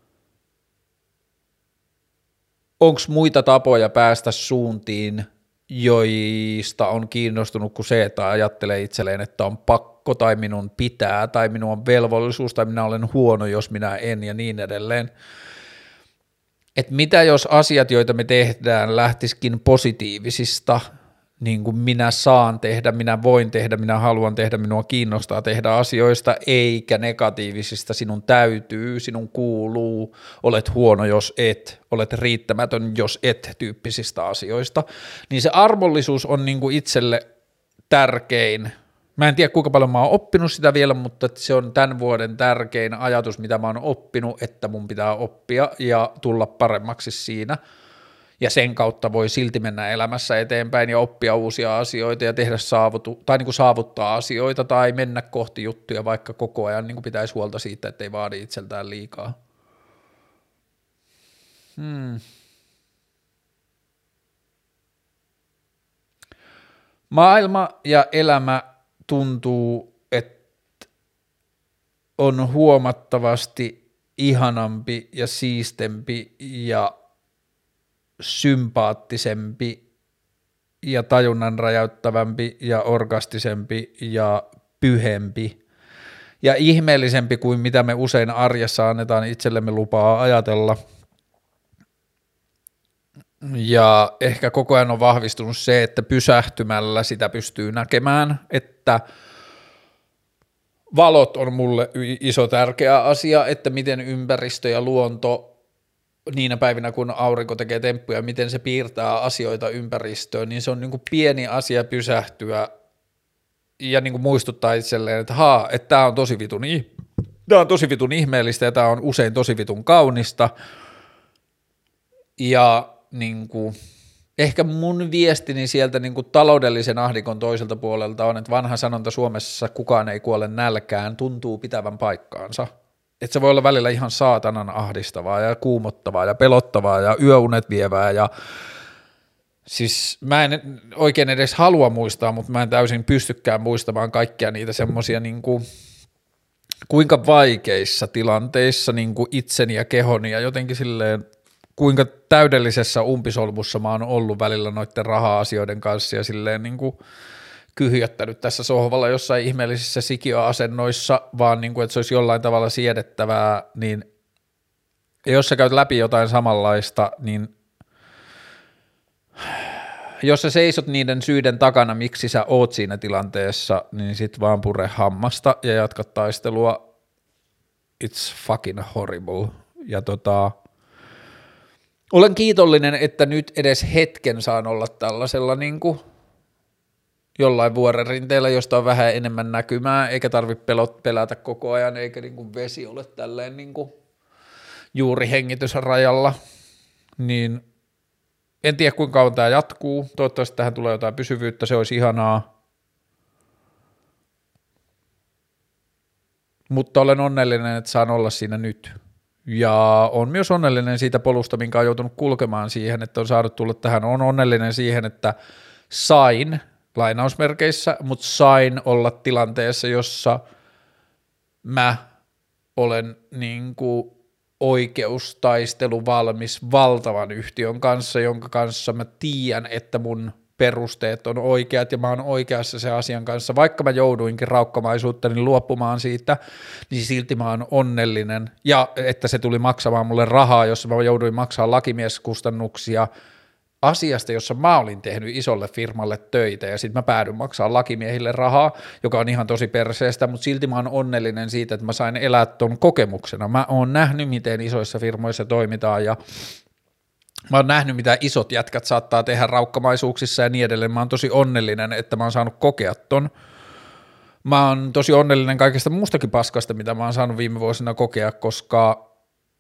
S1: onko muita tapoja päästä suuntiin, joista on kiinnostunut kuin se, että ajattelee itselleen, että on pakko tai minun pitää tai minun on velvollisuus tai minä olen huono, jos minä en ja niin edelleen. Että mitä jos asiat, joita me tehdään, lähtisikin positiivisista, niin kuin minä saan tehdä, minä voin tehdä, minä haluan tehdä, minua kiinnostaa tehdä asioista, eikä negatiivisista, sinun täytyy, sinun kuuluu, olet huono, jos et, olet riittämätön, jos et tyyppisistä asioista, niin se armollisuus on niin kuin itselle tärkein. Mä en tiedä kuinka paljon mä oon oppinut sitä vielä, mutta se on tämän vuoden tärkein ajatus, mitä mä oon oppinut, että mun pitää oppia ja tulla paremmaksi siinä. Ja sen kautta voi silti mennä elämässä eteenpäin ja oppia uusia asioita ja tehdä saavutu- tai niin kuin saavuttaa asioita tai mennä kohti juttuja, vaikka koko ajan niin kuin pitäisi huolta siitä, että ei vaadi itseltään liikaa. Hmm. Maailma ja elämä tuntuu, että on huomattavasti ihanampi ja siistempi ja sympaattisempi ja tajunnan räjäyttävämpi ja orgastisempi ja pyhempi ja ihmeellisempi kuin mitä me usein arjessa annetaan itsellemme lupaa ajatella. Ja ehkä koko ajan on vahvistunut se, että pysähtymällä sitä pystyy näkemään, että valot on mulle iso tärkeä asia, että miten ympäristö ja luonto niinä päivinä, kun aurinko tekee temppuja, miten se piirtää asioita ympäristöön, niin se on niin kuin pieni asia pysähtyä ja niin kuin muistuttaa itselleen, että haa, että tämä on tosi vitun, tämä on tosi vitun ihmeellistä ja tämä on usein tosi vitun kaunista. Ja niin kuin, ehkä mun viestini sieltä niin kuin taloudellisen ahdikon toiselta puolelta on, että vanha sanonta Suomessa kukaan ei kuole nälkään tuntuu pitävän paikkaansa. Että se voi olla välillä ihan saatanan ahdistavaa ja kuumottavaa ja pelottavaa ja yöunet vievää ja siis mä en oikein edes halua muistaa, mutta mä en täysin pystykään muistamaan kaikkia niitä semmoisia niin kuin kuinka vaikeissa tilanteissa niin kuin itseni ja kehoni ja jotenkin silleen kuinka täydellisessä umpisolmussa mä oon ollut välillä noiden raha-asioiden kanssa ja silleen niin kuin kyhjöttänyt tässä sohvalla jossain ihmeellisissä sikiöasennoissa, vaan niin kuin, että se olisi jollain tavalla siedettävää, niin jos sä käyt läpi jotain samanlaista, niin jos sä seisot niiden syiden takana, miksi sä oot siinä tilanteessa, niin sit vaan pure hammasta ja jatka taistelua. It's fucking horrible. Ja tota, olen kiitollinen, että nyt edes hetken saan olla tällaisella niin kuin jollain vuoren rinteellä, josta on vähän enemmän näkymää, eikä tarvitse pelätä koko ajan, eikä niin kuin vesi ole tälleen niin kuin juuri hengitysrajalla, niin en tiedä kuinka kauan tämä jatkuu, toivottavasti tähän tulee jotain pysyvyyttä, se olisi ihanaa, mutta olen onnellinen, että saan olla siinä nyt. Ja on myös onnellinen siitä polusta, minkä on joutunut kulkemaan siihen, että on saanut tulla tähän. On onnellinen siihen, että sain, lainausmerkeissä, mutta sain olla tilanteessa, jossa mä olen niin kuin oikeustaistelu valmis valtavan yhtiön kanssa, jonka kanssa mä tiedän, että mun perusteet on oikeat ja mä oon oikeassa sen asian kanssa, vaikka mä jouduinkin raukkamaisuuttani luopumaan siitä, niin silti mä oon onnellinen ja että se tuli maksamaan mulle rahaa, jossa mä jouduin maksaa lakimieskustannuksia asiasta, jossa mä olin tehnyt isolle firmalle töitä ja sitten mä päädyin maksaa lakimiehille rahaa, joka on ihan tosi perseestä, mutta silti mä oon onnellinen siitä, että mä sain elää ton kokemuksena. Mä oon nähnyt, miten isoissa firmoissa toimitaan ja mä oon nähnyt, mitä isot jätkät saattaa tehdä raukkamaisuuksissa ja niin edelleen. Mä oon tosi onnellinen, että mä oon saanut kokea ton. Mä oon tosi onnellinen kaikesta muustakin paskasta, mitä mä oon saanut viime vuosina kokea, koska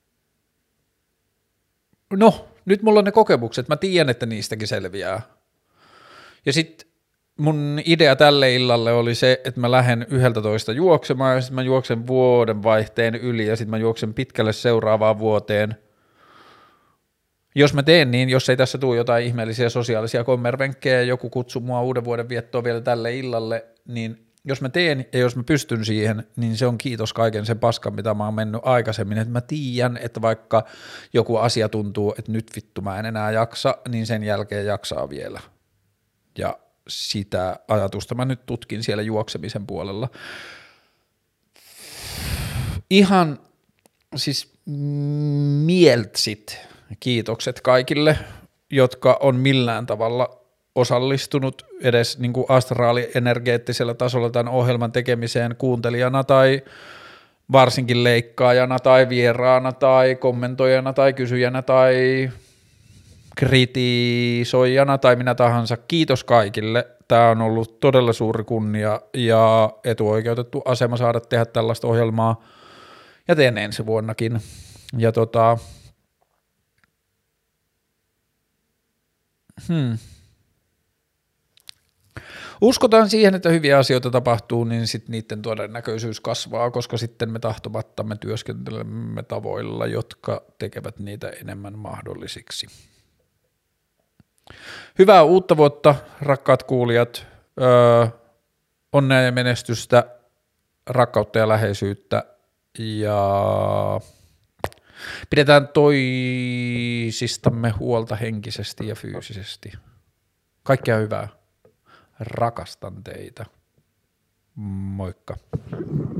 S1: no, nyt mulla on ne kokemukset, mä tiedän, että niistäkin selviää. Ja sit mun idea tälle illalle oli se, että mä lähden yhdeltätoista juoksemaan ja sit mä juoksen vuoden vaihteen yli ja sit mä juoksen pitkälle seuraavaan vuoteen. Jos mä teen niin, jos ei tässä tule jotain ihmeellisiä sosiaalisia kommervenkkejä ja joku kutsuu mua uuden vuoden viettoa vielä tälle illalle, niin jos mä teen ja jos mä pystyn siihen, niin se on kiitos kaiken sen paskan, mitä mä oon mennyt aikaisemmin, että mä tiedän, että vaikka joku asia tuntuu, että nyt vittu mä en enää jaksa, niin sen jälkeen jaksaa vielä. Ja sitä ajatusta mä nyt tutkin siellä juoksemisen puolella. Ihan siis mieltsit kiitokset kaikille, jotka on millään tavalla osallistunut edes niin kuin astraalienergeettisellä tasolla tämän ohjelman tekemiseen kuuntelijana tai varsinkin leikkaajana tai vieraana tai kommentoijana tai kysyjänä tai kritisoijana tai minä tahansa. Kiitos kaikille. tämä on ollut todella suuri kunnia ja etuoikeutettu asema saada tehdä tällaista ohjelmaa, ja teen ensi vuonnakin. Ja tota, hmm. uskotaan siihen, että hyviä asioita tapahtuu, niin sitten niiden todennäköisyys kasvaa, koska sitten me tahtomatta me työskentelemme tavoilla, jotka tekevät niitä enemmän mahdollisiksi. Hyvää uutta vuotta, rakkaat kuulijat, öö, onnea ja menestystä, rakkautta ja läheisyyttä, ja pidetään toisistamme huolta henkisesti ja fyysisesti. Kaikkea hyvää. Rakastan teitä. Moikka.